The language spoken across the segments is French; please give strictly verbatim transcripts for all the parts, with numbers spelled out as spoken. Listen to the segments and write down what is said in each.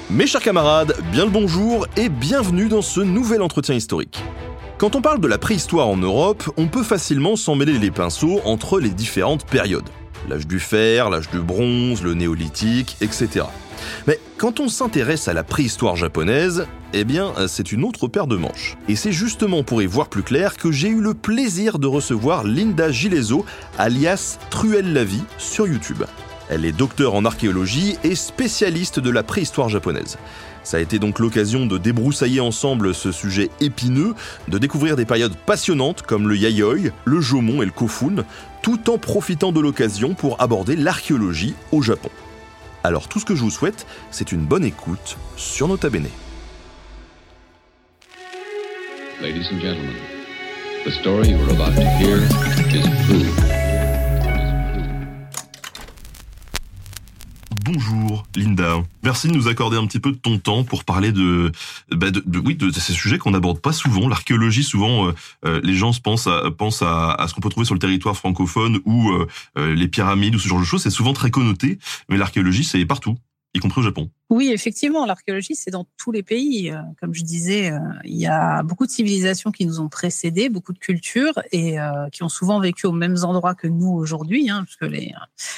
Mes chers camarades, bien le bonjour et bienvenue dans ce nouvel entretien historique. Quand on parle de la préhistoire en Europe, on peut facilement s'en mêler les pinceaux entre les différentes périodes. L'âge du fer, l'âge du bronze, le néolithique, et cetera. Mais quand on s'intéresse à la préhistoire japonaise, eh bien, c'est une autre paire de manches. Et c'est justement pour y voir plus clair que j'ai eu le plaisir de recevoir Linda Gileso, alias Truelle la Vie, sur YouTube. Elle est docteure en archéologie et spécialiste de la préhistoire japonaise. Ça a été donc l'occasion de débroussailler ensemble ce sujet épineux, de découvrir des périodes passionnantes comme le Yayoi, le Jomon et le Kofun, tout en profitant de l'occasion pour aborder l'archéologie au Japon. Alors tout ce que je vous souhaite, c'est une bonne écoute sur Nota Bene. Ladies and gentlemen, the story you're about to hear is true. Bonjour Linda, merci de nous accorder un petit peu de ton temps pour parler de, bah de, de oui, de, de ces sujets qu'on n'aborde pas souvent. L'archéologie, souvent, euh, euh, les gens se pensent à, pensent à, à ce qu'on peut trouver sur le territoire francophone ou euh, euh, les pyramides ou ce genre de choses. C'est souvent très connoté, mais l'archéologie, c'est partout, y compris au Japon. Oui, effectivement, l'archéologie, c'est dans tous les pays. Comme je disais, il y a beaucoup de civilisations qui nous ont précédés, beaucoup de cultures, et euh, qui ont souvent vécu aux mêmes endroits que nous aujourd'hui, hein, parce que les...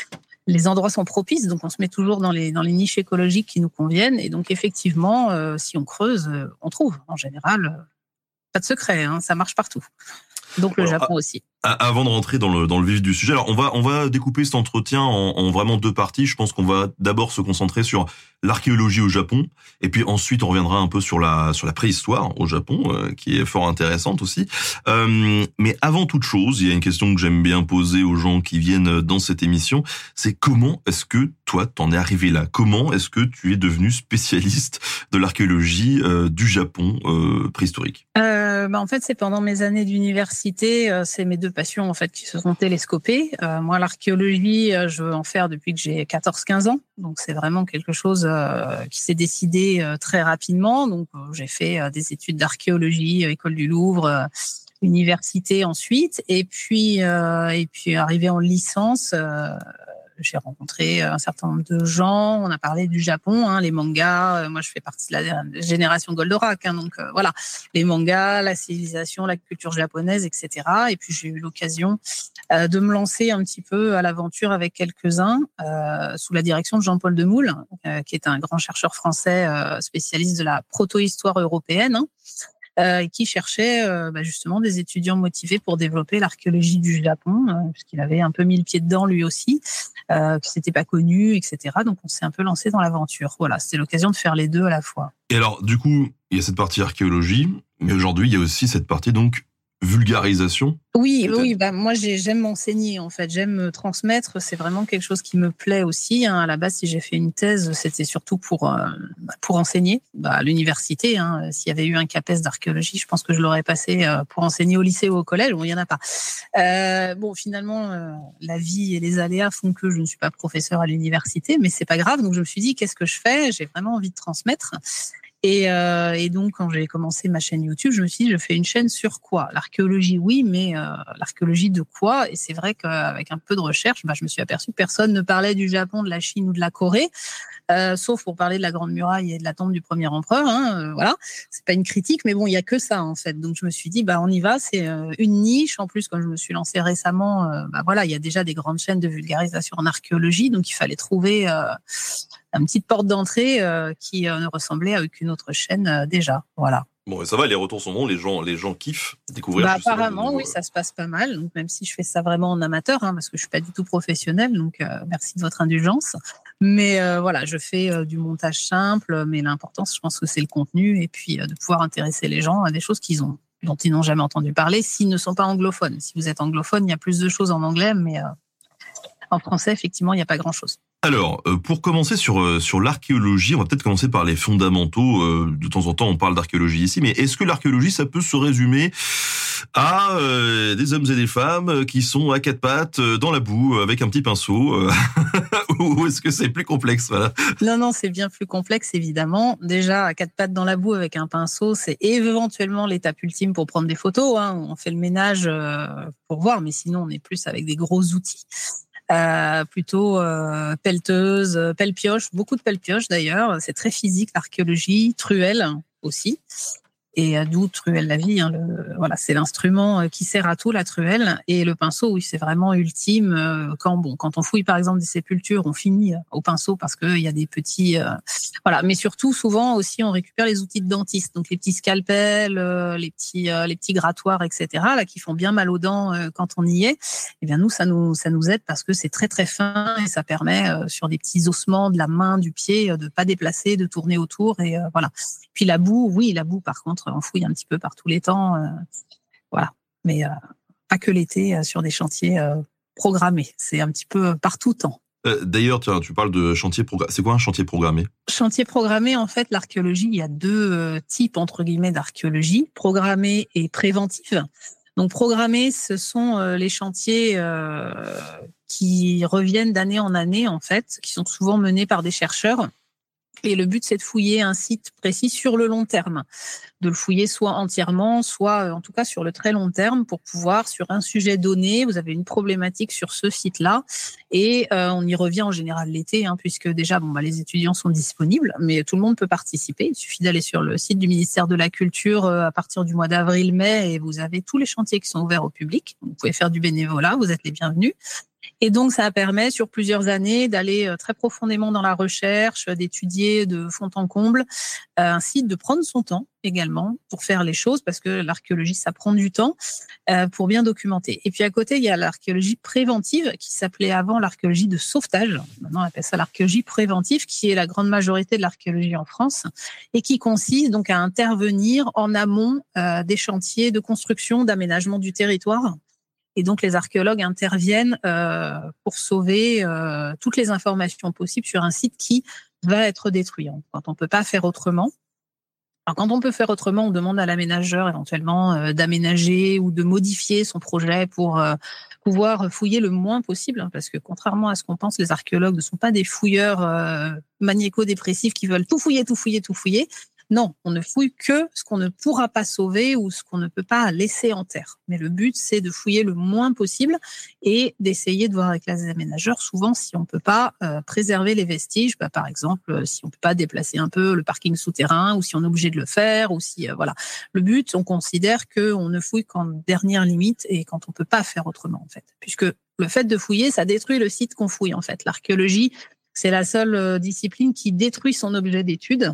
Les endroits sont propices, donc on se met toujours dans les, dans les niches écologiques qui nous conviennent. Et donc, effectivement, euh, si on creuse, euh, on trouve. En général, euh, pas de secret, hein, ça marche partout. Donc, le alors, Japon aussi. Avant de rentrer dans le, dans le vif du sujet, alors on va, on va découper cet entretien en, en vraiment deux parties. Je pense qu'on va d'abord se concentrer sur l'archéologie au Japon, et puis ensuite on reviendra un peu sur la, sur la préhistoire au Japon, euh, qui est fort intéressante aussi. Euh, mais avant toute chose, il y a une question que j'aime bien poser aux gens qui viennent dans cette émission, c'est comment est-ce que toi t'en es arrivé là? Comment est-ce que tu es devenu spécialiste de l'archéologie euh, du Japon euh, préhistorique? euh, bah En fait, c'est pendant mes années d'université, euh, c'est mes deux passions en fait qui se sont télescopées. Euh, moi, l'archéologie, euh, je veux en faire depuis que j'ai quatorze quinze ans, donc c'est vraiment quelque chose euh, qui s'est décidé euh, très rapidement. Donc, euh, j'ai fait euh, des études d'archéologie, euh, école du Louvre, euh, université ensuite, et puis euh, et puis arrivé en licence. Euh, J'ai rencontré un certain nombre de gens. On a parlé du Japon, hein, les mangas. Moi, je fais partie de la génération Goldorak, hein, donc euh, voilà, les mangas, la civilisation, la culture japonaise, et cetera. Et puis j'ai eu l'occasion euh, de me lancer un petit peu à l'aventure avec quelques-uns, euh, sous la direction de Jean-Paul Demoule, euh, qui est un grand chercheur français euh, spécialiste de la proto-histoire européenne. Hein, Euh, qui cherchait euh, bah, justement des étudiants motivés pour développer l'archéologie du Japon, euh, puisqu'il avait un peu mis le pied dedans lui aussi, euh, que c'était pas connu, et cetera. Donc on s'est un peu lancé dans l'aventure. Voilà, c'était l'occasion de faire les deux à la fois. Et alors, du coup, il y a cette partie archéologie, mais aujourd'hui, il y a aussi cette partie donc vulgarisation. Oui, peut-être. oui, bah moi j'ai, j'aime m'enseigner en fait, j'aime me transmettre, c'est vraiment quelque chose qui me plaît aussi. Hein. À la base, si j'ai fait une thèse, c'était surtout pour euh, pour enseigner bah, à l'université. Hein. S'il y avait eu un CAPES d'archéologie, je pense que je l'aurais passé euh, pour enseigner au lycée ou au collège. Bon, il y en a pas. Euh, bon, finalement, euh, la vie et les aléas font que je ne suis pas professeur à l'université, mais c'est pas grave. Donc je me suis dit, qu'est-ce que je fais? J'ai vraiment envie de transmettre. Et, euh, et donc, quand j'ai commencé ma chaîne YouTube, je me suis dit, je fais une chaîne sur quoi? L'archéologie, oui, mais euh, l'archéologie de quoi? Et c'est vrai qu'avec un peu de recherche, bah, je me suis aperçue que personne ne parlait du Japon, de la Chine ou de la Corée, euh, sauf pour parler de la Grande Muraille et de la tombe du premier empereur. Hein, euh, voilà, c'est pas une critique, mais bon, il y a que ça en fait. Donc, je me suis dit, bah, on y va. C'est euh, une niche. En plus, quand je me suis lancée récemment, euh, bah voilà, il y a déjà des grandes chaînes de vulgarisation en archéologie, donc il fallait trouver euh, une petite porte d'entrée euh, qui euh, ne ressemblait à aucune autre chaîne euh, déjà. Voilà. Bon, ça va, les retours sont bons, les gens, les gens kiffent découvrir. Bah, apparemment, nouveaux... oui, ça se passe pas mal. Donc, même si je fais ça vraiment en amateur, hein, parce que je suis pas du tout professionnelle, donc euh, merci de votre indulgence. Mais euh, voilà, je fais euh, du montage simple, mais l'important, je pense que c'est le contenu et puis euh, de pouvoir intéresser les gens à des choses qu'ils ont, dont ils n'ont jamais entendu parler s'ils ne sont pas anglophones. Si vous êtes anglophone, il y a plus de choses en anglais, mais euh, en français, effectivement, il n'y a pas grand-chose. Alors, euh, pour commencer sur euh, sur l'archéologie, on va peut-être commencer par les fondamentaux. Euh, de temps en temps, on parle d'archéologie ici, mais est-ce que l'archéologie, ça peut se résumer à euh, des hommes et des femmes qui sont à quatre pattes euh, dans la boue avec un petit pinceau euh, ou est-ce que c'est plus complexe, voilà? Non, non, c'est bien plus complexe, évidemment. Déjà, à quatre pattes dans la boue avec un pinceau, c'est éventuellement l'étape ultime pour prendre des photos. Hein. On fait le ménage euh, pour voir, mais sinon, on est plus avec des gros outils. euh, plutôt euh, pelleteuse, pelle-pioche, beaucoup de pelle-pioche d'ailleurs. C'est très physique l'archéologie, truelle aussi. Et d'où truelle la vie, hein, le, voilà, c'est l'instrument qui sert à tout, la truelle. Et le pinceau, oui, c'est vraiment ultime. Quand bon, quand on fouille par exemple des sépultures, on finit au pinceau parce qu'il y a des petits, euh, voilà. Mais surtout, souvent aussi, on récupère les outils de dentiste, donc les petits scalpels, euh, les petits, euh, les petits grattoirs, et cetera. Là, qui font bien mal aux dents euh, quand on y est. Eh bien nous, ça nous, ça nous aide parce que c'est très très fin et ça permet euh, sur des petits ossements de la main, du pied, euh, de pas déplacer, de tourner autour et euh, voilà. Puis la boue, oui, la boue, par contre, on fouille un petit peu par tous les temps. Euh, voilà. Mais euh, pas que l'été euh, sur des chantiers euh, programmés. C'est un petit peu partout temps. Euh, d'ailleurs, tu, tu parles de chantier programmé. C'est quoi un chantier programmé ? Chantier programmé, en fait, l'archéologie, il y a deux euh, types, entre guillemets, d'archéologie, programmée et préventive. Donc, programmé, ce sont euh, les chantiers euh, qui reviennent d'année en année, en fait, qui sont souvent menés par des chercheurs. Et le but, c'est de fouiller un site précis sur le long terme, de le fouiller soit entièrement, soit en tout cas sur le très long terme pour pouvoir, sur un sujet donné, vous avez une problématique sur ce site-là et euh, on y revient en général l'été, hein, puisque déjà, bon, bah, les étudiants sont disponibles, mais tout le monde peut participer. Il suffit d'aller sur le site du ministère de la Culture euh, à partir du mois d'avril-mai et vous avez tous les chantiers qui sont ouverts au public. Vous pouvez faire du bénévolat, vous êtes les bienvenus. Et donc, ça permet sur plusieurs années d'aller très profondément dans la recherche, d'étudier de fond en comble, ainsi de prendre son temps également pour faire les choses, parce que l'archéologie, ça prend du temps pour bien documenter. Et puis à côté, il y a l'archéologie préventive qui s'appelait avant l'archéologie de sauvetage. Maintenant, on appelle ça l'archéologie préventive, qui est la grande majorité de l'archéologie en France et qui consiste donc à intervenir en amont des chantiers de construction, d'aménagement du territoire. Et donc, les archéologues interviennent euh, pour sauver euh, toutes les informations possibles sur un site qui va être détruit. Quand on ne peut pas faire autrement. Alors, quand on peut faire autrement, on demande à l'aménageur éventuellement euh, d'aménager ou de modifier son projet pour euh, pouvoir fouiller le moins possible. Parce que contrairement à ce qu'on pense, les archéologues ne sont pas des fouilleurs euh, magnéco-dépressifs qui veulent tout fouiller, tout fouiller, tout fouiller. Non, on ne fouille que ce qu'on ne pourra pas sauver ou ce qu'on ne peut pas laisser en terre. Mais le but, c'est de fouiller le moins possible et d'essayer de voir avec les aménageurs, souvent, si on ne peut pas euh, préserver les vestiges. Bah, par exemple, si on ne peut pas déplacer un peu le parking souterrain ou si on est obligé de le faire. Ou si euh, voilà. Le but, on considère qu'on ne fouille qu'en dernière limite et quand on ne peut pas faire autrement, en fait. Puisque le fait de fouiller, ça détruit le site qu'on fouille, en fait. L'archéologie, c'est la seule euh, discipline qui détruit son objet d'étude.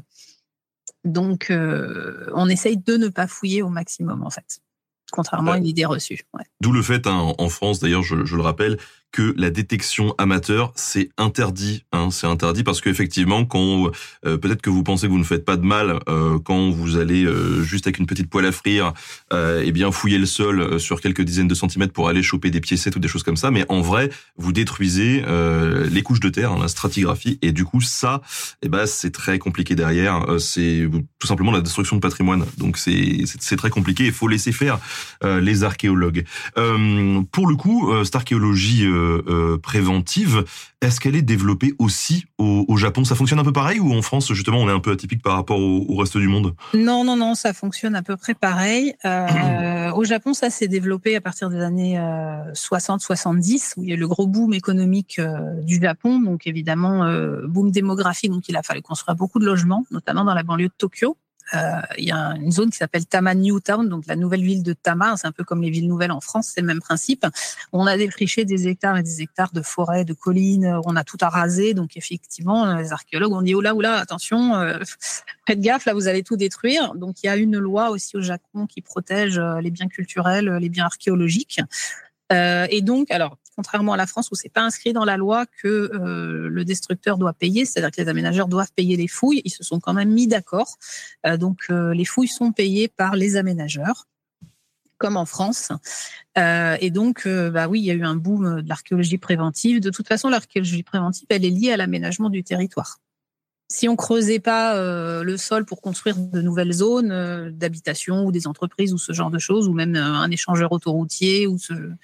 Donc, euh, on essaye de ne pas fouiller au maximum, en fait, contrairement à une idée reçue. Ouais. D'où le fait, hein, en France, d'ailleurs, je, je le rappelle, que la détection amateur, c'est interdit. Hein, c'est interdit parce qu'effectivement, quand euh, peut-être que vous pensez que vous ne faites pas de mal euh, quand vous allez euh, juste avec une petite poêle à frire, euh, et bien fouiller le sol sur quelques dizaines de centimètres pour aller choper des piécettes ou des choses comme ça. Mais en vrai, vous détruisez euh, les couches de terre, hein, la stratigraphie, et du coup, ça, eh ben, c'est très compliqué derrière. Euh, c'est tout simplement la destruction de patrimoine. Donc c'est c'est, c'est très compliqué. Il faut laisser faire euh, les archéologues. Euh, pour le coup, euh, cette archéologie euh, Euh, préventive, est-ce qu'elle est développée aussi au, au Japon ? Ça fonctionne un peu pareil ou en France, justement, on est un peu atypique par rapport au, au reste du monde ? Non, non, non, ça fonctionne à peu près pareil. Euh, au Japon, ça s'est développé à partir des années euh, soixante soixante-dix, où il y a eu le gros boom économique euh, du Japon, donc évidemment, euh, boom démographique, donc il a fallu construire beaucoup de logements, notamment dans la banlieue de Tokyo. Euh, il y a une zone qui s'appelle Tama New Town, donc la nouvelle ville de Tama, c'est un peu comme les villes nouvelles en France, c'est le même principe. On a défriché des hectares et des hectares de forêts, de collines, on a tout arasé, donc effectivement, les archéologues ont dit « oh là, oh là, attention, euh, faites gaffe, là vous allez tout détruire ». Donc il y a une loi aussi au Japon qui protège les biens culturels, les biens archéologiques. Euh, et donc, alors, contrairement à la France où c'est pas inscrit dans la loi que euh, le destructeur doit payer, c'est-à-dire que les aménageurs doivent payer les fouilles, ils se sont quand même mis d'accord. Euh, donc, euh, les fouilles sont payées par les aménageurs, comme en France. Euh, et donc, euh, bah oui, il y a eu un boom de l'archéologie préventive. De toute façon, l'archéologie préventive, elle est liée à l'aménagement du territoire. Si on creusait pas euh, le sol pour construire de nouvelles zones euh, d'habitation ou des entreprises ou ce genre de choses, ou même euh, un échangeur autoroutier ou ce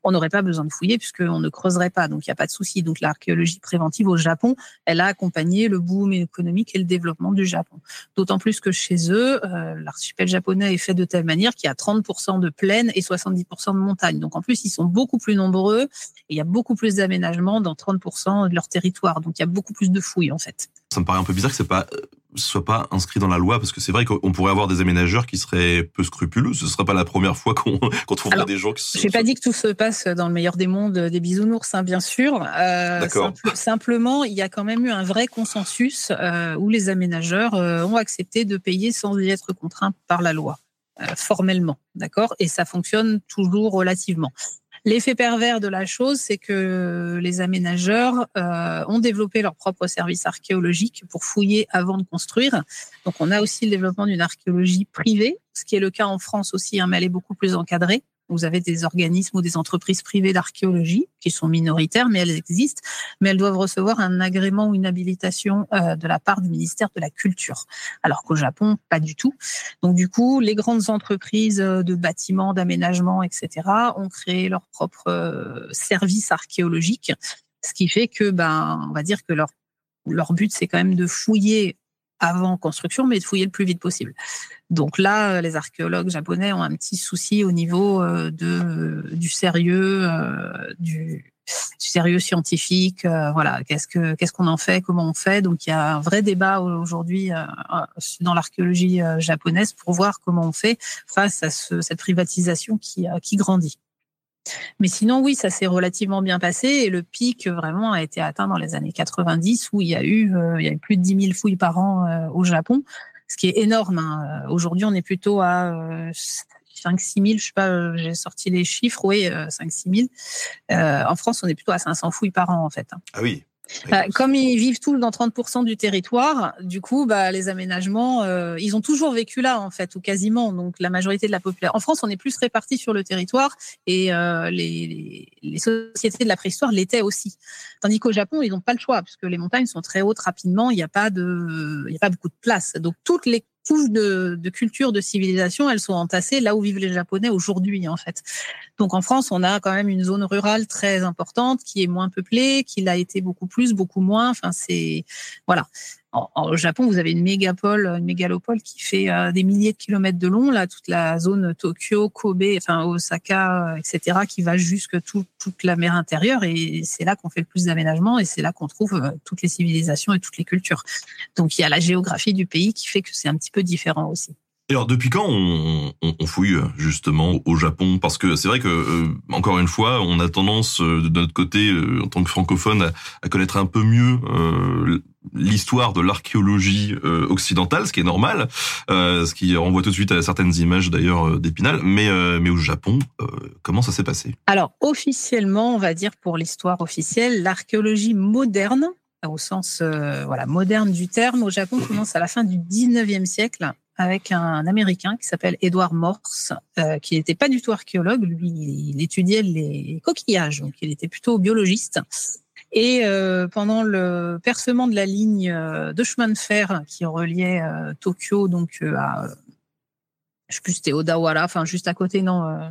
on n'aurait pas besoin de fouiller puisqu'on ne creuserait pas, donc il n'y a pas de souci. Donc l'archéologie préventive au Japon, elle a accompagné le boom économique et le développement du Japon. D'autant plus que chez eux, euh, l'archipel japonais est fait de telle manière qu'il y a trente pour cent de plaines et soixante-dix pour cent de montagnes. Donc en plus, ils sont beaucoup plus nombreux et il y a beaucoup plus d'aménagements dans trente pour cent de leur territoire. Donc il y a beaucoup plus de fouilles en fait. Ça me paraît un peu bizarre que c'est pas soit pas inscrit dans la loi, parce que c'est vrai qu'on pourrait avoir des aménageurs qui seraient peu scrupuleux. Ce ne sera pas la première fois qu'on, qu'on trouverait Alors, des gens qui sont... J'ai pas dit que tout se passe dans le meilleur des mondes des bisounours, hein, bien sûr. Euh, D'accord. Simple, simplement, il y a quand même eu un vrai consensus euh, où les aménageurs euh, ont accepté de payer sans y être contraints par la loi, euh, formellement, d'accord ? Et ça fonctionne toujours relativement. L'effet pervers de la chose, c'est que les aménageurs euh, ont développé leur propre service archéologique pour fouiller avant de construire. Donc, on a aussi le développement d'une archéologie privée, ce qui est le cas en France aussi, hein, mais elle est beaucoup plus encadrée. Vous avez des organismes ou des entreprises privées d'archéologie qui sont minoritaires, mais elles existent, mais elles doivent recevoir un agrément ou une habilitation euh, de la part du ministère de la Culture. Alors qu'au Japon, pas du tout. Donc du coup, les grandes entreprises de bâtiments, d'aménagement, et cetera ont créé leur propre euh, service archéologique, ce qui fait que, ben, on va dire que leur leur but, c'est quand même de fouiller avant construction, mais de fouiller le plus vite possible. Donc là, les archéologues japonais ont un petit souci au niveau de, du sérieux, du, du sérieux scientifique. Voilà, qu'est-ce que qu'est-ce qu'on en fait, comment on fait. Donc il y a un vrai débat aujourd'hui dans l'archéologie japonaise pour voir comment on fait face à ce, cette privatisation qui qui grandit. Mais sinon, oui, ça s'est relativement bien passé et le pic vraiment a été atteint dans les années quatre-vingt-dix où il y a eu, euh, il y a eu plus de dix mille fouilles par an euh, au Japon, ce qui est énorme. Hein. Aujourd'hui, on est plutôt à euh, cinq six mille, je sais pas, euh, j'ai sorti les chiffres, oui, euh, cinq six mille. Euh, en France, on est plutôt à cinq cents fouilles par an, en fait. Ah oui. Bah, comme ils vivent tous dans trente pour cent du territoire, du coup, bah, les aménagements, euh, ils ont toujours vécu là, en fait, ou quasiment. Donc, la majorité de la population. En France, on est plus répartis sur le territoire et euh, les, les, les sociétés de la préhistoire l'étaient aussi. Tandis qu'au Japon, ils n'ont pas le choix, puisque les montagnes sont très hautes rapidement, il n'y a pas de, il n'y a pas beaucoup de place. Donc, toutes les couches de, de culture, de civilisation, elles sont entassées là où vivent les Japonais aujourd'hui, en fait. Donc en France, on a quand même une zone rurale très importante qui est moins peuplée, qui l'a été beaucoup plus, beaucoup moins. Enfin, c'est voilà. En, en, au Japon, vous avez une mégapole, une mégalopole qui fait euh, des milliers de kilomètres de long, là, toute la zone Tokyo, Kobe, enfin Osaka, euh, et cetera, qui va jusque tout, toute la mer intérieure. Et c'est là qu'on fait le plus d'aménagement et c'est là qu'on trouve euh, toutes les civilisations et toutes les cultures. Donc il y a la géographie du pays qui fait que c'est un petit peu différent aussi. Alors depuis quand on, on, on fouille justement au Japon ? Parce que c'est vrai que euh, encore une fois, on a tendance euh, de notre côté, euh, en tant que francophone, à, à connaître un peu mieux euh, l'histoire de l'archéologie euh, occidentale, ce qui est normal, euh, ce qui renvoie tout de suite à certaines images d'ailleurs euh, d'Épinal. Mais euh, mais au Japon, euh, comment ça s'est passé ? Alors officiellement, on va dire pour l'histoire officielle, l'archéologie moderne, au sens euh, voilà moderne du terme, au Japon commence à la fin du dix-neuvième siècle. Avec un Américain qui s'appelle Edward Morse, euh, qui n'était pas du tout archéologue. Lui, il étudiait les coquillages, donc il était plutôt biologiste. Et euh, pendant le percement de la ligne de chemin de fer qui reliait euh, Tokyo donc euh, à, je sais plus, c'était Odawara, enfin juste à côté, non, euh,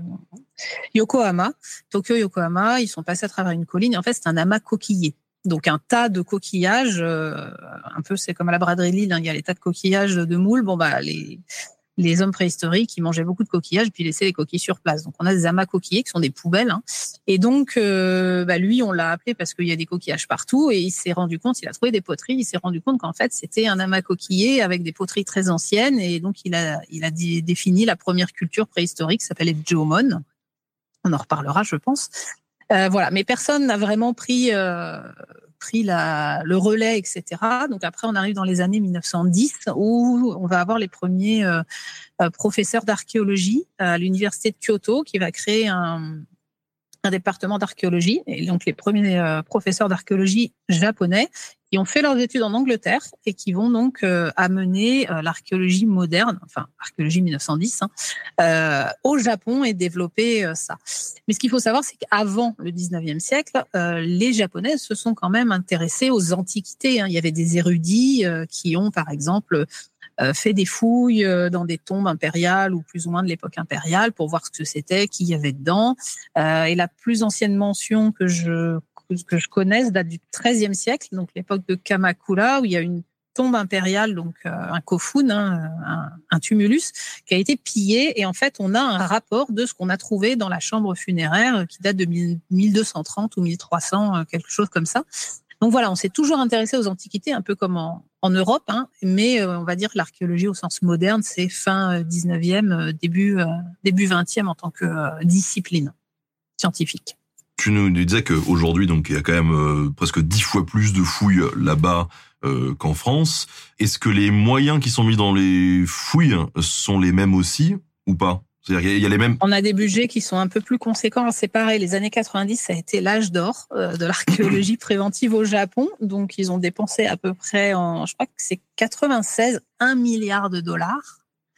Yokohama, Tokyo Yokohama, ils sont passés à travers une colline. En fait, c'est un amas coquillé. Donc un tas de coquillages, euh, un peu c'est comme à la braderie de Lille, hein, il y a les tas de coquillages de moules. Bon bah les les hommes préhistoriques, ils mangeaient beaucoup de coquillages puis ils laissaient les coquilles sur place. Donc on a des amas coquillés qui sont des poubelles. Hein. Et donc euh, bah lui on l'a appelé parce qu'il y a des coquillages partout et il s'est rendu compte, il a trouvé des poteries, il s'est rendu compte qu'en fait c'était un amas coquillé avec des poteries très anciennes et donc il a il a dit, défini la première culture préhistorique qui s'appelait Jomon. On en reparlera, je pense. Euh, voilà, mais personne n'a vraiment pris euh, pris la, le relais, et cetera. Donc après, on arrive dans les années mille neuf cent dix où on va avoir les premiers euh, professeurs d'archéologie à l'université de Kyoto qui va créer un, un département d'archéologie. Et donc les premiers euh, professeurs d'archéologie japonais qui ont fait leurs études en Angleterre et qui vont donc euh, amener euh, l'archéologie moderne, enfin archéologie mille neuf cent dix, hein, euh, au Japon et développer euh, ça. Mais ce qu'il faut savoir, c'est qu'avant le dix-neuvième siècle, euh, les Japonais se sont quand même intéressés aux antiquités. Hein. Il y avait des érudits euh, qui ont, par exemple, euh, fait des fouilles euh, dans des tombes impériales ou plus ou moins de l'époque impériale pour voir ce que c'était, qui y avait dedans. Euh, et la plus ancienne mention que je que je connaisse date du treizième siècle, donc l'époque de Kamakura, où il y a une tombe impériale, donc euh, un kofun, hein, un, un tumulus, qui a été pillé. Et en fait, on a un rapport de ce qu'on a trouvé dans la chambre funéraire qui date de mille deux cent trente ou mille trois cents, quelque chose comme ça. Donc voilà, on s'est toujours intéressé aux antiquités, un peu comme en, en Europe, hein, mais euh, on va dire que l'archéologie au sens moderne, c'est fin dix-neuvième, début, euh, début vingtième en tant que euh, discipline scientifique. Tu nous disais qu'aujourd'hui, donc, il y a quand même euh, presque dix fois plus de fouilles là-bas euh, qu'en France. Est-ce que les moyens qui sont mis dans les fouilles sont les mêmes aussi ou pas ? C'est-à-dire qu'il y a les mêmes. On a des budgets qui sont un peu plus conséquents. C'est pareil, les années quatre-vingt-dix, ça a été l'âge d'or euh, de l'archéologie préventive au Japon. Donc, ils ont dépensé à peu près, en, je crois que c'est quatre-vingt-seize, un milliard de dollars.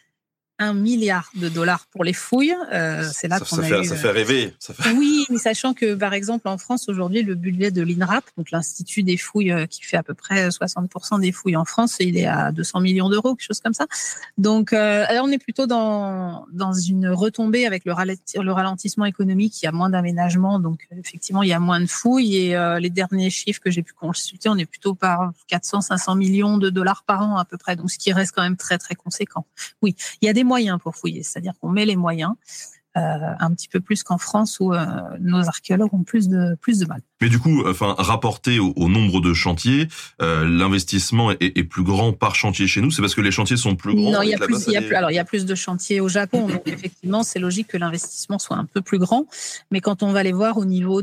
Un milliard de dollars pour les fouilles. Euh, c'est là ça, qu'on ça a fait, eu... Ça fait rêver. Ça fait... Oui, mais sachant que, par exemple, en France, aujourd'hui, le budget de l'INRAP, donc l'Institut des fouilles, qui fait à peu près soixante pour cent des fouilles en France, il est à deux cents millions d'euros, quelque chose comme ça. Donc, euh, là, on est plutôt dans, dans une retombée avec le, ralenti, le ralentissement économique. Il y a moins d'aménagement, donc effectivement, il y a moins de fouilles. Et euh, les derniers chiffres que j'ai pu consulter, on est plutôt par quatre cents, cinq cents millions de dollars par an à peu près, donc ce qui reste quand même très, très conséquent. Oui, il y a des moyens pour fouiller, c'est-à-dire qu'on met les moyens, euh, un petit peu plus qu'en France où euh, nos archéologues ont plus de plus de mal. Mais du coup, enfin, rapporté au, au nombre de chantiers, euh, l'investissement est, est plus grand par chantier chez nous. C'est parce que les chantiers sont plus grands. Non, il y a plus, il y a plus. Alors, il y a plus de chantiers au Japon, donc effectivement, c'est logique que l'investissement soit un peu plus grand. Mais quand on va les voir au niveau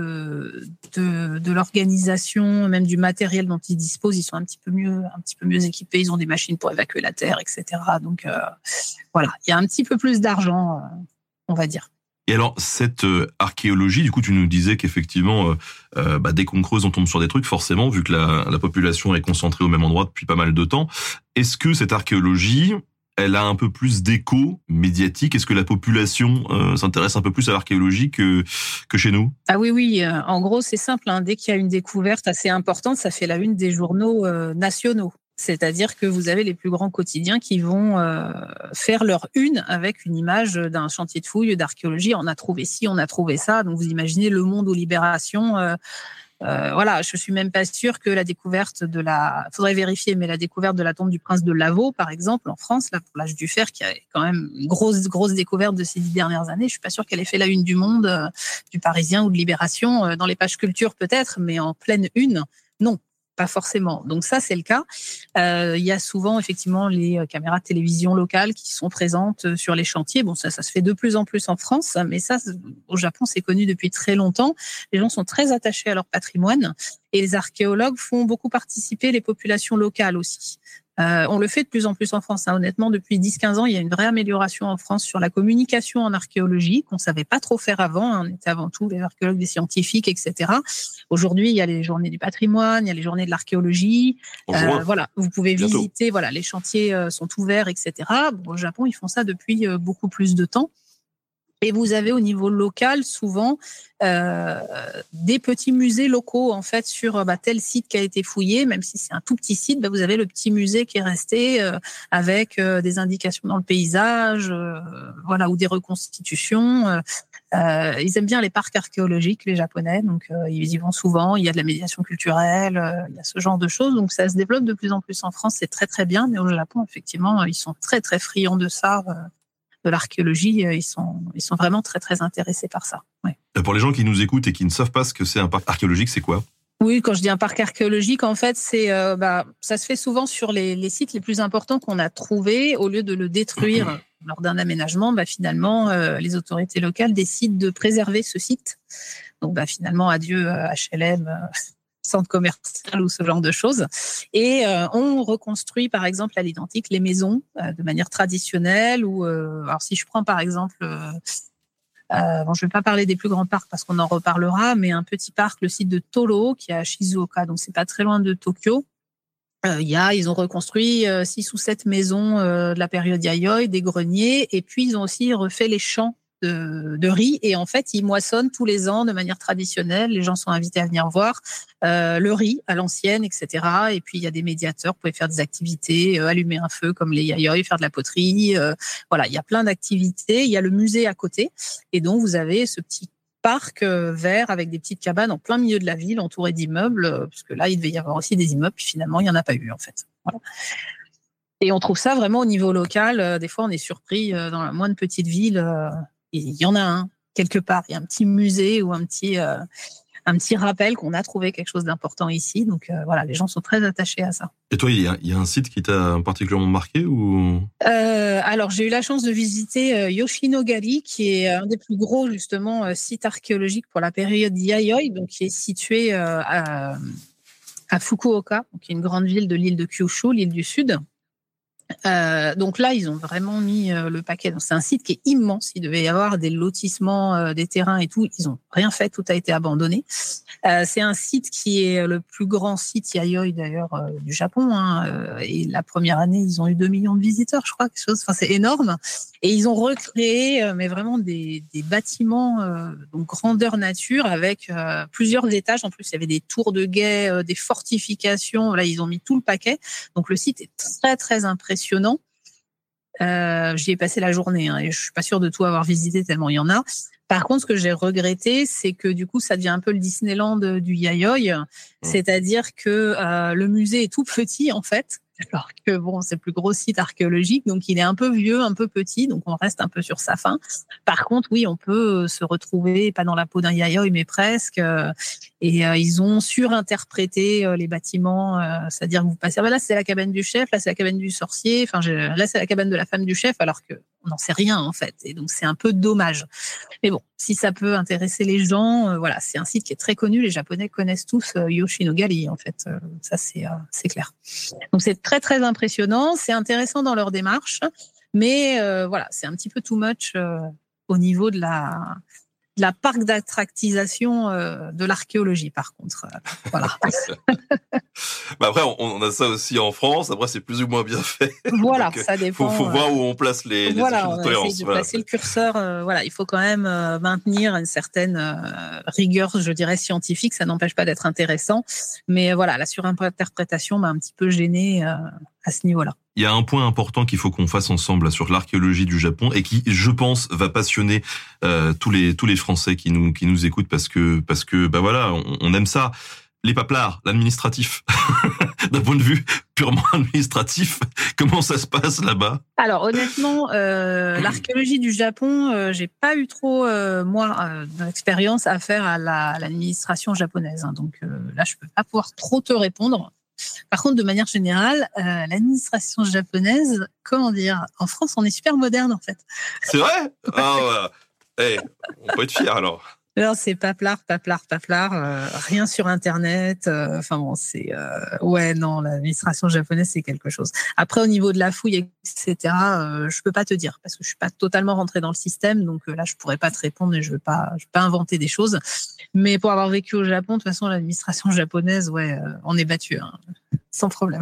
de de, de l'organisation, même du matériel dont ils disposent, ils sont un petit peu mieux, un petit peu mieux équipés. Ils ont des machines pour évacuer la terre, et cetera. Donc euh, voilà, il y a un petit peu plus d'argent, euh, on va dire. Et alors, cette euh, archéologie, du coup, tu nous disais qu'effectivement, euh, euh, bah, dès qu'on creuse, on tombe sur des trucs, forcément, vu que la, la population est concentrée au même endroit depuis pas mal de temps. Est-ce que cette archéologie, elle a un peu plus d'écho médiatique ? Est-ce que la population euh, s'intéresse un peu plus à l'archéologie que, que chez nous ? Ah oui, oui. Euh, en gros, c'est simple, hein. Dès qu'il y a une découverte assez importante, ça fait la une des journaux euh, nationaux. C'est-à-dire que vous avez les plus grands quotidiens qui vont euh, faire leur une avec une image d'un chantier de fouilles d'archéologie. On a trouvé ci, on a trouvé ça. Donc, vous imaginez Le Monde ou Libération. Euh, euh, voilà, je suis même pas sûre que la découverte de la... faudrait vérifier, mais la découverte de la tombe du prince de Lavaux, par exemple, en France, là, pour l'âge du fer, qui est quand même une grosse, grosse découverte de ces dix dernières années, je suis pas sûre qu'elle ait fait la une du Monde, euh, du Parisien ou de Libération. Euh, dans les pages culture, peut-être, mais en pleine une, non. Pas forcément. Donc ça, c'est le cas. Euh, il y a souvent effectivement les caméras de télévision locales qui sont présentes sur les chantiers. Bon, ça, ça se fait de plus en plus en France, mais ça, au Japon, c'est connu depuis très longtemps. Les gens sont très attachés à leur patrimoine et les archéologues font beaucoup participer les populations locales aussi. Euh, on le fait de plus en plus en France. Hein. Honnêtement, depuis dix quinze ans, il y a une vraie amélioration en France sur la communication en archéologie qu'on savait pas trop faire avant. Hein. On était avant tout des archéologues, des scientifiques, et cetera. Aujourd'hui, il y a les journées du patrimoine, il y a les journées de l'archéologie. Euh, voilà, vous pouvez Bientôt. visiter. Voilà, les chantiers euh, sont ouverts, et cetera. Bon, au Japon, ils font ça depuis euh, beaucoup plus de temps. Et vous avez au niveau local souvent euh, des petits musées locaux en fait sur bah, tel site qui a été fouillé, même si c'est un tout petit site, bah, vous avez le petit musée qui est resté euh, avec euh, des indications dans le paysage, euh, voilà, ou des reconstitutions. Euh, euh, ils aiment bien les parcs archéologiques, les Japonais, donc euh, ils y vont souvent. Il y a de la médiation culturelle, euh, il y a ce genre de choses, donc ça se développe de plus en plus en France, c'est très très bien. Mais au Japon, effectivement, ils sont très très friands de ça. Euh, de l'archéologie, ils sont, ils sont vraiment très, très intéressés par ça. Ouais. Pour les gens qui nous écoutent et qui ne savent pas ce que c'est un parc archéologique, c'est quoi ? Oui, quand je dis un parc archéologique, en fait, c'est, euh, bah, ça se fait souvent sur les, les sites les plus importants qu'on a trouvés. Au lieu de le détruire lors d'un aménagement, bah, finalement, euh, les autorités locales décident de préserver ce site. Donc, bah, finalement, adieu euh, H L M, euh, centre commercial ou ce genre de choses. Et euh, on reconstruit, par exemple, à l'identique, les maisons euh, de manière traditionnelle. Ou, euh, alors, si je prends, par exemple, euh, euh, bon, je ne vais pas parler des plus grands parcs parce qu'on en reparlera, mais un petit parc, le site de Toro, qui est à Shizuoka, donc c'est pas très loin de Tokyo. Euh, y a, ils ont reconstruit euh, six ou sept maisons euh, de la période Yayoi, des greniers, et puis ils ont aussi refait les champs de, de riz. Et en fait, ils moissonnent tous les ans de manière traditionnelle. Les gens sont invités à venir voir euh, le riz à l'ancienne, et cetera. Et puis, il y a des médiateurs. Vous pouvez faire des activités, euh, allumer un feu comme les yayoi, faire de la poterie. Euh, voilà, il y a plein d'activités. Il y a le musée à côté. Et donc, vous avez ce petit parc euh, vert avec des petites cabanes en plein milieu de la ville, entouré d'immeubles. Euh, parce que là, il devait y avoir aussi des immeubles. Puis finalement, il n'y en a pas eu, en fait. Voilà. Et on trouve ça vraiment au niveau local. Euh, des fois, on est surpris euh, dans la moindre petite ville. Euh, il y en a un quelque part. Il y a un petit musée ou un petit, euh, un petit rappel qu'on a trouvé quelque chose d'important ici. Donc euh, voilà, les gens sont très attachés à ça. Et toi, il y a, il y a un site qui t'a particulièrement marqué ou euh, Alors, j'ai eu la chance de visiter euh, Yoshinogari, qui est un des plus gros justement euh, sites archéologiques pour la période Yayoi, donc qui est situé euh, à, à Fukuoka, donc qui est une grande ville de l'île de Kyushu, l'île du Sud. Euh, donc là, ils ont vraiment mis euh, le paquet. Donc, c'est un site qui est immense. Il devait y avoir des lotissements, euh, des terrains et tout. Ils ont rien fait. Tout a été abandonné. Euh, c'est un site qui est le plus grand site yayoi d'ailleurs euh, du Japon. Hein, euh, et la première année, ils ont eu deux millions de visiteurs, je crois, quelque chose. Enfin, c'est énorme. Et ils ont recréé, euh, mais vraiment des, des bâtiments euh, donc grandeur nature avec euh, plusieurs étages. En plus, il y avait des tours de guet, euh, des fortifications. Là, ils ont mis tout le paquet. Donc, le site est très, très impressionnant. Impressionnant. Euh, j'y ai passé la journée hein, et je suis pas sûre de tout avoir visité tellement il y en a. Par contre, ce que j'ai regretté, c'est que du coup, ça devient un peu le Disneyland du yayoi, mmh. C'est-à-dire que euh, le musée est tout petit en fait. Alors que bon, c'est le plus gros site archéologique, donc il est un peu vieux, un peu petit, donc on reste un peu sur sa faim. Par contre, oui, on peut se retrouver, pas dans la peau d'un yayoi, mais presque. Et euh, ils ont surinterprété euh, les bâtiments, euh, c'est-à-dire que vous passez, ah ben là c'est la cabane du chef, là c'est la cabane du sorcier, enfin je, là c'est la cabane de la femme du chef, alors que on n'en sait rien en fait. Et donc c'est un peu dommage. Mais bon, si ça peut intéresser les gens, euh, voilà, c'est un site qui est très connu. Les Japonais connaissent tous euh, Yoshinogari en fait. Euh, ça c'est euh, c'est clair. Donc c'est très très impressionnant, c'est intéressant dans leur démarche, mais euh, voilà, c'est un petit peu too much euh, au niveau de la de la parc d'attractisation euh, de l'archéologie, par contre. Euh, voilà. bah après, on, on a ça aussi en France. Après, c'est plus ou moins bien fait. Voilà, donc, ça dépend. Faut, faut euh, voir où on place les, les voilà, échelles de on tolérance. essaye de voilà. placer le curseur. Euh, voilà, il faut quand même euh, maintenir une certaine euh, rigueur, je dirais, scientifique. Ça n'empêche pas d'être intéressant. Mais euh, voilà, la surinterprétation m'a un petit peu gênée euh, à ce niveau-là. Il y a un point important qu'il faut qu'on fasse ensemble là, sur l'archéologie du Japon et qui, je pense, va passionner euh, tous les tous les Français qui nous qui nous écoutent parce que parce que bah voilà, on, on aime ça. Les paplards, l'administratif. D'un point de vue purement administratif, comment ça se passe là-bas ? Alors honnêtement, euh, l'archéologie du Japon, euh, j'ai pas eu trop euh, moi euh, d'expérience à faire à, la, à l'administration japonaise. Hein, donc euh, là, je peux pas pouvoir trop te répondre. Par contre, de manière générale, euh, l'administration japonaise, comment dire, en France, on est super moderne en fait. C'est vrai ? Ah, ouais. Hey, on peut être fiers alors. Alors, c'est paplard, paplard, paplard, euh, rien sur Internet. Euh, enfin bon, c'est... Euh, ouais, non, l'administration japonaise, c'est quelque chose. Après, au niveau de la fouille, et cetera, euh, je peux pas te dire parce que je suis pas totalement rentrée dans le système. Donc euh, là, je pourrais pas te répondre et je veux pas, je veux pas inventer des choses. Mais pour avoir vécu au Japon, de toute façon, l'administration japonaise, ouais, euh, on est battu, hein, sans problème.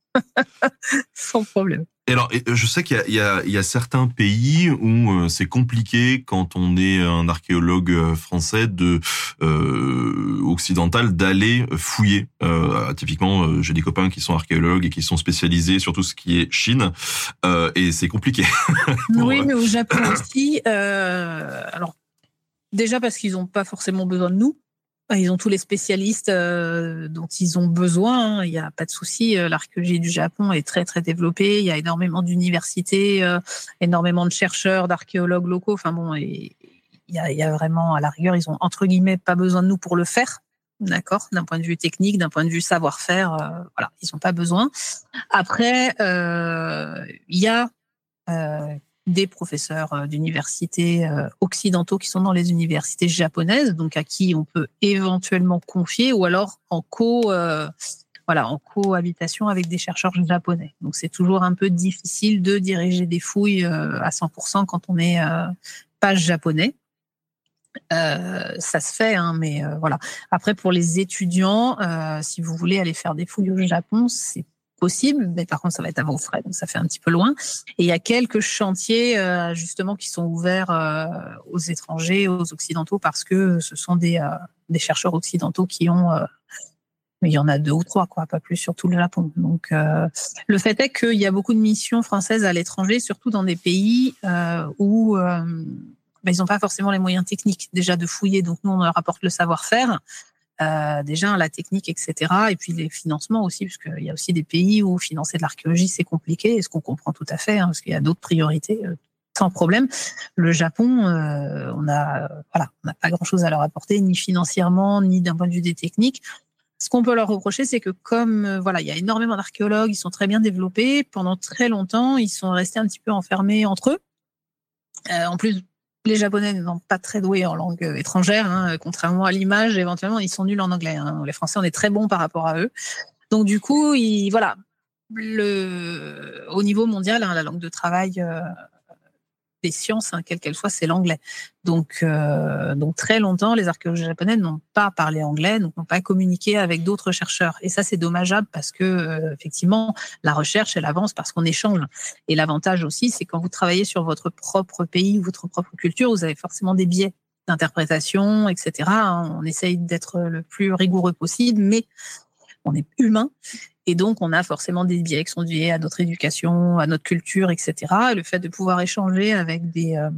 Sans problème. Et alors, je sais qu'il y a, il y a, il y a certains pays où c'est compliqué quand on est un archéologue français de euh, occidental d'aller fouiller. Euh, typiquement, j'ai des copains qui sont archéologues et qui sont spécialisés sur tout ce qui est Chine, euh, et c'est compliqué. Pour... Oui, mais au Japon aussi. Euh, alors, déjà parce qu'ils n'ont pas forcément besoin de nous. Ils ont tous les spécialistes euh, dont ils ont besoin. Hein. Il n'y a pas de souci. L'archéologie du Japon est très, très développée. Il y a énormément d'universités, euh, énormément de chercheurs, d'archéologues locaux. Enfin bon, et il y a, il y a vraiment, à la rigueur, ils ont entre guillemets pas besoin de nous pour le faire. D'accord, d'un point de vue technique, d'un point de vue savoir-faire, euh, voilà, ils n'ont pas besoin. Après, euh, il y a euh, des professeurs d'universités occidentaux qui sont dans les universités japonaises, donc à qui on peut éventuellement confier, ou alors en co, euh, voilà, en cohabitation avec des chercheurs japonais. Donc c'est toujours un peu difficile de diriger des fouilles à cent pour cent quand on est euh, pas japonais. Euh, ça se fait, hein, mais euh, voilà. Après, pour les étudiants, euh, si vous voulez aller faire des fouilles au Japon, c'est possible, mais par contre, ça va être à vos frais, donc ça fait un petit peu loin. Et il y a quelques chantiers, euh, justement, qui sont ouverts euh, aux étrangers, aux occidentaux, parce que ce sont des, euh, des chercheurs occidentaux qui ont... Euh, mais il y en a deux ou trois, quoi, pas plus sur tout le Japon. Donc, euh, le fait est qu'il y a beaucoup de missions françaises à l'étranger, surtout dans des pays euh, où euh, ben, ils n'ont pas forcément les moyens techniques déjà de fouiller. Donc, nous, on leur apporte le savoir-faire. Euh, déjà la technique, et cetera. Et puis les financements aussi, parce qu'il y a aussi des pays où financer de l'archéologie, c'est compliqué, et ce qu'on comprend tout à fait, hein, parce qu'il y a d'autres priorités, euh, sans problème. Le Japon, euh, on a, voilà, on n'a pas grand-chose à leur apporter, ni financièrement, ni d'un point de vue des techniques. Ce qu'on peut leur reprocher, c'est que comme euh, voilà, il y a énormément d'archéologues, ils sont très bien développés, pendant très longtemps, ils sont restés un petit peu enfermés entre eux. Euh, en plus, les Japonais ne sont pas très doués en langue étrangère, hein, contrairement à l'image, éventuellement, ils sont nuls en anglais. Hein. Les Français, on est très bons par rapport à eux. Donc, du coup, ils, voilà, le, au niveau mondial, hein, la langue de travail euh, des sciences, hein, quelle qu'elle soit, c'est l'anglais. Donc, euh, donc, très longtemps, les archéologues japonais n'ont pas parlé anglais, donc n'ont pas communiqué avec d'autres chercheurs. Et ça, c'est dommageable parce que, euh, effectivement, la recherche, elle avance parce qu'on échange. Et l'avantage aussi, c'est quand vous travaillez sur votre propre pays ou votre propre culture, vous avez forcément des biais d'interprétation, et cetera. On essaye d'être le plus rigoureux possible, mais on est humain. Et donc, on a forcément des biais qui sont liés à notre éducation, à notre culture, et cetera. Et le fait de pouvoir échanger avec des, euh,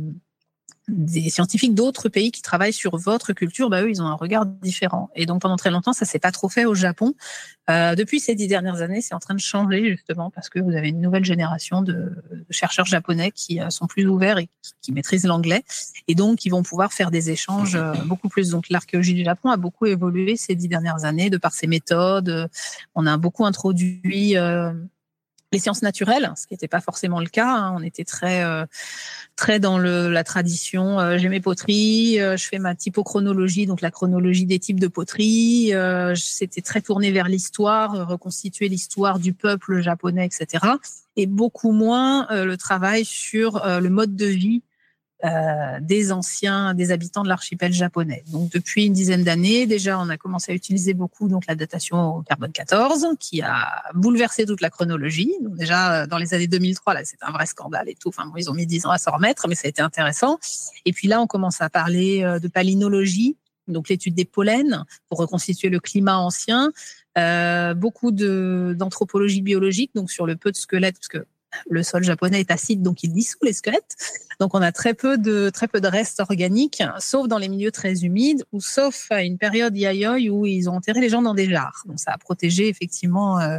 des scientifiques d'autres pays qui travaillent sur votre culture, bah, eux, ils ont un regard différent. Et donc, pendant très longtemps, ça s'est pas trop fait au Japon. Euh, depuis ces dix dernières années, c'est en train de changer, justement, parce que vous avez une nouvelle génération de, de chercheurs japonais qui sont plus ouverts et qui, qui maîtrisent l'anglais. Et donc, ils vont pouvoir faire des échanges beaucoup plus. Donc, l'archéologie du Japon a beaucoup évolué ces dix dernières années de par ses méthodes. On a beaucoup introduit euh, les sciences naturelles, ce qui n'était pas forcément le cas. Hein. On était très, euh, très dans le, la tradition. Euh, j'ai mes poteries, euh, je fais ma typochronologie, donc la chronologie des types de poteries. Euh, c'était très tourné vers l'histoire, euh, reconstituer l'histoire du peuple japonais, et cetera. Et beaucoup moins euh, le travail sur euh, le mode de vie Euh, des anciens, des habitants de l'archipel japonais. Donc, depuis une dizaine d'années, déjà, on a commencé à utiliser beaucoup donc la datation au carbone quatorze, qui a bouleversé toute la chronologie. Donc, déjà, dans les années deux mille trois, là, c'est un vrai scandale et tout. Enfin, bon, ils ont mis dix ans à s'en remettre, mais ça a été intéressant. Et puis là, on commence à parler de palynologie, donc l'étude des pollens, pour reconstituer le climat ancien. Euh, beaucoup de, d'anthropologie biologique, donc sur le peu de squelettes, parce que le sol japonais est acide, donc il dissout les squelettes. Donc, on a très peu de, très peu de restes organiques, sauf dans les milieux très humides, ou sauf à une période yayoi où ils ont enterré les gens dans des jarres. Donc, ça a protégé effectivement euh,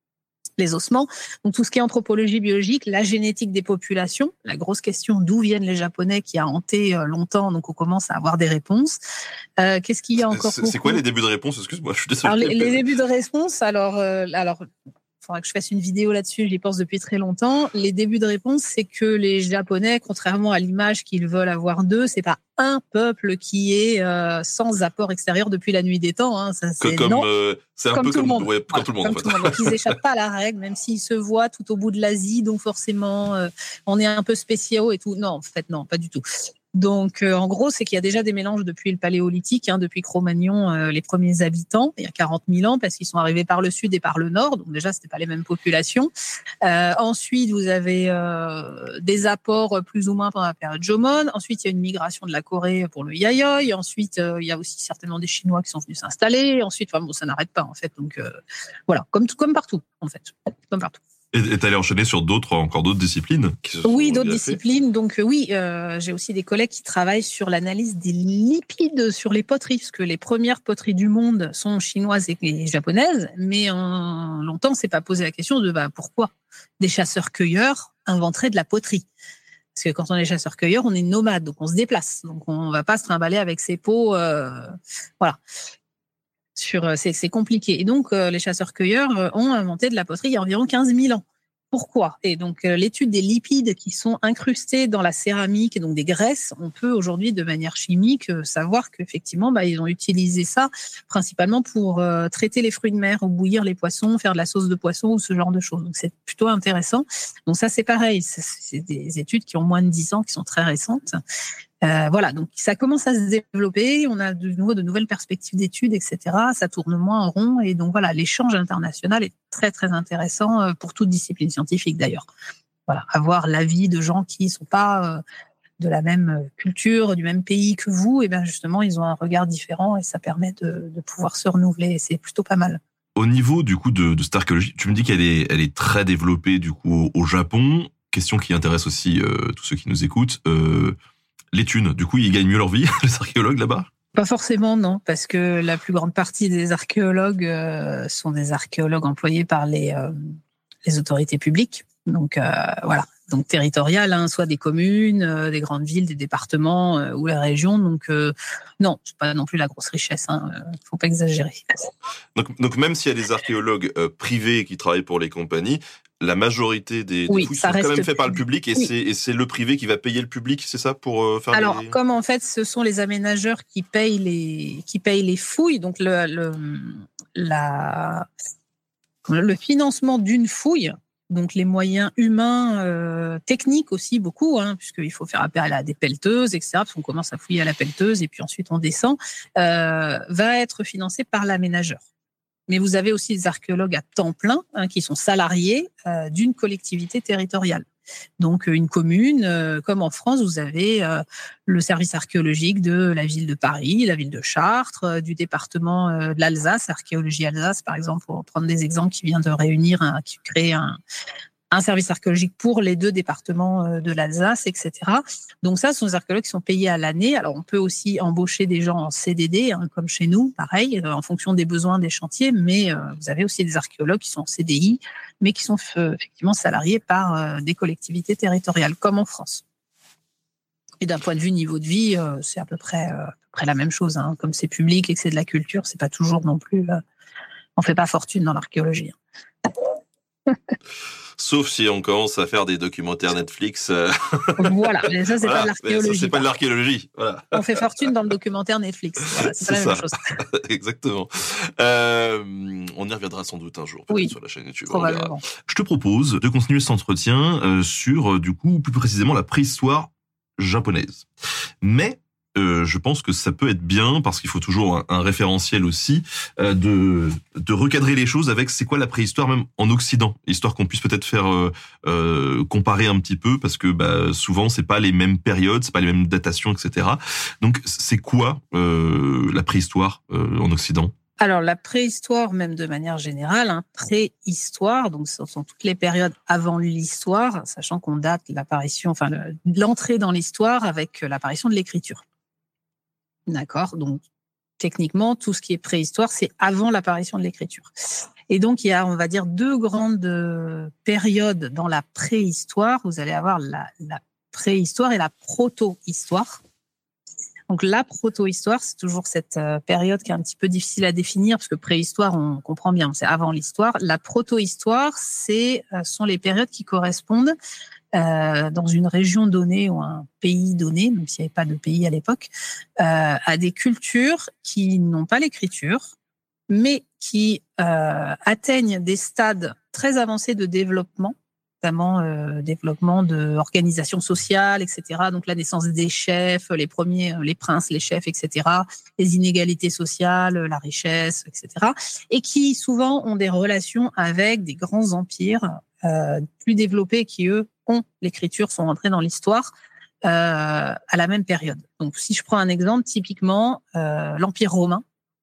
les ossements. Donc, tout ce qui est anthropologie biologique, la génétique des populations, la grosse question d'où viennent les Japonais qui a hanté longtemps, donc on commence à avoir des réponses. Euh, qu'est-ce qu'il y a encore? C'est, c'est quoi les débuts de réponse? Excuse-moi, je suis désolé. Alors, les, les débuts de réponse, alors... Euh, alors il faudra que je fasse une vidéo là-dessus, j'y pense depuis très longtemps. Les débuts de réponse, c'est que les Japonais, contrairement à l'image qu'ils veulent avoir d'eux, c'est pas un peuple qui est euh, sans apport extérieur depuis la nuit des temps. Hein. Ça, c'est, comme, non, euh, c'est un comme peu tout comme, le monde. ouais, comme voilà, tout le monde. Comme en fait. tout le monde. Donc, ils échappent pas à la règle, même s'ils se voient tout au bout de l'Asie, donc forcément, euh, on est un peu spéciaux et tout. Non, en fait, non, pas du tout. Donc, euh, en gros, c'est qu'il y a déjà des mélanges depuis le Paléolithique, hein, depuis Cro-Magnon, euh, les premiers habitants, il y a quarante mille ans, parce qu'ils sont arrivés par le sud et par le nord. Donc, déjà, c'était pas les mêmes populations. Euh, ensuite, vous avez euh, des apports plus ou moins pendant la période Jomon. Ensuite, il y a une migration de la Corée pour le Yayoi. Ensuite, euh, il y a aussi certainement des Chinois qui sont venus s'installer. Ensuite, enfin, bon, ça n'arrête pas, en fait. Donc, euh, voilà, comme, comme partout, en fait. Comme partout. Et tu allé enchaîner sur d'autres, encore d'autres disciplines qui se sont Oui, d'autres greffées. disciplines. Donc euh, oui, euh, j'ai aussi des collègues qui travaillent sur l'analyse des lipides sur les poteries, parce que les premières poteries du monde sont chinoises et japonaises, mais en longtemps, on s'est pas posé la question de bah, pourquoi des chasseurs-cueilleurs inventeraient de la poterie. Parce que quand on est chasseur-cueilleur, on est nomade, donc on se déplace. Donc on va pas se trimballer avec ses peaux, euh, voilà. Sur, c'est, c'est compliqué. Et donc, euh, les chasseurs-cueilleurs euh, ont inventé de la poterie il y a environ quinze mille ans. Pourquoi? Et donc, euh, l'étude des lipides qui sont incrustés dans la céramique, et donc des graisses, on peut aujourd'hui, de manière chimique, euh, savoir qu'effectivement, bah, ils ont utilisé ça principalement pour euh, traiter les fruits de mer ou bouillir les poissons, faire de la sauce de poisson ou ce genre de choses. Donc, c'est plutôt intéressant. Donc, ça, c'est pareil. C'est, c'est des études qui ont moins de dix ans, qui sont très récentes. Euh, voilà, donc ça commence à se développer, on a de nouveau de nouvelles perspectives d'études, et cetera. Ça tourne moins en rond et donc voilà, l'échange international est très très intéressant pour toute discipline scientifique d'ailleurs. Voilà, avoir l'avis de gens qui ne sont pas de la même culture, du même pays que vous, et bien justement ils ont un regard différent et ça permet de, de pouvoir se renouveler. Et c'est plutôt pas mal. Au niveau du coup de, de cette archéologie, tu me dis qu'elle est, elle est très développée du coup au, au Japon. Question qui intéresse aussi euh, tous ceux qui nous écoutent. Euh, Les thunes, du coup, ils gagnent mieux leur vie, les archéologues là-bas ? Pas forcément, non, parce que la plus grande partie des archéologues euh, sont des archéologues employés par les, euh, les autorités publiques. Donc euh, voilà, donc territoriales, hein, soit des communes, euh, des grandes villes, des départements euh, ou les régions. Donc euh, non, c'est pas non plus la grosse richesse. Hein, euh, faut pas exagérer. Donc, donc même s'il y a des archéologues euh, privés qui travaillent pour les compagnies, la majorité des, des oui, fouilles sont quand même faites par le public et, oui. c'est, et c'est le privé qui va payer le public, c'est ça pour euh, faire Alors, les... comme en fait, ce sont les aménageurs qui payent les, qui payent les fouilles, donc le, le, la, le financement d'une fouille, donc les moyens humains, euh, techniques aussi beaucoup, hein, puisqu'il faut faire appel à des pelleteuses, et cetera, parce qu'on commence à fouiller à la pelleteuse et puis ensuite on descend, euh, va être financé par l'aménageur. Mais vous avez aussi des archéologues à temps plein hein, qui sont salariés euh, d'une collectivité territoriale. Donc une commune, euh, comme en France, vous avez euh, le service archéologique de la ville de Paris, la ville de Chartres, euh, du département euh, de l'Alsace, Archéologie Alsace par exemple, pour prendre des exemples, qui vient de réunir, un, qui crée un, un service archéologique pour les deux départements de l'Alsace, et cetera. Donc ça, ce sont des archéologues qui sont payés à l'année. Alors on peut aussi embaucher des gens en C D D, hein, comme chez nous, pareil, en fonction des besoins des chantiers, mais euh, vous avez aussi des archéologues qui sont en C D I, mais qui sont euh, effectivement salariés par euh, des collectivités territoriales, comme en France. Et d'un point de vue niveau de vie, euh, c'est à peu près, euh, à peu près la même chose. Hein. Comme c'est public et que c'est de la culture, c'est pas toujours non plus... Euh, on fait pas fortune dans l'archéologie. Sauf si on commence à faire des documentaires Netflix. Euh... Voilà, mais ça, c'est voilà, pas de l'archéologie. Ça, c'est pas de l'archéologie. Voilà. On fait fortune dans le documentaire Netflix. Voilà, c'est, c'est pas la même chose. Exactement. Euh, on y reviendra sans doute un jour, peut-être oui, sur la chaîne YouTube. Probablement. Je te propose de continuer cet entretien euh, sur, du coup, plus précisément la préhistoire japonaise. Mais Euh, je pense que ça peut être bien, parce qu'il faut toujours un, un référentiel aussi, euh, de, de recadrer les choses avec c'est quoi la préhistoire même en Occident, histoire qu'on puisse peut-être faire euh, euh, comparer un petit peu, parce que bah, souvent c'est pas les mêmes périodes, c'est pas les mêmes datations, et cetera. Donc c'est quoi euh, la préhistoire euh, en Occident ? Alors la préhistoire, même de manière générale, hein, préhistoire, donc ce sont toutes les périodes avant l'histoire, sachant qu'on date l'apparition, enfin le, l'entrée dans l'histoire avec l'apparition de l'écriture. D'accord, donc techniquement, tout ce qui est préhistoire, c'est avant l'apparition de l'écriture. Et donc, il y a, on va dire, deux grandes périodes dans la préhistoire. Vous allez avoir la, la préhistoire et la proto-histoire. Donc, la proto-histoire, c'est toujours cette période qui est un petit peu difficile à définir, parce que préhistoire, on comprend bien, c'est avant l'histoire. La proto-histoire, c'est, sont les périodes qui correspondent Euh, dans une région donnée ou un pays donné, même s'il n'y avait pas de pays à l'époque, euh, à des cultures qui n'ont pas l'écriture, mais qui euh, atteignent des stades très avancés de développement, notamment euh, développement de organisation sociale, et cetera. Donc la naissance des chefs, les premiers, les princes, les chefs, et cetera. Les inégalités sociales, la richesse, et cetera. Et qui souvent ont des relations avec des grands empires euh, plus développés qui eux ont l'écriture, sont rentrés dans l'histoire euh, à la même période. Donc si je prends un exemple, typiquement euh, l'Empire romain.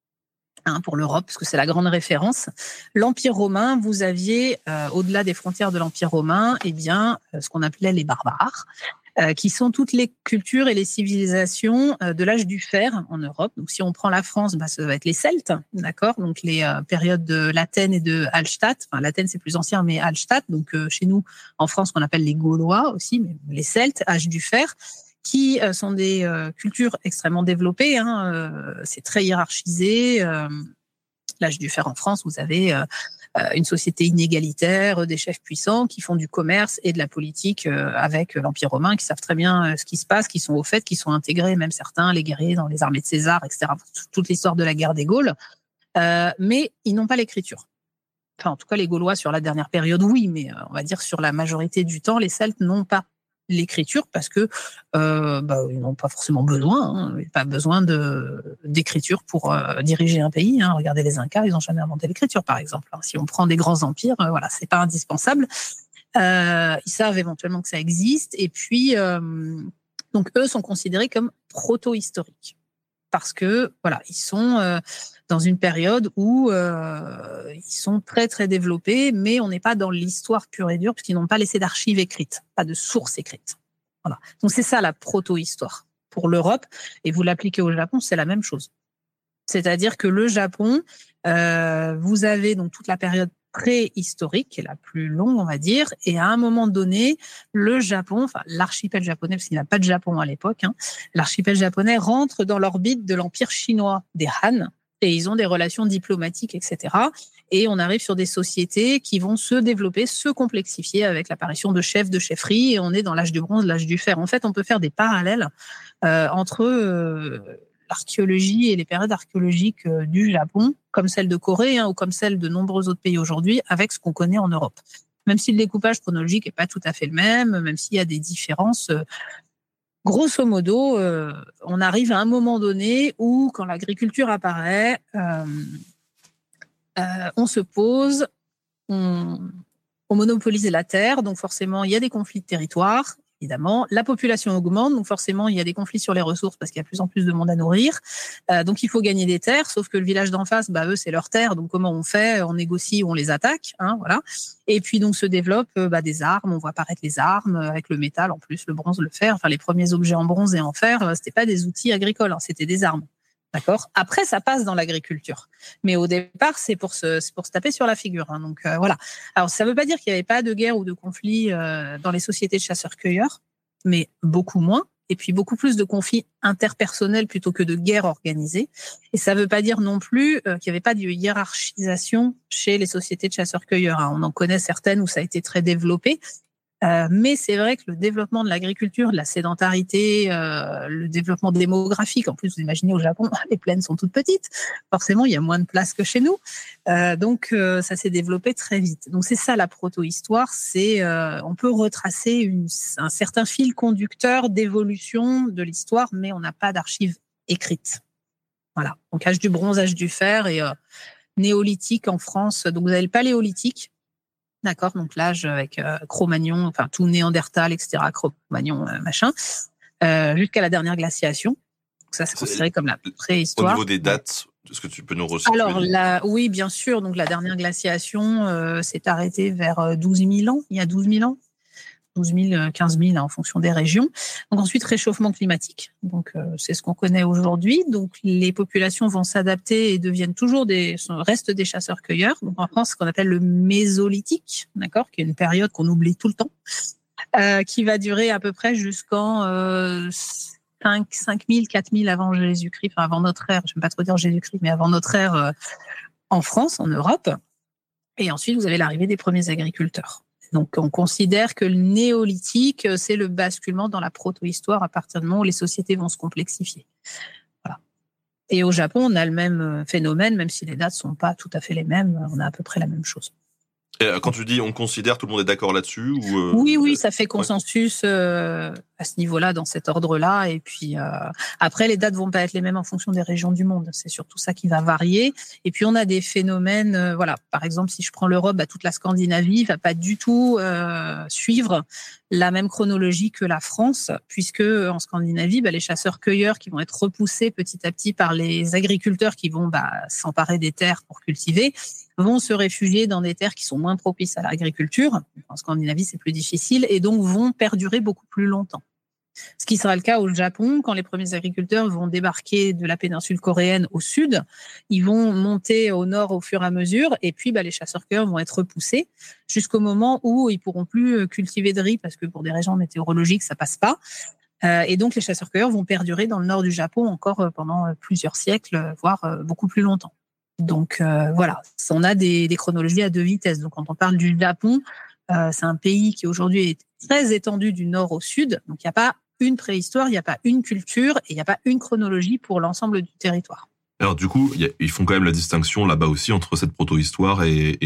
Hein, pour l'Europe, parce que c'est la grande référence. L'Empire romain, vous aviez, euh, au-delà des frontières de l'Empire romain, eh bien, euh, ce qu'on appelait les barbares, euh, qui sont toutes les cultures et les civilisations euh, de l'âge du fer en Europe. Donc, si on prend la France, bah, ça va être les Celtes, d'accord. Donc, les euh, périodes de l'Athènes et de Hallstatt. Enfin, l'Athènes, c'est plus ancien, mais Hallstatt. Donc, euh, chez nous, en France, qu'on appelle les Gaulois aussi, mais les Celtes, âge du fer, qui sont des euh, cultures extrêmement développées. Hein, euh, c'est très hiérarchisé. Euh, l'âge du fer en France, vous avez euh, une société inégalitaire, des chefs puissants qui font du commerce et de la politique euh, avec l'Empire romain, qui savent très bien euh, ce qui se passe, qui sont au fait, qui sont intégrés, même certains, les guerriers dans les armées de César, et cetera. Toute l'histoire de la guerre des Gaules. Euh, mais ils n'ont pas l'écriture. Enfin, en tout cas, les Gaulois, sur la dernière période, oui, mais euh, on va dire sur la majorité du temps, les Celtes n'ont pas l'écriture parce que euh, bah, ils n'ont pas forcément besoin, hein, pas besoin de, d'écriture pour euh, diriger un pays. Hein. Regardez les Incas, ils n'ont jamais inventé l'écriture, par exemple. Hein. Si on prend des grands empires, euh, voilà, c'est pas indispensable. Euh, ils savent éventuellement que ça existe. Et puis, euh, donc eux sont considérés comme proto-historiques parce que voilà, ils sont euh, dans une période où euh, ils sont très très développés, mais on n'est pas dans l'histoire pure et dure puisqu'ils n'ont pas laissé d'archives écrites, pas de sources écrites. Voilà. Donc c'est ça la proto-histoire pour l'Europe. Et vous l'appliquez au Japon, c'est la même chose. C'est-à-dire que le Japon, euh, vous avez donc toute la période préhistorique, qui est la plus longue, on va dire, et à un moment donné, le Japon, enfin l'archipel japonais, parce qu'il n'y a pas de Japon à l'époque, hein, l'archipel japonais rentre dans l'orbite de l'empire chinois des Han, et ils ont des relations diplomatiques, et cetera. Et on arrive sur des sociétés qui vont se développer, se complexifier avec l'apparition de chefs, de chefferies, et on est dans l'âge du bronze, l'âge du fer. En fait, on peut faire des parallèles euh, entre euh, l'archéologie et les périodes archéologiques euh, du Japon, comme celle de Corée hein, ou comme celle de nombreux autres pays aujourd'hui, avec ce qu'on connaît en Europe. Même si le découpage chronologique n'est pas tout à fait le même, même s'il y a des différences, euh, grosso modo, euh, on arrive à un moment donné où, quand l'agriculture apparaît, euh, euh, on se pose, on, on monopolise la terre, donc forcément, il y a des conflits de territoire. Évidemment, la population augmente, donc forcément, il y a des conflits sur les ressources parce qu'il y a de plus en plus de monde à nourrir. Euh, donc, il faut gagner des terres, sauf que le village d'en face, bah, eux, c'est leur terre. Donc, comment on fait? On négocie, on les attaque, hein, voilà. Et puis, donc, se développent bah, des armes. On voit apparaître les armes avec le métal, en plus, le bronze, le fer. Enfin, les premiers objets en bronze et en fer, c'était pas des outils agricoles, hein, c'était des armes. D'accord. Après, ça passe dans l'agriculture. Mais au départ, c'est pour se, c'est pour se taper sur la figure. Hein. Donc, euh, voilà. Alors, ça ne veut pas dire qu'il n'y avait pas de guerre ou de conflit euh, dans les sociétés de chasseurs-cueilleurs, mais beaucoup moins. Et puis, beaucoup plus de conflits interpersonnels plutôt que de guerres organisées. Et ça ne veut pas dire non plus euh, qu'il n'y avait pas de hiérarchisation chez les sociétés de chasseurs-cueilleurs. Hein. On en connaît certaines où ça a été très développé. Euh, mais c'est vrai que le développement de l'agriculture, de la sédentarité, euh, le développement démographique, en plus vous imaginez au Japon, les plaines sont toutes petites, forcément il y a moins de place que chez nous, euh, donc euh, ça s'est développé très vite. Donc c'est ça la proto-histoire, c'est euh, on peut retracer une, un certain fil conducteur d'évolution de l'histoire, mais on n'a pas d'archives écrites. Voilà, donc âge du bronze, âge du fer et euh, néolithique en France, donc vous avez le paléolithique. D'accord, donc l'âge avec euh, Cro-Magnon, enfin tout Néandertal, et cetera, Cro-Magnon, euh, machin, euh, jusqu'à la dernière glaciation. Donc ça, c'est considéré comme la préhistoire. Au niveau des dates, est-ce que tu peux nous resituer? Alors, la, oui, bien sûr. Donc la dernière glaciation euh, s'est arrêtée vers douze mille ans, il y a douze mille ans. douze mille, quinze mille hein, en fonction des régions. Donc ensuite, réchauffement climatique. Donc euh, c'est ce qu'on connaît aujourd'hui. Donc les populations vont s'adapter et deviennent toujours des restent des chasseurs-cueilleurs. Donc en France, ce qu'on appelle le mésolithique, d'accord, qui est une période qu'on oublie tout le temps, euh, qui va durer à peu près jusqu'en euh, cinq mille, quatre mille avant Jésus-Christ, enfin avant notre ère. Je n'aime pas trop dire Jésus-Christ, mais avant notre ère euh, en France, en Europe. Et ensuite, vous avez l'arrivée des premiers agriculteurs. Donc, on considère que le néolithique, c'est le basculement dans la proto-histoire à partir du moment où les sociétés vont se complexifier. Voilà. Et au Japon, on a le même phénomène, même si les dates ne sont pas tout à fait les mêmes, on a à peu près la même chose. Et quand tu dis on considère, tout le monde est d'accord là-dessus ou euh, Oui, oui, ça fait consensus euh, à ce niveau-là, dans cet ordre-là. Et puis euh, après, les dates vont pas être les mêmes en fonction des régions du monde. C'est surtout ça qui va varier. Et puis on a des phénomènes, euh, voilà. Par exemple, si je prends l'Europe, bah, toute la Scandinavie va pas du tout euh, suivre la même chronologie que la France, puisque en Scandinavie, bah, les chasseurs-cueilleurs qui vont être repoussés petit à petit par les agriculteurs qui vont bah, s'emparer des terres pour cultiver, vont se réfugier dans des terres qui sont moins propices à l'agriculture. En Scandinavie, c'est plus difficile et donc vont perdurer beaucoup plus longtemps. Ce qui sera le cas au Japon, quand les premiers agriculteurs vont débarquer de la péninsule coréenne au sud, ils vont monter au nord au fur et à mesure et puis bah, les chasseurs-cueilleurs vont être repoussés jusqu'au moment où ils pourront plus cultiver de riz parce que pour des raisons météorologiques, ça passe pas. Euh, et donc les chasseurs-cueilleurs vont perdurer dans le nord du Japon encore pendant plusieurs siècles, voire beaucoup plus longtemps. Donc euh, voilà, on a des, des chronologies à deux vitesses. Donc quand on parle du Japon, euh, c'est un pays qui aujourd'hui est très étendu du nord au sud. Donc il n'y a pas une préhistoire, il n'y a pas une culture et il n'y a pas une chronologie pour l'ensemble du territoire. Alors du coup, y a, ils font quand même la distinction là-bas aussi entre cette proto-histoire et, et,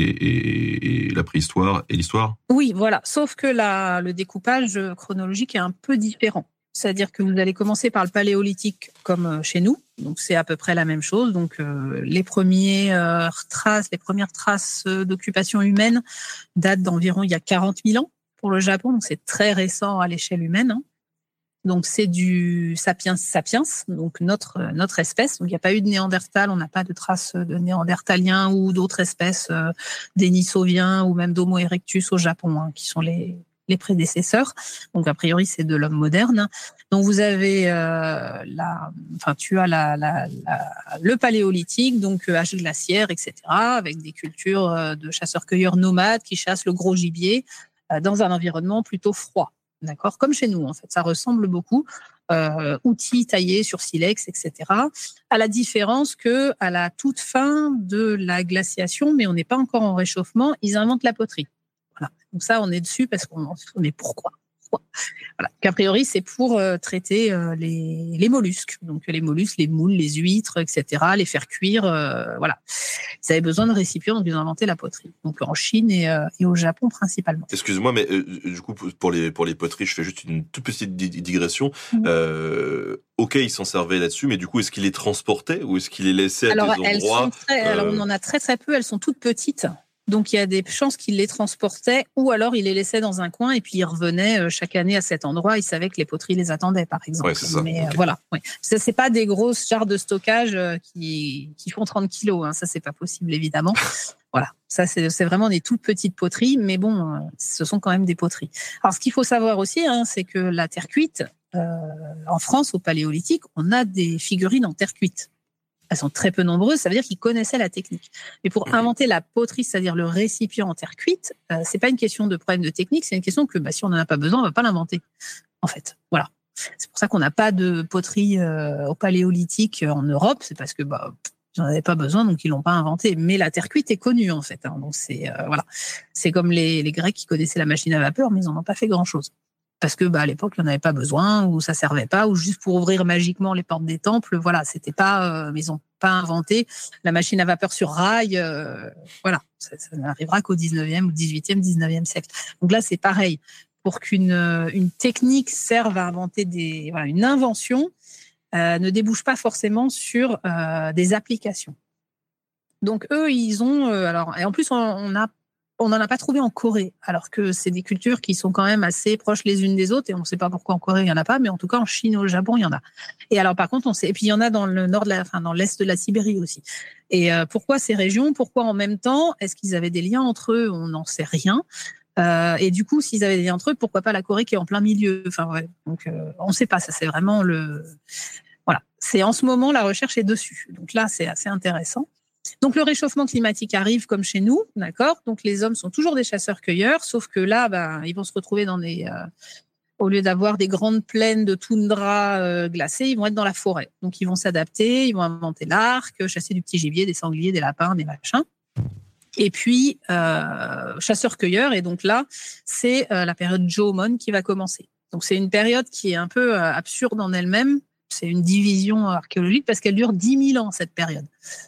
et, et la préhistoire et l'histoire. Oui, voilà. Sauf que la, le découpage chronologique est un peu différent. C'est-à-dire que vous allez commencer par le paléolithique comme chez nous. Donc, c'est à peu près la même chose. Donc, euh, les premières euh, traces, les premières traces d'occupation humaine datent d'environ il y a quarante mille ans pour le Japon. Donc, c'est très récent à l'échelle humaine. Hein. Donc, c'est du sapiens sapiens, donc notre, notre espèce. Donc, il n'y a pas eu de Néandertal, on n'a pas de traces de Néandertaliens ou d'autres espèces, euh, Denisoviens ou même d'Homo erectus au Japon, hein, qui sont les, les prédécesseurs. Donc, a priori, c'est de l'homme moderne. Donc, vous avez, euh, la, enfin, tu as la, la, la, le paléolithique, donc âge glaciaire, et cetera, avec des cultures de chasseurs-cueilleurs nomades qui chassent le gros gibier euh, dans un environnement plutôt froid. D'accord, comme chez nous, en fait, ça ressemble beaucoup. Euh, outils taillés sur silex, et cetera. À la différence que à la toute fin de la glaciation, mais on n'est pas encore en réchauffement, ils inventent la poterie. Voilà. Donc ça, on est dessus parce qu'on on est pourquoi. Voilà. Qu'a priori, c'est pour euh, traiter euh, les, les mollusques. Donc les mollusques, les moules, les huîtres, et cetera. Les faire cuire. Euh, voilà. Ils avaient besoin de récipients, donc ils ont inventé la poterie. Donc en Chine et, euh, et au Japon principalement. Excuse-moi, mais euh, du coup pour les pour les poteries, je fais juste une toute petite digression. Mmh. Euh, ok, ils s'en servaient là-dessus, mais du coup, est-ce qu'ils les transportaient ou est-ce qu'ils les laissaient à alors, des elles endroits sont très, euh... Alors on en a très très peu. Elles sont toutes petites. Donc, il y a des chances qu'il les transportait ou alors il les laissait dans un coin et puis il revenait chaque année à cet endroit. Il savait que les poteries les attendaient, par exemple. Ouais, c'est ça. Mais okay. euh, voilà, ouais. Ça, c'est pas des grosses jarres de stockage qui, qui font trente kilos. Hein. Ça, c'est pas possible, évidemment. Voilà, ça, c'est, c'est vraiment des toutes petites poteries, mais bon, ce sont quand même des poteries. Alors, ce qu'il faut savoir aussi, hein, c'est que la terre cuite, euh, en France, au Paléolithique, on a des figurines en terre cuite. Elles sont très peu nombreuses, ça veut dire qu'ils connaissaient la technique. Mais pour inventer la poterie, c'est-à-dire le récipient en terre cuite, euh, c'est pas une question de problème de technique, c'est une question que bah, si on n'en a pas besoin, on va pas l'inventer. En fait, voilà. C'est pour ça qu'on n'a pas de poterie euh, au Paléolithique en Europe, c'est parce que bah, ils n'en avaient pas besoin, donc ils l'ont pas inventé. Mais la terre cuite est connue en fait. Hein, donc c'est euh, voilà, c'est comme les, les Grecs qui connaissaient la machine à vapeur, mais ils n'en ont pas fait grand-chose. Parce que bah, à l'époque, il n'y en avait pas besoin, ou ça ne servait pas, ou juste pour ouvrir magiquement les portes des temples. Voilà, c'était pas, euh, ils n'ont pas inventé la machine à vapeur sur rail. Euh, voilà, ça, ça n'arrivera qu'au dix-neuvième, ou dix-huitième, dix-neuvième siècle. Donc là, c'est pareil. Pour qu'une une technique serve à inventer des, voilà, une invention, euh, ne débouche pas forcément sur euh, des applications. Donc eux, ils ont, euh, alors, et en plus, on, on a On n'en a pas trouvé en Corée, alors que c'est des cultures qui sont quand même assez proches les unes des autres, et on ne sait pas pourquoi en Corée il n'y en a pas, mais en tout cas en Chine et au Japon il y en a. Et alors par contre, on sait, et puis il y en a dans le nord de la, enfin dans l'est de la Sibérie aussi. Et euh, pourquoi ces régions ? Pourquoi en même temps ? Est-ce qu'ils avaient des liens entre eux ? On n'en sait rien. Euh, et du coup, s'ils avaient des liens entre eux, pourquoi pas la Corée qui est en plein milieu ? Enfin ouais, donc euh, on ne sait pas. Ça c'est vraiment le, voilà. C'est en ce moment la recherche est dessus. Donc là, c'est assez intéressant. Donc, le réchauffement climatique arrive comme chez nous, d'accord ? Donc, les hommes sont toujours des chasseurs-cueilleurs, sauf que là, ben, ils vont se retrouver dans des... Euh, au lieu d'avoir des grandes plaines de toundra euh, glacées, ils vont être dans la forêt. Donc, ils vont s'adapter, ils vont inventer l'arc, chasser du petit gibier, des sangliers, des lapins, des machins. Et puis, euh, chasseurs-cueilleurs, et donc là, c'est euh, la période Jōmon qui va commencer. Donc, c'est une période qui est un peu euh, absurde en elle-même. C'est une division archéologique parce qu'elle dure dix mille ans, cette période.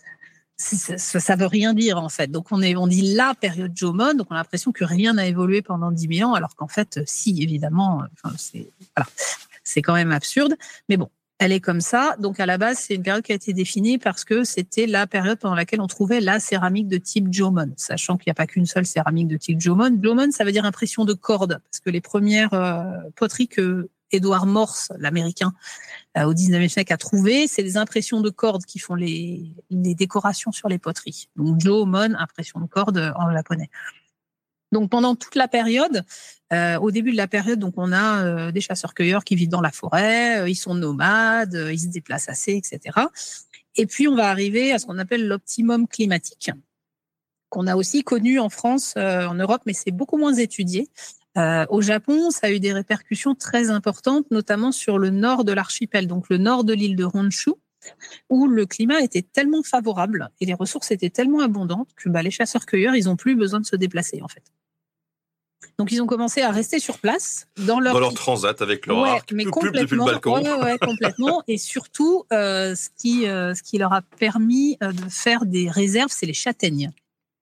Ça ne veut rien dire, en fait. Donc, on, est, on dit la période Jōmon, donc on a l'impression que rien n'a évolué pendant dix mille ans, alors qu'en fait, si, évidemment, enfin, c'est, voilà, c'est quand même absurde. Mais bon, elle est comme ça. Donc, à la base, c'est une période qui a été définie parce que c'était la période pendant laquelle on trouvait la céramique de type Jōmon, sachant qu'il n'y a pas qu'une seule céramique de type Jōmon. Jōmon, ça veut dire impression de corde, parce que les premières euh, poteries que Edward Morse, l'Américain, euh, au dix-neuvième siècle, a trouvé, c'est des impressions de cordes qui font les, les décorations sur les poteries. Donc, Jōmon, impression de corde en japonais. Donc, pendant toute la période, euh, au début de la période, donc on a euh, des chasseurs-cueilleurs qui vivent dans la forêt, euh, ils sont nomades, euh, ils se déplacent assez, et cetera. Et puis, on va arriver à ce qu'on appelle l'optimum climatique, qu'on a aussi connu en France, euh, en Europe, mais c'est beaucoup moins étudié. Euh, au Japon, ça a eu des répercussions très importantes, notamment sur le nord de l'archipel, donc le nord de l'île de Honshu, où le climat était tellement favorable et les ressources étaient tellement abondantes que bah, les chasseurs-cueilleurs, ils n'ont plus besoin de se déplacer, en fait. Donc, ils ont commencé à rester sur place dans leur, dans leur transat avec leur ouais, arc, mais plus complètement, depuis le balcon. Ouais, ouais, complètement. Et surtout, euh, ce, qui, euh, ce qui leur a permis euh, de faire des réserves, c'est les châtaignes.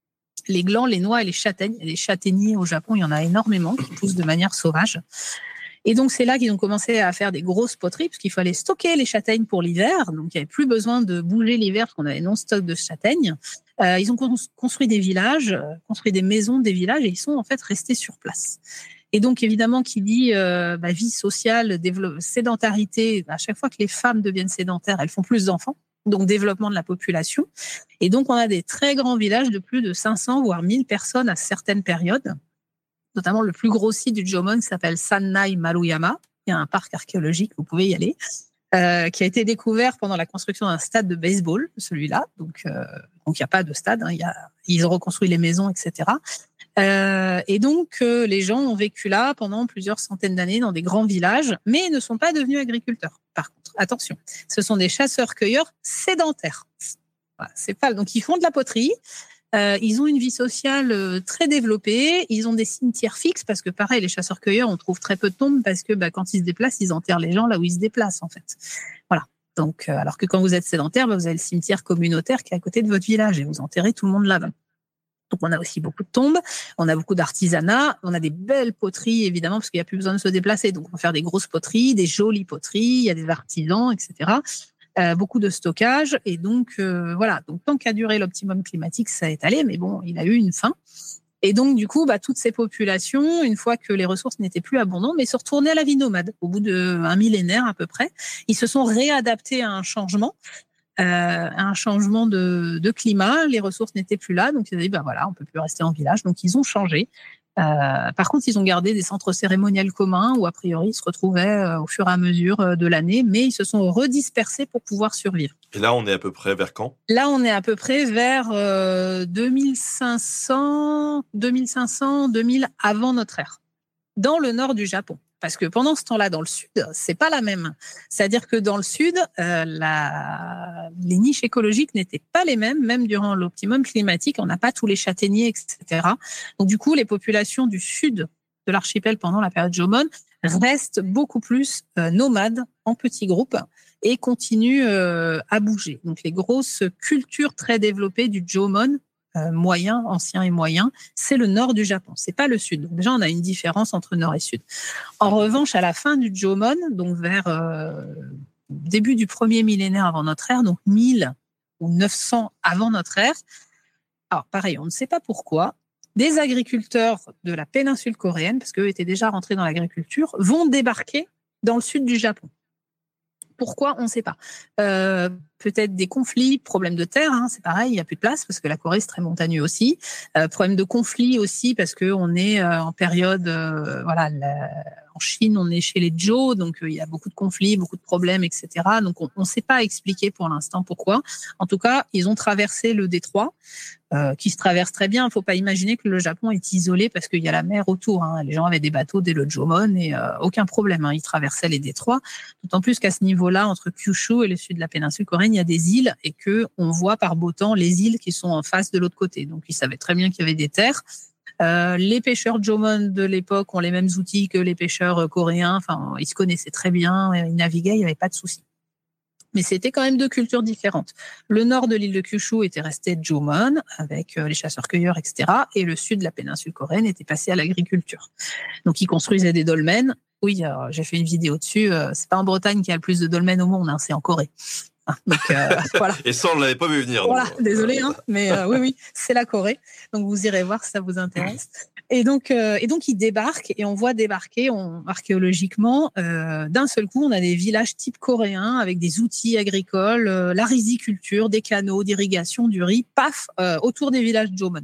Les glands, les noix et les châtaignes. Les châtaigniers au Japon, il y en a énormément qui poussent de manière sauvage. Et donc, c'est là qu'ils ont commencé à faire des grosses poteries, parce qu'il fallait stocker les châtaignes pour l'hiver. Donc, il n'y avait plus besoin de bouger l'hiver, parce qu'on avait non-stock de châtaignes. Euh, ils ont construit des villages, construit des maisons, des villages, et ils sont en fait restés sur place. Et donc, évidemment, qui dit euh, bah, vie sociale, sédentarité, à chaque fois que les femmes deviennent sédentaires, elles font plus d'enfants, donc développement de la population. Et donc, on a des très grands villages de plus de cinq cents, voire mille personnes à certaines périodes. Notamment le plus gros site du Jomon qui s'appelle Sannai Maruyama. Il y a un parc archéologique, vous pouvez y aller, euh, qui a été découvert pendant la construction d'un stade de baseball, celui-là. Donc, euh, donc il n'y a pas de stade, hein, il y a, ils ont reconstruit les maisons, et cetera. Euh, et donc, euh, les gens ont vécu là pendant plusieurs centaines d'années dans des grands villages, mais ne sont pas devenus agriculteurs. Par contre, attention, ce sont des chasseurs-cueilleurs sédentaires. Voilà, c'est pas, donc, ils font de la poterie. Euh, ils ont une vie sociale euh, très développée. Ils ont des cimetières fixes parce que, pareil, les chasseurs-cueilleurs, on trouve très peu de tombes parce que bah, quand ils se déplacent, ils enterrent les gens là où ils se déplacent, en fait. Voilà. Donc, euh, alors que quand vous êtes sédentaire, bah, vous avez le cimetière communautaire qui est à côté de votre village et vous enterrez tout le monde là-bas. Donc, on a aussi beaucoup de tombes, on a beaucoup d'artisanat, on a des belles poteries, évidemment, parce qu'il n'y a plus besoin de se déplacer. Donc, on va faire des grosses poteries, des jolies poteries, il y a des artisans, et cetera. Euh, beaucoup de stockage. Et donc, euh, voilà. Donc, tant qu'a duré l'optimum climatique, ça est allé, mais bon, il a eu une fin. Et donc, du coup, bah, toutes ces populations, une fois que les ressources n'étaient plus abondantes, mais se retournaient à la vie nomade. Au bout d'un millénaire à peu près, ils se sont réadaptés à un changement. Euh, un changement de, de climat, les ressources n'étaient plus là, donc ils ont dit bah voilà, on peut plus rester en village, donc ils ont changé. Euh, par contre, ils ont gardé des centres cérémoniels communs où a priori ils se retrouvaient euh, au fur et à mesure de l'année, mais ils se sont redispersés pour pouvoir survivre. Et là, on est à peu près vers quand ? Là, on est à peu près vers euh, deux mille cinq cents, deux mille cinq cents, deux mille avant notre ère, dans le nord du Japon. Parce que pendant ce temps-là, dans le sud, c'est pas la même. C'est-à-dire que dans le sud, euh, la... les niches écologiques n'étaient pas les mêmes, même durant l'optimum climatique. On n'a pas tous les châtaigniers, et cetera. Donc du coup, les populations du sud de l'archipel pendant la période Jomon restent beaucoup plus euh, nomades, en petits groupes, et continuent euh, à bouger. Donc les grosses cultures très développées du Jomon, Euh, moyen, ancien et moyen, c'est le nord du Japon, c'est pas le sud. Donc déjà, on a une différence entre nord et sud. En revanche, à la fin du Jomon, donc vers euh, début du premier millénaire avant notre ère, donc mille ou neuf cents avant notre ère, alors pareil, on ne sait pas pourquoi, des agriculteurs de la péninsule coréenne, parce qu'eux étaient déjà rentrés dans l'agriculture, vont débarquer dans le sud du Japon. Pourquoi ? On ne sait pas. Euh, peut-être des conflits, problèmes de terre, hein, c'est pareil, il n'y a plus de place parce que la Corée, c'est très montagneux aussi. Euh, problème de conflit aussi parce qu'on est euh, en période, euh, voilà, la, en Chine, on est chez les Zhou, donc il euh, y a beaucoup de conflits, beaucoup de problèmes, et cetera. Donc on ne sait pas expliquer pour l'instant pourquoi. En tout cas, ils ont traversé le détroit, euh, qui se traverse très bien. Il ne faut pas imaginer que le Japon est isolé parce qu'il y a la mer autour. Hein. Les gens avaient des bateaux dès le Jomon et euh, aucun problème. Hein. Ils traversaient les détroits. D'autant plus qu'à ce niveau-là, entre Kyushu et le sud de la péninsule coréenne, il y a des îles et qu'on voit par beau temps les îles qui sont en face de l'autre côté. Donc, ils savaient très bien qu'il y avait des terres. Euh, les pêcheurs Jomon de l'époque ont les mêmes outils que les pêcheurs coréens. Enfin, ils se connaissaient très bien. Ils naviguaient, il n'y avait pas de souci. Mais c'était quand même deux cultures différentes. Le nord de l'île de Kyushu était resté Jomon, avec les chasseurs-cueilleurs, et cetera. Et le sud de la péninsule coréenne était passé à l'agriculture. Donc, ils construisaient des dolmens. Oui, euh, j'ai fait une vidéo dessus. Euh, c'est pas en Bretagne qu'il y a le plus de dolmens au monde, hein, c'est en Corée. Donc, euh, voilà. Et ça, on ne l'avait pas vu venir. Voilà, donc. désolé, hein, mais euh, oui, oui, c'est la Corée. Donc, vous irez voir si ça vous intéresse. Et donc, euh, et donc, ils débarquent et on voit débarquer on, archéologiquement, euh, d'un seul coup, on a des villages type coréens avec des outils agricoles, euh, la riziculture, des canaux d'irrigation, du riz, paf, euh, autour des villages Jomon.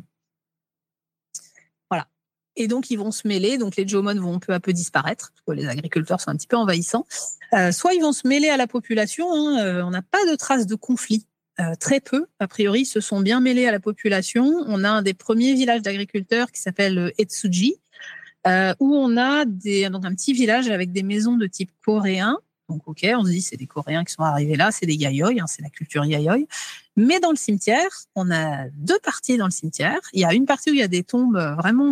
Voilà. Et donc, ils vont se mêler. Donc, les Jomon vont peu à peu disparaître, parce que les agriculteurs sont un petit peu envahissants. Euh, soit ils vont se mêler à la population. Hein, euh, on n'a pas de traces de conflit. Euh, très peu, a priori, se sont bien mêlés à la population. On a un des premiers villages d'agriculteurs qui s'appelle Etsuji, euh, où on a des, donc un petit village avec des maisons de type coréen. Donc, ok, on se dit c'est des Coréens qui sont arrivés là, c'est des yayoi, hein, c'est la culture yayoi. Mais dans le cimetière, on a deux parties dans le cimetière. Il y a une partie où il y a des tombes vraiment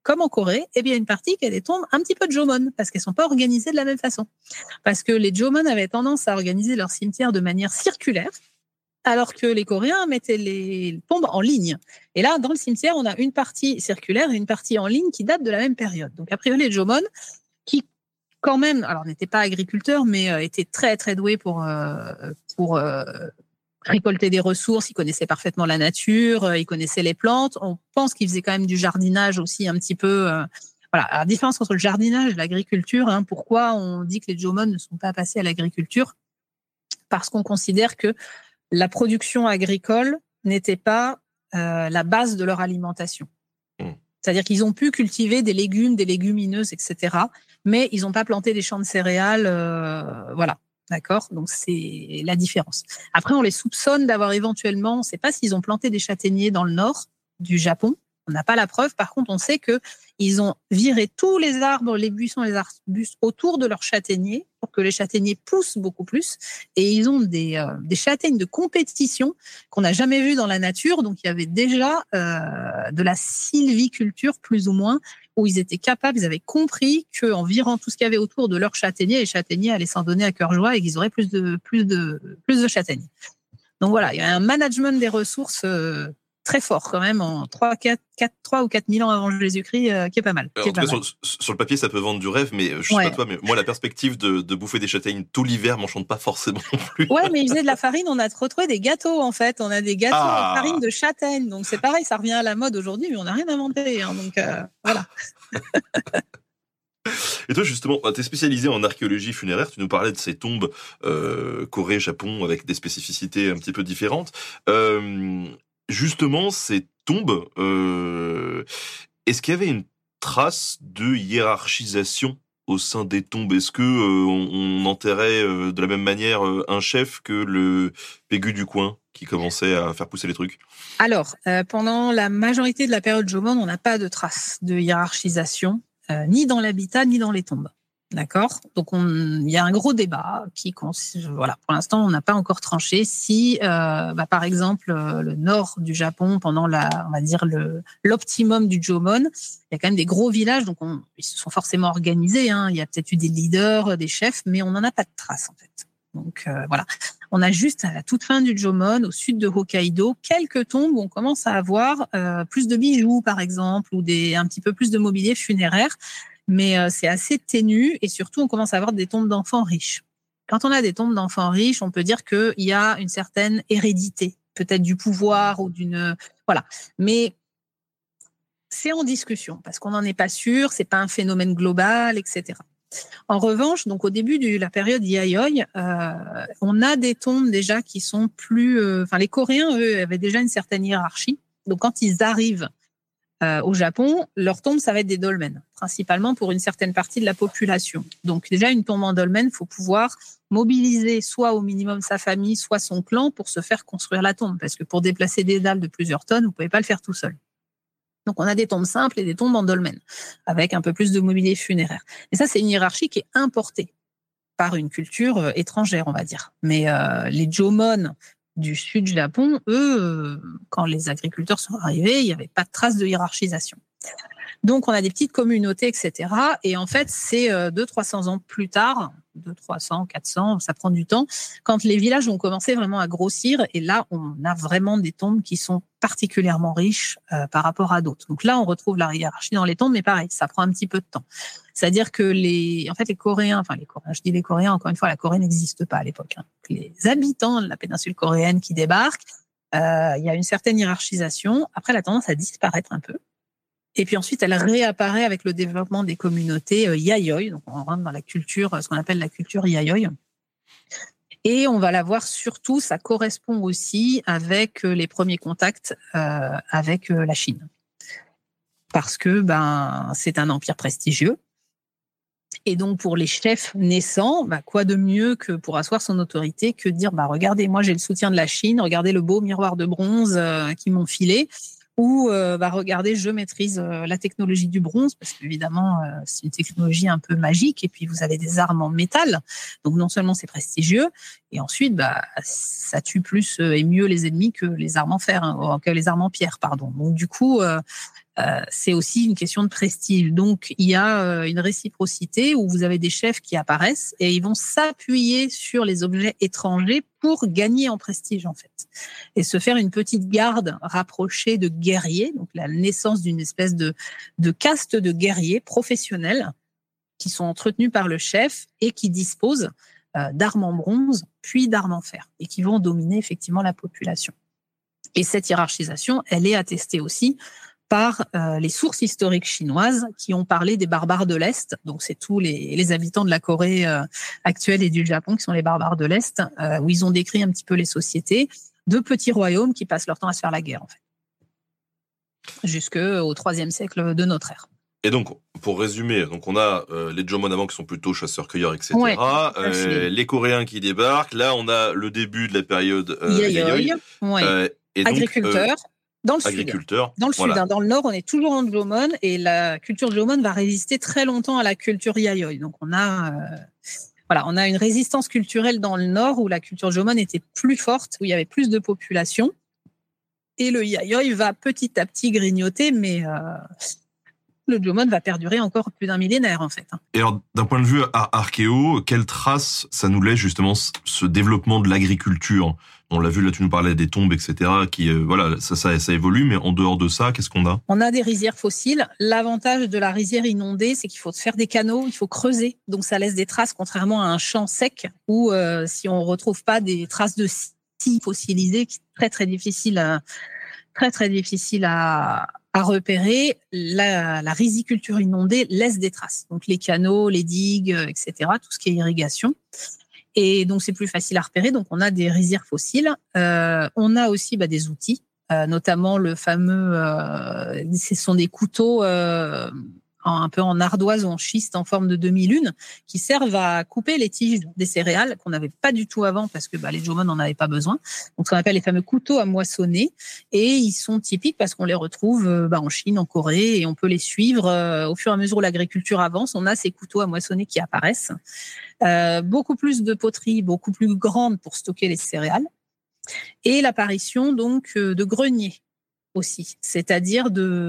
comme en Corée, eh bien, il y a une partie qui a des tombes un petit peu de Jomon, parce qu'elles ne sont pas organisées de la même façon. Parce que les Jomon avaient tendance à organiser leurs cimetières de manière circulaire, alors que les Coréens mettaient les tombes en ligne. Et là, dans le cimetière, on a une partie circulaire et une partie en ligne qui date de la même période. Donc, a priori, les Jomon, qui quand même, alors n'étaient pas agriculteurs, mais euh, étaient très, très doués pour... Euh, pour euh, récolter des ressources, ils connaissaient parfaitement la nature, ils connaissaient les plantes. On pense qu'ils faisaient quand même du jardinage aussi un petit peu. Euh, voilà, la différence entre le jardinage et l'agriculture. Hein, pourquoi on dit que les Jomon ne sont pas passés à l'agriculture ? Parce qu'on considère que la production agricole n'était pas euh, la base de leur alimentation. Mmh. C'est-à-dire qu'ils ont pu cultiver des légumes, des légumineuses, et cetera, mais ils n'ont pas planté des champs de céréales. Euh, voilà. D'accord ? Donc, c'est la différence. Après, on les soupçonne d'avoir éventuellement, on ne sait pas s'ils ont planté des châtaigniers dans le nord du Japon. On n'a pas la preuve. Par contre, on sait qu'ils ont viré tous les arbres, les buissons, les arbustes autour de leurs châtaigniers pour que les châtaigniers poussent beaucoup plus. Et ils ont des, euh, des châtaignes de compétition qu'on n'a jamais vues dans la nature. Donc, il y avait déjà euh, de la sylviculture, plus ou moins, où ils étaient capables, ils avaient compris qu'en virant tout ce qu'il y avait autour de leurs châtaigniers, les châtaigniers allaient s'en donner à cœur joie et qu'ils auraient plus de, plus de, plus de châtaignes. Donc voilà, il y a un management des ressources euh, très fort quand même en trois, quatre, quatre, trois ou quatre mille ans avant Jésus-Christ, euh, qui est pas mal. En tout cas, sur, sur le papier, ça peut vendre du rêve, mais je sais ouais. pas toi, mais moi, la perspective de, de bouffer des châtaignes tout l'hiver m'enchante pas forcément non plus. Ouais, mais ils faisaient de la farine, on a retrouvé des gâteaux en fait. On a des gâteaux ah. en farine de châtaigne. Donc c'est pareil, ça revient à la mode aujourd'hui, mais on n'a rien inventé. Hein, donc euh, voilà. Et toi, justement, tu es spécialisé en archéologie funéraire. Tu nous parlais de ces tombes euh, Corée, Japon, avec des spécificités un petit peu différentes. Euh, justement, ces tombes, euh, est-ce qu'il y avait une trace de hiérarchisation au sein des tombes ? Est-ce que euh, on, on enterrait euh, de la même manière euh, un chef que le pégu du coin qui commençait à faire pousser les trucs ? Alors, euh, pendant la majorité de la période Jomon, on n'a pas de trace de hiérarchisation. Euh, ni dans l'habitat, ni dans les tombes. D'accord ? Donc, il y a un gros débat qui, voilà, pour l'instant, on n'a pas encore tranché si, euh, bah, par exemple, euh, le nord du Japon, pendant la, on va dire le, l'optimum du Jomon, il y a quand même des gros villages, donc on, ils se sont forcément organisés. Hein, il y a peut-être eu des leaders, des chefs, mais on n'en a pas de traces, en fait. Donc, euh, voilà. On a juste, à la toute fin du Jomon, au sud de Hokkaido, quelques tombes où on commence à avoir euh, plus de bijoux, par exemple, ou des, un petit peu plus de mobilier funéraire. Mais euh, c'est assez ténu et surtout, on commence à avoir des tombes d'enfants riches. Quand on a des tombes d'enfants riches, on peut dire qu'il y a une certaine hérédité, peut-être du pouvoir ou d'une... Voilà. Mais c'est en discussion parce qu'on n'en est pas sûr, c'est pas un phénomène global, et cetera. En revanche, donc au début de la période Yayoi, euh, on a des tombes déjà qui sont plus... Euh, enfin, les Coréens, eux, avaient déjà une certaine hiérarchie. Donc, quand ils arrivent euh, au Japon, leur tombe, ça va être des dolmens, principalement pour une certaine partie de la population. Donc, déjà, une tombe en dolmen, il faut pouvoir mobiliser soit au minimum sa famille, soit son clan pour se faire construire la tombe. Parce que pour déplacer des dalles de plusieurs tonnes, vous ne pouvez pas le faire tout seul. Donc, on a des tombes simples et des tombes en dolmen, avec un peu plus de mobilier funéraire. Et ça, c'est une hiérarchie qui est importée par une culture euh, étrangère, on va dire. Mais euh, les Jomon du sud du Japon, eux, euh, quand les agriculteurs sont arrivés, il n'y avait pas de trace de hiérarchisation. Donc, on a des petites communautés, et cetera. Et en fait, c'est euh, deux cents à trois cents ans plus tard, deux cents, trois cents, quatre cents, ça prend du temps, quand les villages ont commencé vraiment à grossir. Et là, on a vraiment des tombes qui sont particulièrement riches euh, par rapport à d'autres. Donc là, on retrouve la hiérarchie dans les tombes, mais pareil, ça prend un petit peu de temps. C'est-à-dire que les, en fait, les Coréens, enfin les Coréens, je dis les Coréens, encore une fois, la Corée n'existe pas à l'époque. Hein. Les habitants de la péninsule coréenne qui débarquent, euh, il y a une certaine hiérarchisation. Après, elle a tendance à disparaître un peu. Et puis ensuite, elle réapparaît avec le développement des communautés euh, Yayoi. Donc, on rentre dans la culture, ce qu'on appelle la culture Yayoi. Et on va la voir surtout, ça correspond aussi avec les premiers contacts euh, avec la Chine. Parce que ben, c'est un empire prestigieux. Et donc, pour les chefs naissants, bah, quoi de mieux que pour asseoir son autorité que de dire bah, « Regardez, moi, j'ai le soutien de la Chine. Regardez le beau miroir de bronze euh, qu'ils m'ont filé. » Ou euh, bah, regardez, je maîtrise euh, la technologie du bronze, parce qu'évidemment, euh, c'est une technologie un peu magique, et puis vous avez des armes en métal, donc non seulement c'est prestigieux, et ensuite, bah, ça tue plus et mieux les ennemis que les armes en fer, hein, que les armes en pierre, pardon. Donc du coup, euh, euh, c'est aussi une question de prestige. Donc, il y a euh, une réciprocité où vous avez des chefs qui apparaissent et ils vont s'appuyer sur les objets étrangers pour gagner en prestige, en fait. Et se faire une petite garde rapprochée de guerriers, donc la naissance d'une espèce de, de caste de guerriers professionnels qui sont entretenus par le chef et qui disposent euh, d'armes en bronze, puis d'armes en fer, et qui vont dominer effectivement la population. Et cette hiérarchisation, elle est attestée aussi par euh, les sources historiques chinoises qui ont parlé des barbares de l'Est. Donc, c'est tous les, les habitants de la Corée euh, actuelle et du Japon qui sont les barbares de l'Est, euh, où ils ont décrit un petit peu les sociétés de petits royaumes qui passent leur temps à se faire la guerre, en fait, jusqu'au troisième siècle de notre ère. Et donc, pour résumer, donc on a euh, les Jomon avant qui sont plutôt chasseurs-cueilleurs, et cetera. Ouais, euh, les Coréens qui débarquent. Là, on a le début de la période euh, Yayoi, ouais. euh, et donc, agriculteurs, euh, dans le agriculteurs, sud. Dans le voilà. sud, hein, dans le nord, on est toujours en Jomon et la culture Jomon va résister très longtemps à la culture Yayoi. Donc, on a, euh, voilà, on a une résistance culturelle dans le nord où la culture Jomon était plus forte, où il y avait plus de population. Et le Yayoi va petit à petit grignoter, mais... Euh, le Jomon va perdurer encore plus d'un millénaire, en fait. Et alors, d'un point de vue ar- archéo, quelle trace ça nous laisse, justement, ce développement de l'agriculture ? On l'a vu, là, tu nous parlais des tombes, et cetera, qui, euh, voilà, ça, ça, ça évolue, mais en dehors de ça, qu'est-ce qu'on a ? On a des rizières fossiles. L'avantage de la rizière inondée, c'est qu'il faut faire des canaux, il faut creuser. Donc, ça laisse des traces, contrairement à un champ sec, où euh, si on ne retrouve pas des traces de scie fossilisée, qui est très, très difficile à, très, très difficile à... à repérer, la, la riziculture inondée laisse des traces. Donc, les canaux, les digues, et cetera, tout ce qui est irrigation. Et donc, c'est plus facile à repérer. Donc, on a des rizières fossiles. Euh, on a aussi bah, des outils, euh, notamment le fameux... Euh, ce sont des couteaux euh, en, un peu en ardoise ou en schiste en forme de demi-lune qui servent à couper les tiges des céréales qu'on n'avait pas du tout avant parce que bah, les Jomon n'en avaient pas besoin. Donc, ce qu'on appelle les fameux couteaux à moissonner. Et ils sont typiques parce qu'on les retrouve euh, bah, en Chine, en Corée, et on peut les suivre euh, au fur et à mesure où l'agriculture avance. On a ces couteaux à moissonner qui apparaissent. Euh, beaucoup plus de poteries, beaucoup plus grandes pour stocker les céréales. Et l'apparition donc de greniers aussi, c'est-à-dire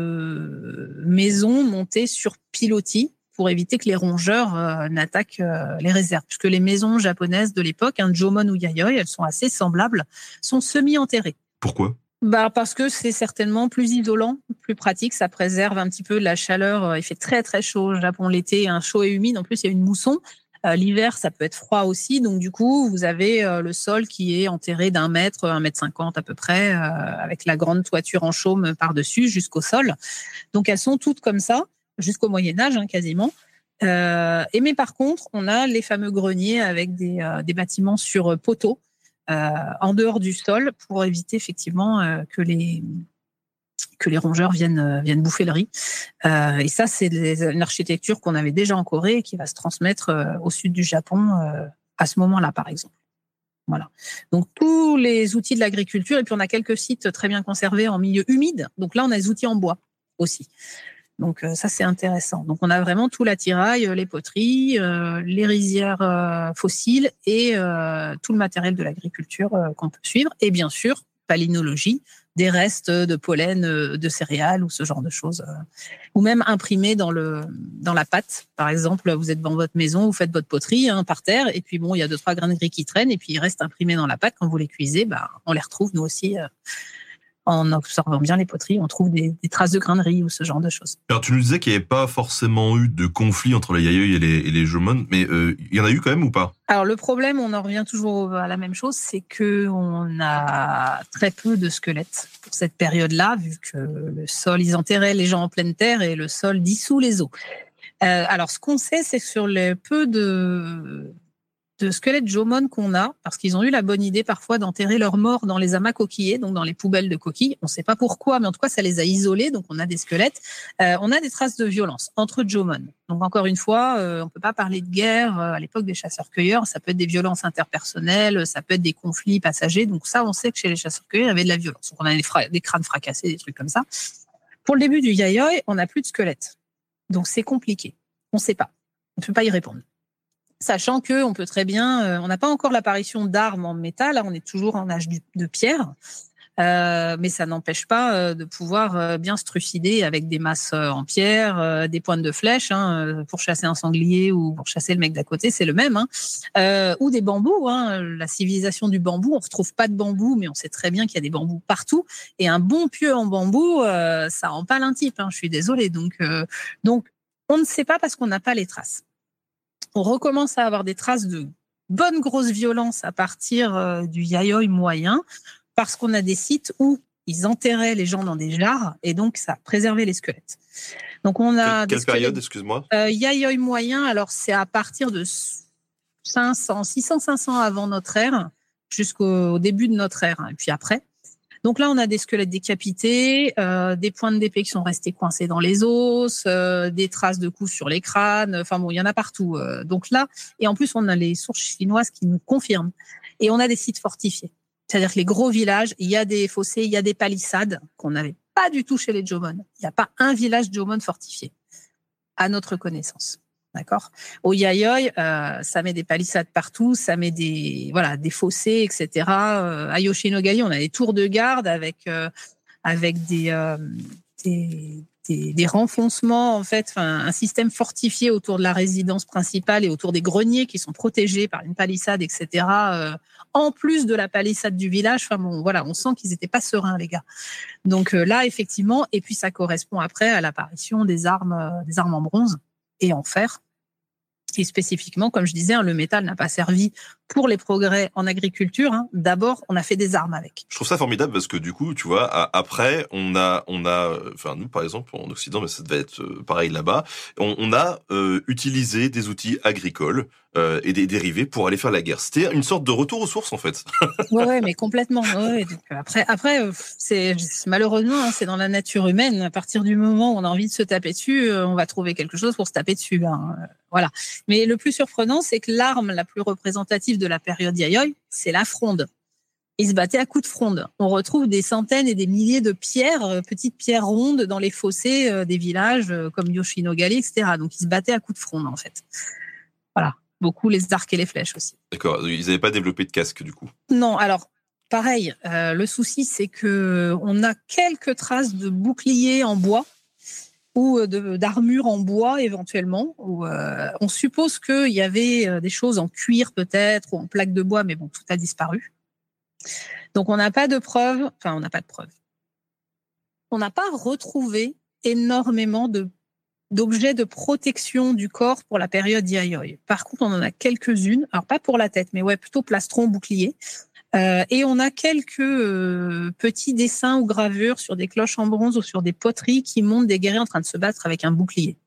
de maisons montées sur pilotis pour éviter que les rongeurs euh, n'attaquent euh, les réserves. Puisque les maisons japonaises de l'époque, hein, Jomon ou Yayoi, elles sont assez semblables, sont semi-enterrées. Pourquoi ? Bah parce que c'est certainement plus isolant, plus pratique, ça préserve un petit peu la chaleur. Il fait très très chaud au Japon l'été, hein, chaud et humide. En plus, il y a une mousson. Euh, l'hiver, ça peut être froid aussi. Donc, du coup, vous avez euh, le sol qui est enterré d'un mètre, un mètre cinquante à peu près, euh, avec la grande toiture en chaume par-dessus jusqu'au sol. Donc, elles sont toutes comme ça, jusqu'au Moyen-Âge, hein, quasiment. Euh, et mais par contre, on a les fameux greniers avec des, euh, des bâtiments sur poteaux, euh, en dehors du sol, pour éviter effectivement euh, que les... que les rongeurs viennent, viennent bouffer le riz. Euh, et ça, c'est une architecture qu'on avait déjà en Corée et qui va se transmettre euh, au sud du Japon euh, à ce moment-là, par exemple. Voilà. Donc, tous les outils de l'agriculture, et puis on a quelques sites très bien conservés en milieu humide. Donc là, on a des outils en bois aussi. Donc euh, ça, c'est intéressant. Donc, on a vraiment tout l'attirail, les poteries, euh, les rizières euh, fossiles et euh, tout le matériel de l'agriculture euh, qu'on peut suivre. Et bien sûr, palynologie, des restes de pollen de céréales ou ce genre de choses, ou même imprimés dans le dans la pâte. Par exemple, vous êtes dans votre maison, vous faites votre poterie hein, par terre, et puis bon, il y a deux trois grains de gris qui traînent, et puis ils restent imprimés dans la pâte. Quand vous les cuisez, bah, on les retrouve nous aussi. Euh, en observant bien les poteries, on trouve des, des traces de grains de riz ou ce genre de choses. Alors, tu nous disais qu'il n'y avait pas forcément eu de conflit entre les Yayoi et les, et les Jomon, mais euh, il y en a eu quand même ou pas ? Alors, le problème, on en revient toujours à la même chose, c'est qu'on a très peu de squelettes pour cette période-là, vu que le sol, ils enterraient les gens en pleine terre et le sol dissout les os. Euh, alors, ce qu'on sait, c'est que sur les peu de... de squelettes Jomon qu'on a, parce qu'ils ont eu la bonne idée parfois d'enterrer leurs morts dans les amas coquillés, donc dans les poubelles de coquilles. On ne sait pas pourquoi, mais en tout cas, ça les a isolés, donc on a des squelettes. Euh, on a des traces de violence entre Jomon. Donc encore une fois, euh, on ne peut pas parler de guerre euh, à l'époque des chasseurs-cueilleurs. Ça peut être des violences interpersonnelles, ça peut être des conflits passagers. Donc ça, on sait que chez les chasseurs-cueilleurs, il y avait de la violence. Donc on a des, fra- des crânes fracassés, des trucs comme ça. Pour le début du Yayoi, on n'a plus de squelettes. Donc c'est compliqué. On ne sait pas. On ne peut pas y répondre. Sachant que on peut très bien, euh, on n'a pas encore l'apparition d'armes en métal, là, on est toujours en âge du, de pierre. Euh, mais ça n'empêche pas euh, de pouvoir euh, bien se trucider avec des masses euh, en pierre, euh, des pointes de flèche, hein, pour chasser un sanglier ou pour chasser le mec d'à côté, c'est le même. Hein. Euh, ou des bambous. Hein. La civilisation du bambou, on ne retrouve pas de bambou, mais on sait très bien qu'il y a des bambous partout. Et un bon pieu en bambou, euh, ça rend pas l'intype. Hein, je suis désolée. Donc, euh, donc, on ne sait pas parce qu'on n'a pas les traces. On recommence à avoir des traces de bonne grosse violence à partir euh, du yayoi moyen, parce qu'on a des sites où ils enterraient les gens dans des jarres et donc ça préservait les squelettes. Donc on a Quelle, quelle période, excuse-moi euh, Yayoi moyen, alors c'est à partir de cinq cents, six cents, cinq cents avant notre ère jusqu'au début de notre ère, hein, et puis après. Donc là, on a des squelettes décapités, euh, des pointes d'épée qui sont restés coincés dans les os, euh, des traces de coups sur les crânes. Enfin bon, il y en a partout. Euh, donc là, et en plus, on a les sources chinoises qui nous confirment. Et on a des sites fortifiés. C'est-à-dire que les gros villages, il y a des fossés, il y a des palissades qu'on n'avait pas du tout chez les Jomon. Il n'y a pas un village Jomon fortifié, à notre connaissance. D'accord. Au Yayoi, euh, ça met des palissades partout, ça met des voilà des fossés, et cetera. Euh, à Yoshinogali, on a des tours de garde avec euh, avec des, euh, des des des renfoncements en fait, enfin un système fortifié autour de la résidence principale et autour des greniers qui sont protégés par une palissade, et cetera. Euh, en plus de la palissade du village, enfin bon, voilà, on sent qu'ils étaient pas sereins les gars. Donc euh, là effectivement, et puis ça correspond après à l'apparition des armes euh, des armes en bronze et en fer. Et spécifiquement, comme je disais, hein, le métal n'a pas servi pour les progrès en agriculture. Hein. D'abord, on a fait des armes avec. Je trouve ça formidable parce que du coup, tu vois, après, on a, on a, enfin nous par exemple en Occident, mais ça devait être pareil là-bas, on, on a euh, utilisé des outils agricoles euh, et des dérivés pour aller faire la guerre. C'était une sorte de retour aux sources en fait. Ouais, ouais, mais complètement. Ouais, donc après, après, c'est malheureusement, hein, c'est dans la nature humaine. À partir du moment où on a envie de se taper dessus, on va trouver quelque chose pour se taper dessus. Hein. Voilà. Mais le plus surprenant, c'est que l'arme la plus représentative de la période Yayoi, c'est la fronde. Ils se battaient à coups de fronde. On retrouve des centaines et des milliers de pierres, petites pierres rondes dans les fossés des villages comme Yoshinogali, et cetera. Donc ils se battaient à coups de fronde en fait. Voilà. Beaucoup les arcs et les flèches aussi. D'accord. Ils n'avaient pas développé de casque du coup. Non. Alors pareil. Euh, le souci, c'est que on a quelques traces de boucliers en bois ou de, d'armure en bois éventuellement. Où, euh, on suppose qu'il y avait des choses en cuir peut-être ou en plaques de bois, mais bon, tout a disparu. Donc on n'a pas de preuves, enfin on n'a pas de preuves. On n'a pas retrouvé énormément de, d'objets de protection du corps pour la période Yayoi. Par contre, on en a quelques-unes, alors pas pour la tête, mais ouais, plutôt plastron, bouclier. Euh, et on a quelques euh, petits dessins ou gravures sur des cloches en bronze ou sur des poteries qui montrent des guerriers en train de se battre avec un bouclier.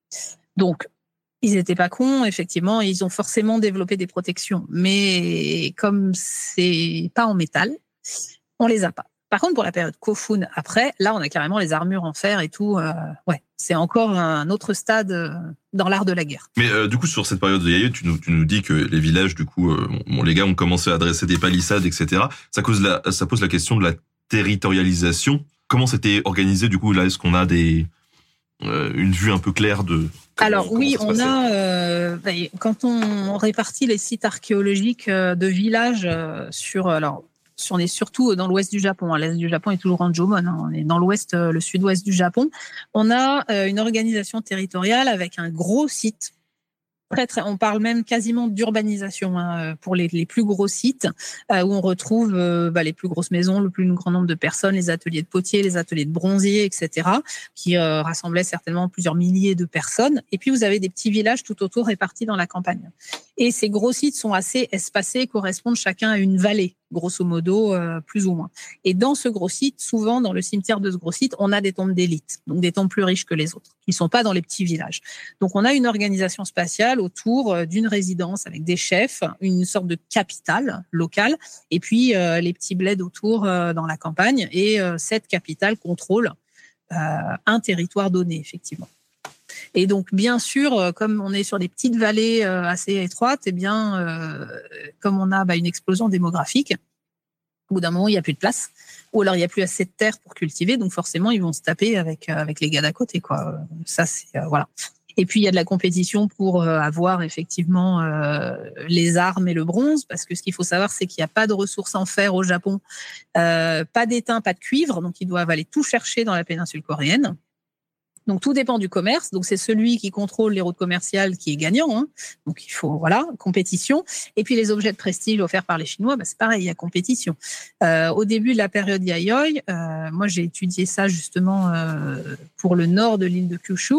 Donc, ils n'étaient pas cons, effectivement, ils ont forcément développé des protections. Mais comme c'est pas en métal, on les a pas. Par contre, pour la période Kofun, après, là, on a carrément les armures en fer et tout. Euh, ouais, c'est encore un autre stade euh, dans l'art de la guerre. Mais euh, du coup, sur cette période de Yayoi, tu nous, tu nous dis que les villages, du coup, euh, bon, les gars ont commencé à dresser des palissades, et cetera. Ça, cause la, ça pose la question de la territorialisation. Comment c'était organisé, du coup, là, est-ce qu'on a des, euh, une vue un peu claire de... Comment, Alors oui, on a, euh, quand on répartit les sites archéologiques de villages sur... alors on est surtout dans l'ouest du Japon. L'est du Japon est toujours en Jomon. Hein. On est dans l'ouest, le sud-ouest du Japon. On a une organisation territoriale avec un gros site. Très, très, on parle même quasiment d'urbanisation hein, pour les, les plus gros sites euh, où on retrouve euh, bah, les plus grosses maisons, le plus grand nombre de personnes, les ateliers de potiers, les ateliers de bronziers, et cetera, qui euh, rassemblaient certainement plusieurs milliers de personnes. Et puis, vous avez des petits villages tout autour répartis dans la campagne. Et ces gros sites sont assez espacés, correspondent chacun à une vallée, grosso modo, euh, plus ou moins. Et dans ce gros site, souvent, dans le cimetière de ce gros site, on a des tombes d'élite, donc des tombes plus riches que les autres, qui ne sont pas dans les petits villages. Donc, on a une organisation spatiale autour d'une résidence avec des chefs, une sorte de capitale locale, et puis euh, les petits bleds autour euh, dans la campagne. Et euh, cette capitale contrôle euh, un territoire donné, effectivement. Et donc, bien sûr, comme on est sur des petites vallées euh, assez étroites, eh bien, euh, comme on a bah, une explosion démographique, au bout d'un moment, il n'y a plus de place. Ou alors, il n'y a plus assez de terre pour cultiver. Donc, forcément, ils vont se taper avec, avec les gars d'à côté, quoi. Ça, c'est, euh, voilà. Et puis, il y a de la compétition pour euh, avoir effectivement euh, les armes et le bronze, parce que ce qu'il faut savoir, c'est qu'il n'y a pas de ressources en fer au Japon, euh, pas d'étain, pas de cuivre, donc ils doivent aller tout chercher dans la péninsule coréenne. Donc, tout dépend du commerce. Donc, c'est celui qui contrôle les routes commerciales qui est gagnant. Hein. Donc, il faut, voilà, compétition. Et puis, les objets de prestige offerts par les Chinois, bah, c'est pareil, il y a compétition. Euh, au début de la période Yayoi, euh, moi, j'ai étudié ça justement euh, pour le nord de l'île de Kyushu.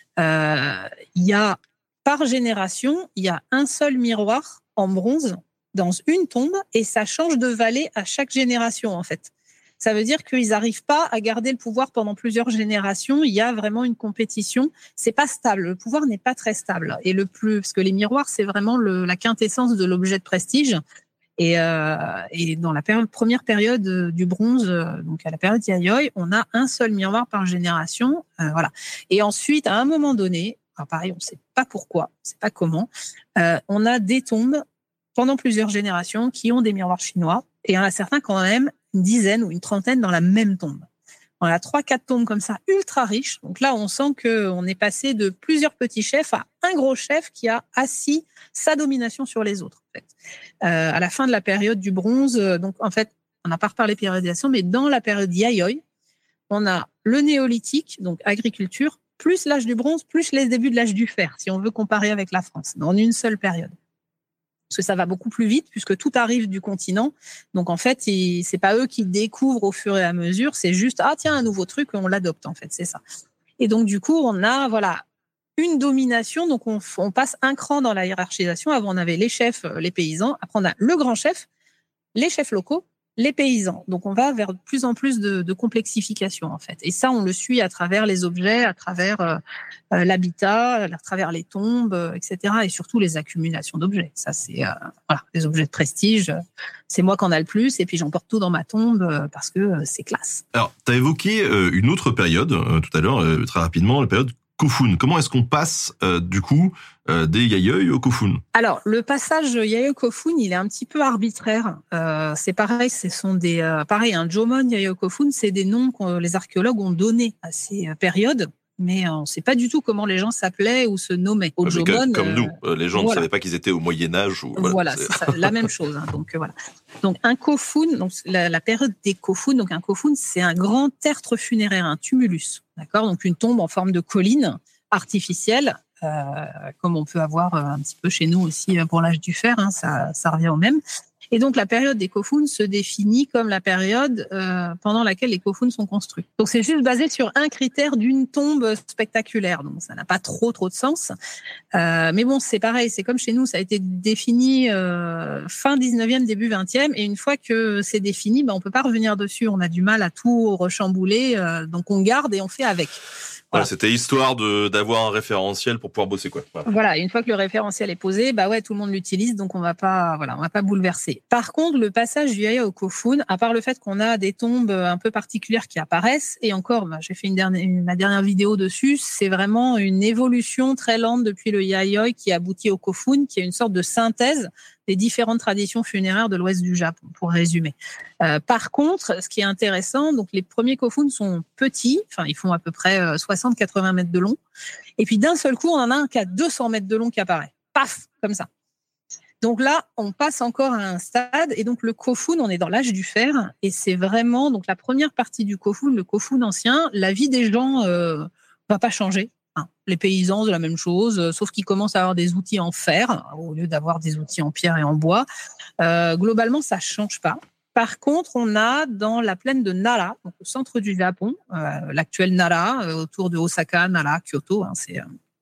Euh, il y a, par génération, il y a un seul miroir en bronze dans une tombe et ça change de vallée à chaque génération, en fait. Ça veut dire qu'ils n'arrivent pas à garder le pouvoir pendant plusieurs générations. Il y a vraiment une compétition. C'est pas stable. Le pouvoir n'est pas très stable. Et le plus, parce que les miroirs, c'est vraiment le, la quintessence de l'objet de prestige. Et, euh, et dans la période, première période du bronze, donc à la période Yayoi, on a un seul miroir par génération. Euh, voilà. Et ensuite, à un moment donné, alors pareil, on ne sait pas pourquoi, on ne sait pas comment, euh, on a des tombes pendant plusieurs générations qui ont des miroirs chinois. Et il y en a certains quand même une dizaine ou une trentaine dans la même tombe. On a trois, quatre tombes comme ça, ultra riches. Donc là, on sent qu'on est passé de plusieurs petits chefs à un gros chef qui a assis sa domination sur les autres. En fait. Euh, à la fin de la période du bronze, donc en fait, on n'a pas reparlé périodisation, mais dans la période Yayoi, on a le néolithique, donc agriculture, plus l'âge du bronze, plus les débuts de l'âge du fer, si on veut comparer avec la France, dans une seule période. Parce que ça va beaucoup plus vite puisque tout arrive du continent. Donc, en fait, ils, c'est pas eux qui découvrent au fur et à mesure. C'est juste, ah, tiens, un nouveau truc, on l'adopte, en fait. C'est ça. Et donc, du coup, on a, voilà, une domination. Donc, on, on passe un cran dans la hiérarchisation. Avant, on avait les chefs, les paysans. Après, on a le grand chef, les chefs locaux, les paysans. Donc, on va vers de plus en plus de, de complexification, en fait. Et ça, on le suit à travers les objets, à travers euh, euh, l'habitat, à travers les tombes, euh, et cetera. Et surtout les accumulations d'objets. Ça, c'est euh, voilà, les objets de prestige. C'est moi qui en a le plus. Et puis, j'emporte tout dans ma tombe euh, parce que euh, c'est classe. Alors, tu as évoqué euh, une autre période euh, tout à l'heure, euh, très rapidement, la période Kofun. Comment est-ce qu'on passe, euh, du coup, euh, des Yayoi au Kofun? Alors, le passage Yayoi-Kofun, il est un petit peu arbitraire. Euh, c'est pareil, ce sont des... Euh, pareil, un Jomon, Yayoi-Kofun, c'est des noms que les archéologues ont donnés à ces périodes, mais on ne sait pas du tout comment les gens s'appelaient ou se nommaient. Au Jomon, comme, comme euh, nous, les gens voilà. ne savaient pas qu'ils étaient au Moyen-Âge. Ou, voilà, voilà c'est, c'est ça, la même chose. Hein, donc, euh, voilà. Donc, un Kofun, donc, la, la période des Kofun, donc un Kofun, c'est un grand tertre funéraire, un tumulus. D'accord, donc une tombe en forme de colline artificielle, euh, comme on peut avoir un petit peu chez nous aussi pour l'âge du fer, hein, ça, ça revient au même. Et donc la période des Kofun se définit comme la période euh, pendant laquelle les Kofun sont construits. Donc c'est juste basé sur un critère d'une tombe spectaculaire, donc ça n'a pas trop trop de sens. Euh, mais bon, c'est pareil, c'est comme chez nous, ça a été défini euh, fin dix-neuvième, début vingtième, et une fois que c'est défini, ben on peut pas revenir dessus. On a du mal à tout rechambouler, euh, donc on garde et on fait avec. Voilà. Ouais, c'était histoire de d'avoir un référentiel pour pouvoir bosser quoi. Voilà. voilà, une fois que le référentiel est posé, bah ouais, tout le monde l'utilise, donc on va pas, voilà, on va pas bouleverser. Par contre, le passage du Yayoi au Kofun, à part le fait qu'on a des tombes un peu particulières qui apparaissent, et encore, bah, j'ai fait une dernière, une, ma dernière vidéo dessus, c'est vraiment une évolution très lente depuis le Yayoi qui aboutit au Kofun, qui est une sorte de synthèse des différentes traditions funéraires de l'ouest du Japon, pour résumer. Euh, par contre, ce qui est intéressant, donc les premiers Kofun sont petits, enfin ils font à peu près soixante à quatre-vingts mètres de long, et puis d'un seul coup, on en a un qui a deux cents mètres de long qui apparaît. Paf, comme ça. Donc là, on passe encore à un stade, et donc le Kofun, on est dans l'âge du fer, et c'est vraiment donc la première partie du Kofun, le Kofun ancien, la vie des gens euh, va pas changer. Les paysans, c'est la même chose, sauf qu'ils commencent à avoir des outils en fer au lieu d'avoir des outils en pierre et en bois. Euh, globalement, ça ne change pas. Par contre, on a dans la plaine de Nara, donc au centre du Japon, euh, l'actuel Nara, euh, autour de Osaka, Nara, Kyoto, hein, c'est euh,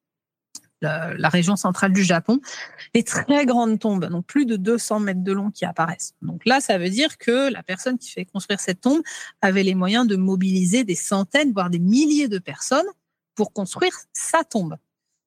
la, la région centrale du Japon, des très grandes tombes, donc plus de deux cents mètres de long qui apparaissent. Donc là, ça veut dire que la personne qui fait construire cette tombe avait les moyens de mobiliser des centaines, voire des milliers de personnes pour construire sa tombe.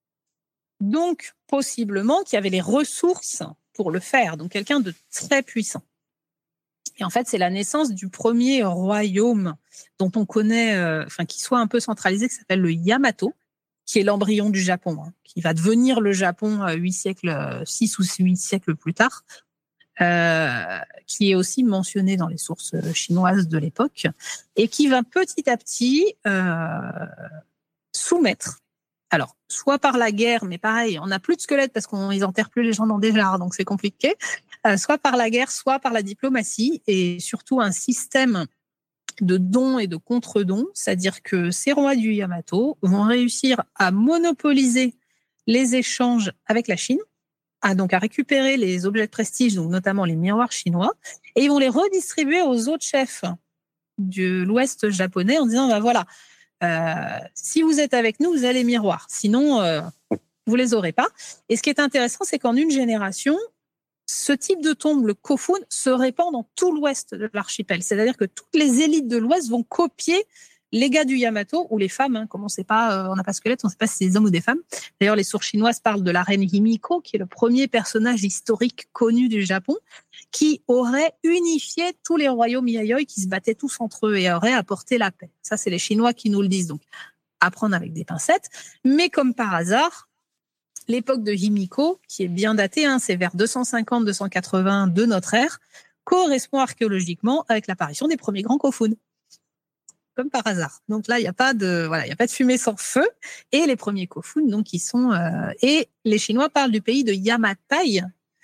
Donc, possiblement qu'il y avait les ressources pour le faire, donc quelqu'un de très puissant. Et en fait, c'est la naissance du premier royaume dont on connaît, euh, enfin, qui soit un peu centralisé, qui s'appelle le Yamato, qui est l'embryon du Japon, hein, qui va devenir le Japon euh, huit siècles, six ou huit siècles plus tard, euh, qui est aussi mentionné dans les sources chinoises de l'époque, et qui va petit à petit euh, soumettre Alors, soit par la guerre, mais pareil, on n'a plus de squelettes parce qu'ils n'enterrent plus les gens dans des jarres, donc c'est compliqué. Euh, soit par la guerre, soit par la diplomatie, et surtout un système de dons et de contre-dons, c'est-à-dire que ces rois du Yamato vont réussir à monopoliser les échanges avec la Chine, à donc à récupérer les objets de prestige, donc notamment les miroirs chinois, et ils vont les redistribuer aux autres chefs de l'Ouest japonais en disant bah voilà, euh, si vous êtes avec nous, vous avez les miroirs, sinon euh, vous les aurez pas. Et ce qui est intéressant, c'est qu'en une génération, ce type de tombe, le Kofun, se répand dans tout l'ouest de l'archipel. C'est-à-dire que toutes les élites de l'ouest vont copier les gars du Yamato, ou les femmes, hein, comme on ne sait pas, euh, on n'a pas de squelette, on ne sait pas si c'est des hommes ou des femmes. D'ailleurs, les sources chinoises parlent de la reine Himiko, qui est le premier personnage historique connu du Japon, qui aurait unifié tous les royaumes Yayoi qui se battaient tous entre eux et aurait apporté la paix. Ça, c'est les Chinois qui nous le disent. Donc, à prendre avec des pincettes. Mais comme par hasard, l'époque de Himiko, qui est bien datée, hein, c'est vers deux cent cinquante à deux cent quatre-vingts de notre ère, correspond archéologiquement avec l'apparition des premiers grands Kofun. Comme par hasard. Donc là, il n'y a pas de, voilà, il y a pas de fumée sans feu. Et les premiers Kofun, donc, qui sont, euh, et les Chinois parlent du pays de Yamatai.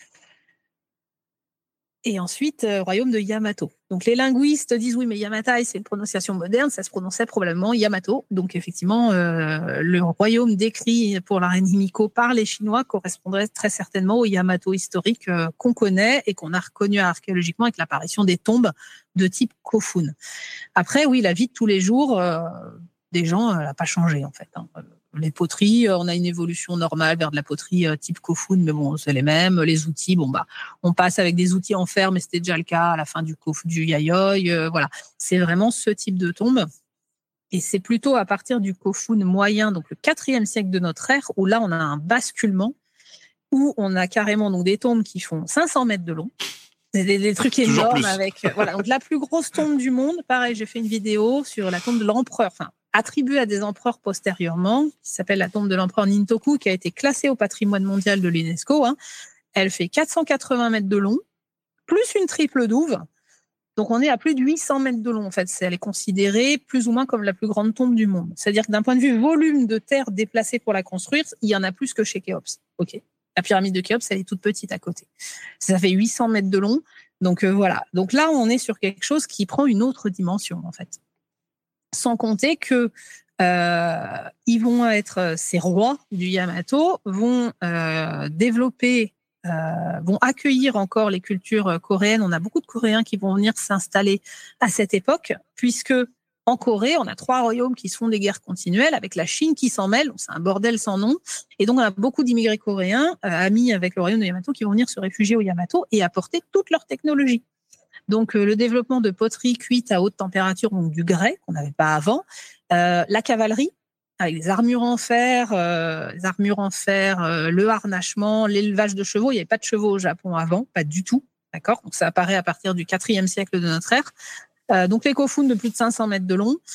Et ensuite, euh, royaume de Yamato. Donc, les linguistes disent oui, mais Yamatai, c'est une prononciation moderne, ça se prononçait probablement Yamato. Donc, effectivement, euh, le royaume décrit pour la reine Himiko par les Chinois correspondrait très certainement au Yamato historique euh, qu'on connaît et qu'on a reconnu archéologiquement avec l'apparition des tombes de type Kofun. Après, oui, la vie de tous les jours euh, des gens n'a pas changé, en fait. Hein. Les poteries, on a une évolution normale vers de la poterie type Kofun, mais bon, c'est les mêmes. Les outils, bon bah, on passe avec des outils en fer, mais c'était déjà le cas à la fin du Kofun, du Yayoi. Euh, voilà, c'est vraiment ce type de tombe. Et c'est plutôt à partir du Kofun moyen, donc le quatrième siècle de notre ère, où là on a un basculement, où on a carrément donc des tombes qui font cinq cents mètres de long. C'est des, des trucs énormes avec, voilà, donc la plus grosse tombe du monde. Pareil, j'ai fait une vidéo sur la tombe de l'empereur, enfin, attribuée à des empereurs postérieurement, qui s'appelle la tombe de l'empereur Nintoku, qui a été classée au patrimoine mondial de l'UNESCO. Hein. Elle fait quatre cent quatre-vingts mètres de long, plus une triple douve. Donc, on est à plus de huit cents mètres de long, en fait. Elle est considérée plus ou moins comme la plus grande tombe du monde. C'est-à-dire que d'un point de vue volume de terre déplacée pour la construire, il y en a plus que chez Khéops. OK. La pyramide de Khéops, elle est toute petite à côté. Ça fait huit cents mètres de long. Donc, euh, voilà. Donc là, on est sur quelque chose qui prend une autre dimension, en fait. Sans compter que euh, ils vont être, ces rois du Yamato vont euh, développer, euh, vont accueillir encore les cultures coréennes. On a beaucoup de Coréens qui vont venir s'installer à cette époque, puisque en Corée, on a trois royaumes qui se font des guerres continuelles, avec la Chine qui s'en mêle. C'est un bordel sans nom. Et donc, on a beaucoup d'immigrés coréens, euh, amis avec le royaume de Yamato, qui vont venir se réfugier au Yamato et apporter toute leur technologie. Donc, euh, le développement de poterie cuite à haute température, donc du grès, qu'on n'avait pas avant. Euh, la cavalerie, avec les armures en fer, euh, les armures en fer, euh, le harnachement, l'élevage de chevaux. Il n'y avait pas de chevaux au Japon avant, pas du tout. D'accord ? Donc, ça apparaît à partir du quatrième siècle de notre ère. Euh, donc, les Kofun de plus de cinq cents mètres de long.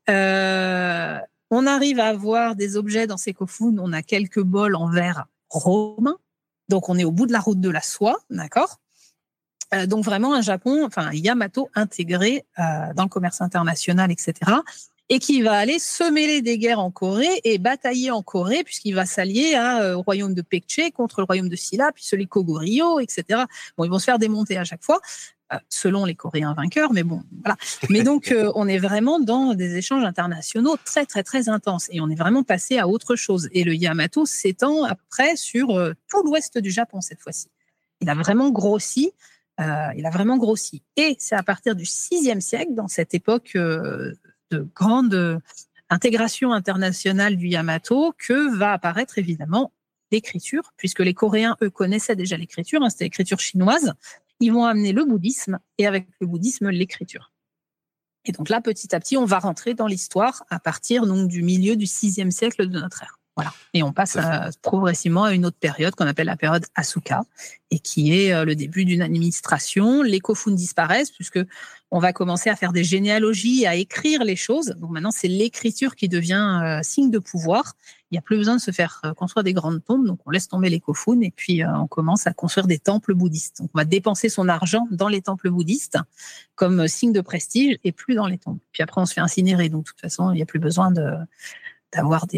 Euh, on arrive à avoir des objets dans ces Kofun. On a quelques bols en verre romain. Donc, on est au bout de la route de la soie. D'accord ? Euh, donc vraiment un Japon, enfin un Yamato intégré euh, dans le commerce international, et cetera. Et qui va aller se mêler des guerres en Corée et batailler en Corée, puisqu'il va s'allier hein, euh, au royaume de Paekche contre le royaume de Silla, puis celui Koguryo, et cetera. Bon, ils vont se faire démonter à chaque fois, euh, selon les Coréens vainqueurs, mais bon, voilà. Mais donc, euh, on est vraiment dans des échanges internationaux très, très, très intenses. Et on est vraiment passé à autre chose. Et le Yamato s'étend après sur euh, tout l'ouest du Japon, cette fois-ci. Il a vraiment grossi. Euh, il a vraiment grossi. Et c'est à partir du sixième siècle, dans cette époque euh, de grande euh, intégration internationale du Yamato, que va apparaître évidemment l'écriture, puisque les Coréens, eux, connaissaient déjà l'écriture, hein, c'était l'écriture chinoise. Ils vont amener le bouddhisme, et avec le bouddhisme, l'écriture. Et donc là, petit à petit, on va rentrer dans l'histoire à partir donc, du milieu du sixième siècle de notre ère. Voilà. Et on passe à, progressivement à une autre période qu'on appelle la période Asuka et qui est le début d'une administration. Les Kofun disparaissent puisque on va commencer à faire des généalogies, à écrire les choses. Donc maintenant, c'est l'écriture qui devient euh, signe de pouvoir. Il n'y a plus besoin de se faire construire des grandes tombes. Donc on laisse tomber les Kofun et puis euh, on commence à construire des temples bouddhistes. Donc on va dépenser son argent dans les temples bouddhistes comme signe de prestige et plus dans les tombes. Puis après, on se fait incinérer. Donc de toute façon, il n'y a plus besoin de, d'avoir des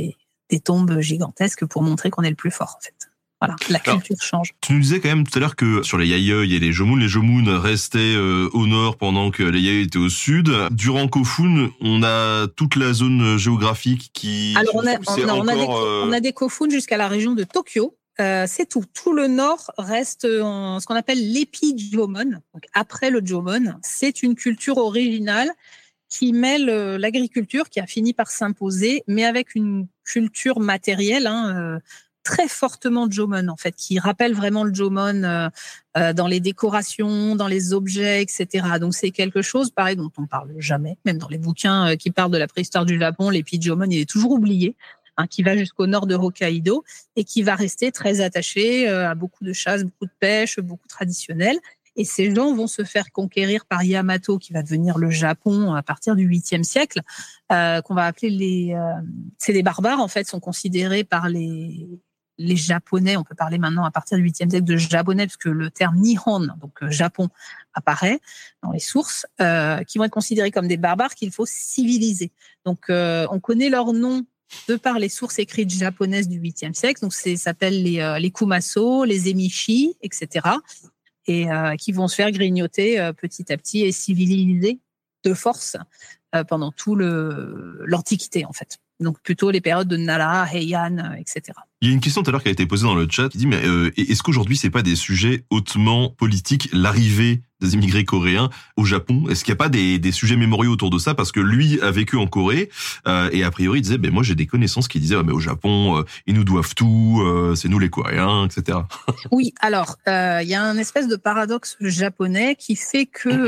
des tombes gigantesques pour montrer qu'on est le plus fort, en fait. Voilà, la culture Alors, change. Tu nous disais quand même tout à l'heure que sur les Yayoi et les Jomon, les Jomon restaient euh, au nord pendant que les Yayoi étaient au sud. Durant Kofun, on a toute la zone géographique qui... Alors, on a, c'est on, a, encore, on, a des, euh... on a des Kofun jusqu'à la région de Tokyo. Euh, c'est tout. Tout le nord reste en ce qu'on appelle l'épi-Jomon. Donc, après le Jomon, c'est une culture originale qui mêle euh, l'agriculture, qui a fini par s'imposer, mais avec une culture matérielle, hein, euh, très fortement Jomon, en fait, qui rappelle vraiment le Jomon euh, euh, dans les décorations, dans les objets, et cetera. Donc, c'est quelque chose, pareil, dont on parle jamais, même dans les bouquins euh, qui parlent de la préhistoire du Japon, l'épi Jomon, il est toujours oublié, hein, qui va jusqu'au nord de Hokkaido et qui va rester très attaché euh, à beaucoup de chasse, beaucoup de pêche, beaucoup traditionnel. Et ces gens vont se faire conquérir par Yamato, qui va devenir le Japon à partir du huitième siècle, euh, qu'on va appeler les... Euh, c'est des barbares, en fait, sont considérés par les... les Japonais, on peut parler maintenant à partir du huitième siècle de japonais, parce que le terme Nihon, donc Japon, apparaît dans les sources, euh, qui vont être considérés comme des barbares qu'il faut civiliser. Donc, euh, on connaît leur nom de par les sources écrites japonaises du huitième siècle. Donc, ça s'appelle les, euh, les Kumaso, les Emishi, et cetera. Et euh, qui vont se faire grignoter euh, petit à petit et civiliser de force euh, pendant tout le, l'Antiquité, en fait. Donc, plutôt les périodes de Nara, Heian, et cetera. Il y a une question tout à l'heure qui a été posée dans le chat qui dit mais euh, est-ce qu'aujourd'hui c'est pas des sujets hautement politiques, l'arrivée des immigrés coréens au Japon? Est-ce qu'il n'y a pas des, des sujets mémoriaux autour de ça? Parce que lui a vécu en Corée euh, et a priori il disait ben moi j'ai des connaissances qui disaient ouais, mais au Japon euh, ils nous doivent tout, euh, c'est nous les Coréens, et cetera. Oui, alors il euh, y a un espèce de paradoxe japonais qui fait que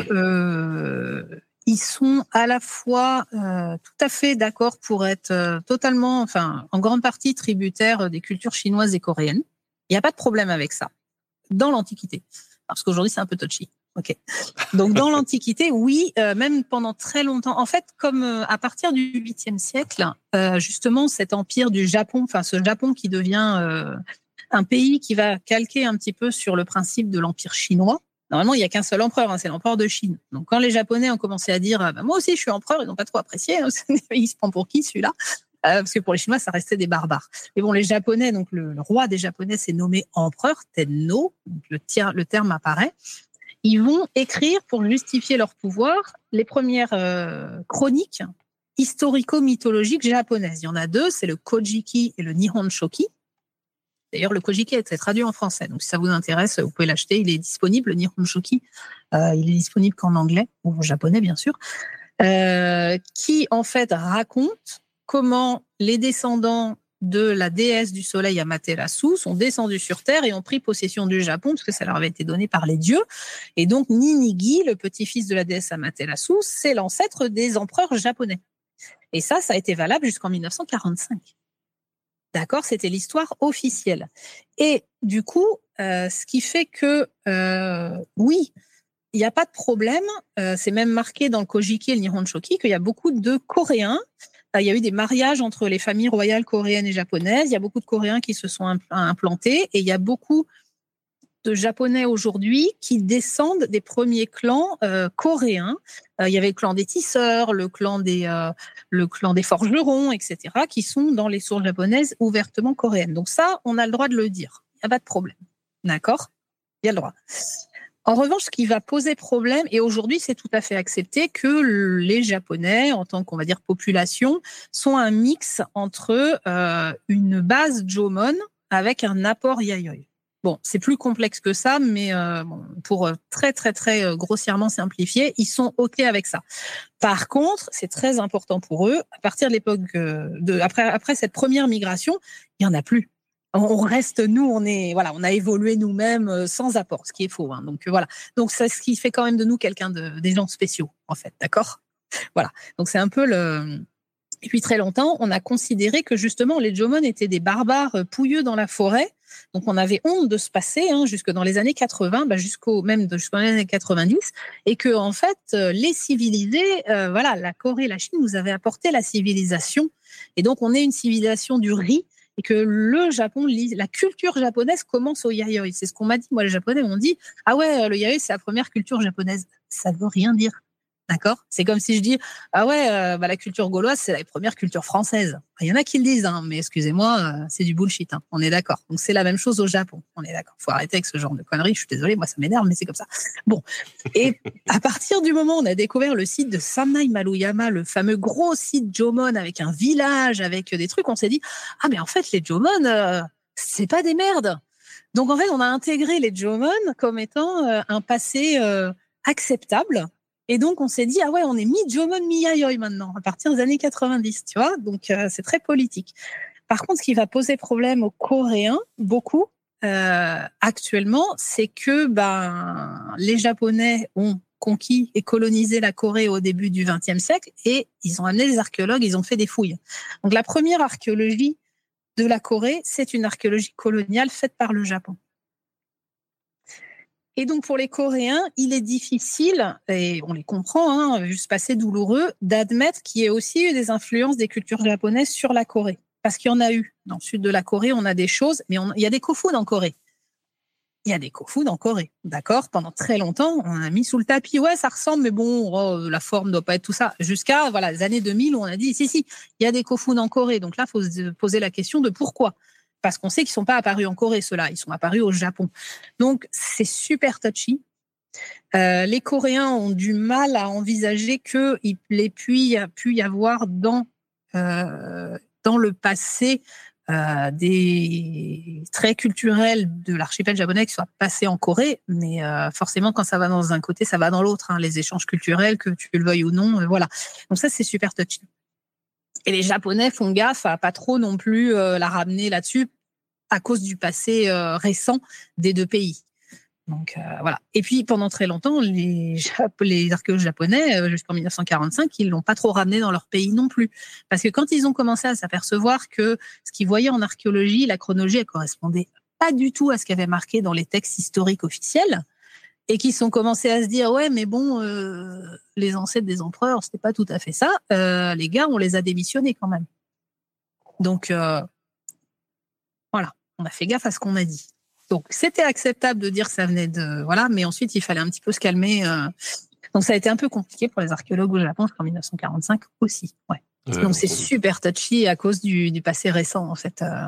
euh, ils sont à la fois euh, tout à fait d'accord pour être euh, totalement, enfin, en grande partie tributaires des cultures chinoises et coréennes. Il n'y a pas de problème avec ça dans l'Antiquité, parce qu'aujourd'hui c'est un peu touchy. Ok. Donc dans l'Antiquité, oui, euh, même pendant très longtemps. En fait, comme euh, à partir du huitième siècle, euh, justement, cet empire du Japon, enfin ce Japon qui devient euh, un pays qui va calquer un petit peu sur le principe de l'empire chinois. Normalement, il n'y a qu'un seul empereur, hein, c'est l'empereur de Chine. Donc, quand les Japonais ont commencé à dire bah, « moi aussi, je suis empereur », ils n'ont pas trop apprécié. Hein, il se prend pour qui, celui-là euh, Parce que pour les Chinois, ça restait des barbares. Mais bon, les Japonais, donc le, le roi des Japonais s'est nommé empereur, Tenno, donc le, tiers, le terme apparaît. Ils vont écrire, pour justifier leur pouvoir, les premières euh, chroniques historico-mythologiques japonaises. Il y en a deux, c'est le Kojiki et le Nihon Shoki. D'ailleurs, le Kojiki a été traduit en français. Donc, si ça vous intéresse, vous pouvez l'acheter. Il est disponible. Le Nihon Shoki, euh, il est disponible qu'en anglais, ou en japonais, bien sûr, euh, qui, en fait, raconte comment les descendants de la déesse du soleil Amaterasu sont descendus sur Terre et ont pris possession du Japon, parce que ça leur avait été donné par les dieux. Et donc, Ninigi, le petit-fils de la déesse Amaterasu, c'est l'ancêtre des empereurs japonais. Et ça, ça a été valable jusqu'en mille neuf cent quarante-cinq. D'accord, c'était l'histoire officielle. Et du coup, euh, ce qui fait que, euh, oui, il n'y a pas de problème. Euh, c'est même marqué dans le Kojiki et le Nihon Shoki qu'il y a beaucoup de Coréens. Euh, il y a eu des mariages entre les familles royales coréennes et japonaises. Il y a beaucoup de Coréens qui se sont implantés. Et il y a beaucoup de Japonais aujourd'hui qui descendent des premiers clans euh, coréens. Euh, il y avait le clan des tisseurs, le clan des, euh, le clan des forgerons, et cetera, qui sont dans les sources japonaises ouvertement coréennes. Donc ça, on a le droit de le dire. Il n'y a pas de problème. D'accord ? Il y a le droit. En revanche, ce qui va poser problème, et aujourd'hui c'est tout à fait accepté, que les Japonais, en tant qu'on va dire population, sont un mix entre euh, une base Jomon avec un apport Yayoi. Bon, c'est plus complexe que ça, mais euh, bon, pour très, très, très grossièrement simplifier, ils sont OK avec ça. Par contre, c'est très important pour eux, à partir de l'époque, de, après, après cette première migration, il n'y en a plus. On reste, nous, on est, voilà, on a évolué nous-mêmes sans apport, ce qui est faux. Hein, donc, voilà. Donc, c'est ce qui fait quand même de nous quelqu'un de, des gens spéciaux, en fait. D'accord ? Voilà. Donc, c'est un peu le... Depuis très longtemps, on a considéré que justement les Jomon étaient des barbares pouilleux dans la forêt. Donc on avait honte de se passer hein, jusque dans les années quatre-vingts, bah, jusqu'au même jusqu'aux années quatre-vingt-dix, et que en fait les civilisés, euh, voilà, la Corée, et la Chine nous avaient apporté la civilisation, et donc on est une civilisation du riz, et que le Japon, la culture japonaise commence au Yayoi. C'est ce qu'on m'a dit. Moi, les Japonais m'ont dit ah ouais, le Yayoi c'est la première culture japonaise. Ça veut rien dire. D'accord ? C'est comme si je dis ah ouais, euh, bah, la culture gauloise, c'est la première culture française. Il y en a qui le disent, hein, mais excusez-moi, euh, c'est du bullshit. Hein, on est d'accord. Donc c'est la même chose au Japon. On est d'accord. Faut arrêter avec ce genre de conneries. Je suis désolée, moi ça m'énerve, mais c'est comme ça. Bon. Et à partir du moment où on a découvert le site de Sannai Maruyama, le fameux gros site Jomon avec un village, avec des trucs, on s'est dit ah mais en fait les Jomon, euh, c'est pas des merdes. Donc en fait on a intégré les Jomon comme étant euh, un passé euh, acceptable. Et donc, on s'est dit, ah ouais, on est mi-Jomon, mi-Yayoi maintenant, à partir des années quatre-vingt-dix, tu vois. Donc, euh, c'est très politique. Par contre, ce qui va poser problème aux Coréens, beaucoup, euh, actuellement, c'est que ben, les Japonais ont conquis et colonisé la Corée au début du vingtième siècle et ils ont amené des archéologues, ils ont fait des fouilles. Donc, la première archéologie de la Corée, c'est une archéologie coloniale faite par le Japon. Et donc, pour les Coréens, il est difficile, et on les comprend, hein, vu ce passé douloureux, d'admettre qu'il y ait aussi eu des influences des cultures japonaises sur la Corée. Parce qu'il y en a eu. Dans le sud de la Corée, on a des choses, mais on, il y a des kofun en Corée. Il y a des kofun en Corée, d'accord ? Pendant très longtemps, on a mis sous le tapis. Ouais, ça ressemble, mais bon, oh, la forme ne doit pas être tout ça. Jusqu'à voilà, les années deux mille, où on a dit, si, si, il y a des kofun en Corée. Donc là, il faut se poser la question de pourquoi ? Parce qu'on sait qu'ils ne sont pas apparus en Corée, ceux-là. Ils sont apparus au Japon. Donc, c'est super touchy. Euh, les Coréens ont du mal à envisager qu'il ait pu, pu y avoir dans, euh, dans le passé euh, des traits culturels de l'archipel japonais qui soient passés en Corée. Mais euh, forcément, quand ça va dans un côté, ça va dans l'autre. Hein, les échanges culturels, que tu le veuilles ou non. Euh, voilà. Donc ça, c'est super touchy. Et les Japonais font gaffe à pas trop non plus euh, la ramener là-dessus à cause du passé euh, récent des deux pays. Donc euh, voilà. Et puis pendant très longtemps, les, Jap- les archéologues japonais, euh, jusqu'en dix-neuf cent quarante-cinq, ils l'ont pas trop ramené dans leur pays non plus. Parce que quand ils ont commencé à s'apercevoir que ce qu'ils voyaient en archéologie, la chronologie, elle correspondait pas du tout à ce qu'il y avait marqué dans les textes historiques officiels, et qui sont commencés à se dire ouais mais bon euh, les ancêtres des empereurs c'était pas tout à fait ça, euh, les gars on les a démissionnés quand même. Donc euh, voilà, on a fait gaffe à ce qu'on a dit. Donc c'était acceptable de dire que ça venait de voilà, mais ensuite il fallait un petit peu se calmer. Euh, donc ça a été un peu compliqué pour les archéologues au Japon jusqu'en dix-neuf cent quarante-cinq aussi. Ouais. Ouais donc c'est super touchy à cause du, du passé récent en fait. Euh,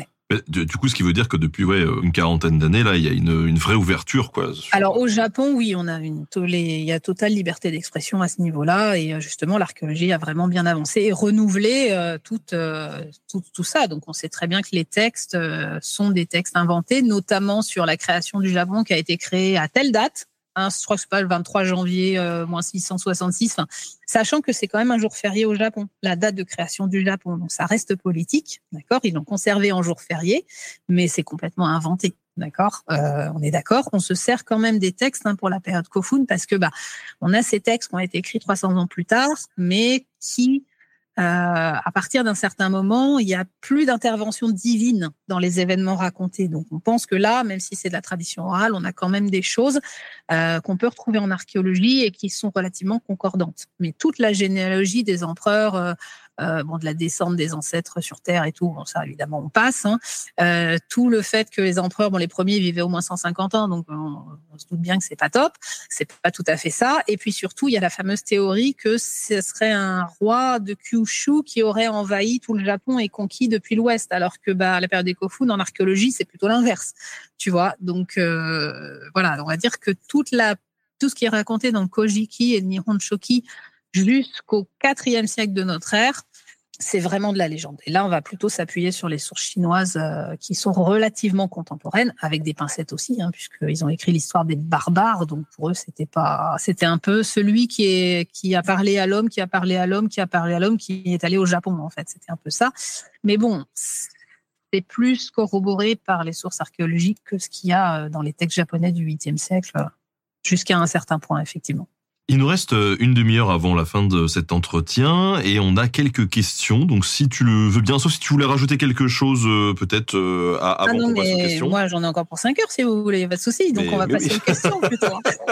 Du coup, ce qui veut dire que depuis ouais, une quarantaine d'années, là, il y a une, une vraie ouverture, quoi. Sur... Alors, au Japon, oui, on a une, il y a totale liberté d'expression à ce niveau-là. Et justement, l'archéologie a vraiment bien avancé et renouvelé euh, tout, euh, tout, tout ça. Donc, on sait très bien que les textes euh, sont des textes inventés, notamment sur la création du Japon qui a été créée à telle date. Hein, je crois que c'est pas le vingt-trois janvier, euh, moins six cent soixante-six. Enfin, sachant que c'est quand même un jour férié au Japon, la date de création du Japon. Donc, ça reste politique, d'accord ? Ils l'ont conservé en jour férié, mais c'est complètement inventé, d'accord ? euh, On est d'accord. On se sert quand même des textes hein, pour la période Kofun parce que bah, on a ces textes qui ont été écrits trois cents ans plus tard, mais qui Euh, à partir d'un certain moment, il n'y a plus d'intervention divine dans les événements racontés. Donc, on pense que là, même si c'est de la tradition orale, on a quand même des choses euh, qu'on peut retrouver en archéologie et qui sont relativement concordantes. Mais toute la généalogie des empereurs, euh, euh, bon, de la descente des ancêtres sur Terre et tout, bon, ça, évidemment, on passe. Hein. Euh, tout le fait que les empereurs, bon, les premiers vivaient au moins cent cinquante ans, donc on, on se doute bien que c'est pas top. C'est pas tout à fait ça. Et puis surtout, il y a la fameuse théorie que ce serait un roi de Kyushu qui aurait envahi tout le Japon et conquis depuis l'Ouest, alors que bah, à la période des Kofun, en archéologie, c'est plutôt l'inverse. Tu vois, donc euh, voilà, on va dire que toute la, tout ce qui est raconté dans le Kojiki et le Nihon Shoki jusqu'au quatrième siècle de notre ère, c'est vraiment de la légende. Et là, on va plutôt s'appuyer sur les sources chinoises euh, qui sont relativement contemporaines, avec des pincettes aussi, hein, puisqu'ils ont écrit l'histoire des barbares. Donc pour eux, c'était pas, c'était un peu celui qui est qui a parlé à l'homme, qui a parlé à l'homme, qui a parlé à l'homme, qui est allé au Japon. En fait, c'était un peu ça. Mais bon, c'est plus corroboré par les sources archéologiques que ce qu'il y a dans les textes japonais du huitième siècle, jusqu'à un certain point, effectivement. Il nous reste une demi-heure avant la fin de cet entretien et on a quelques questions. Donc, si tu le veux bien, sauf si tu voulais rajouter quelque chose, peut-être à, avant ah non, qu'on passe mais aux questions. Moi, j'en ai encore pour cinq heures, si vous voulez, pas de souci. Donc, mais, on va passer oui. aux questions plutôt.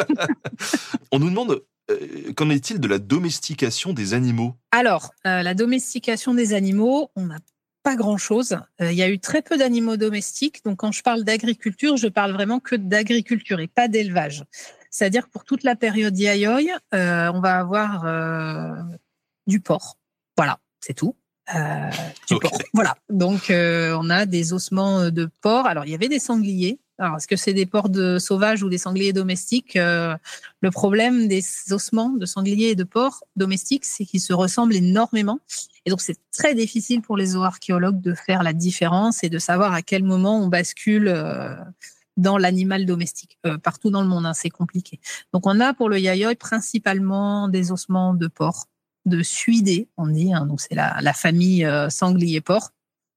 On nous demande, euh, qu'en est-il de la domestication des animaux ? Alors, euh, la domestication des animaux, on n'a pas grand-chose. Il euh, y a eu très peu d'animaux domestiques. Donc, quand je parle d'agriculture, je parle vraiment que d'agriculture et pas d'élevage. C'est-à-dire que pour toute la période Yayoi, euh, on va avoir euh, du porc. Voilà, c'est tout. Euh, du Okay. porc. Voilà. Donc, euh, on a des ossements de porc. Alors, il y avait des sangliers. Alors, est-ce que c'est des porcs de sauvages ou des sangliers domestiques? euh, Le problème des ossements de sangliers et de porcs domestiques, c'est qu'ils se ressemblent énormément. Et donc, c'est très difficile pour les zooarchéologues de faire la différence et de savoir à quel moment on bascule euh, dans l'animal domestique. Euh, partout dans le monde, hein, c'est compliqué. Donc, on a pour le Yayoi principalement des ossements de porc, de suidés, on dit. Hein, donc, c'est la, la famille euh, sanglier-porc.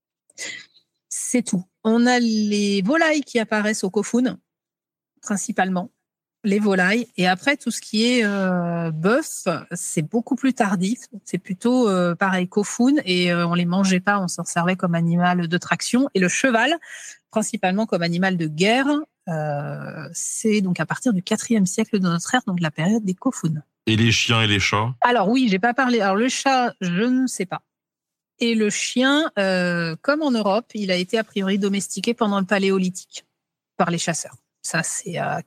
C'est tout. On a les volailles qui apparaissent au Kofun, principalement. Les volailles. Et après, tout ce qui est euh, bœuf, c'est beaucoup plus tardif. C'est plutôt euh, pareil, Kofun. Et euh, on les mangeait pas, on s'en servait comme animal de traction. Et le cheval, principalement comme animal de guerre, euh, c'est donc à partir du quatrième siècle de notre ère, donc la période des Kofun. Et les chiens et les chats? Alors oui, j'ai pas parlé. Alors le chat, je ne sais pas. Et le chien, euh, comme en Europe, il a été a priori domestiqué pendant le Paléolithique par les chasseurs. Ça, c'est euh,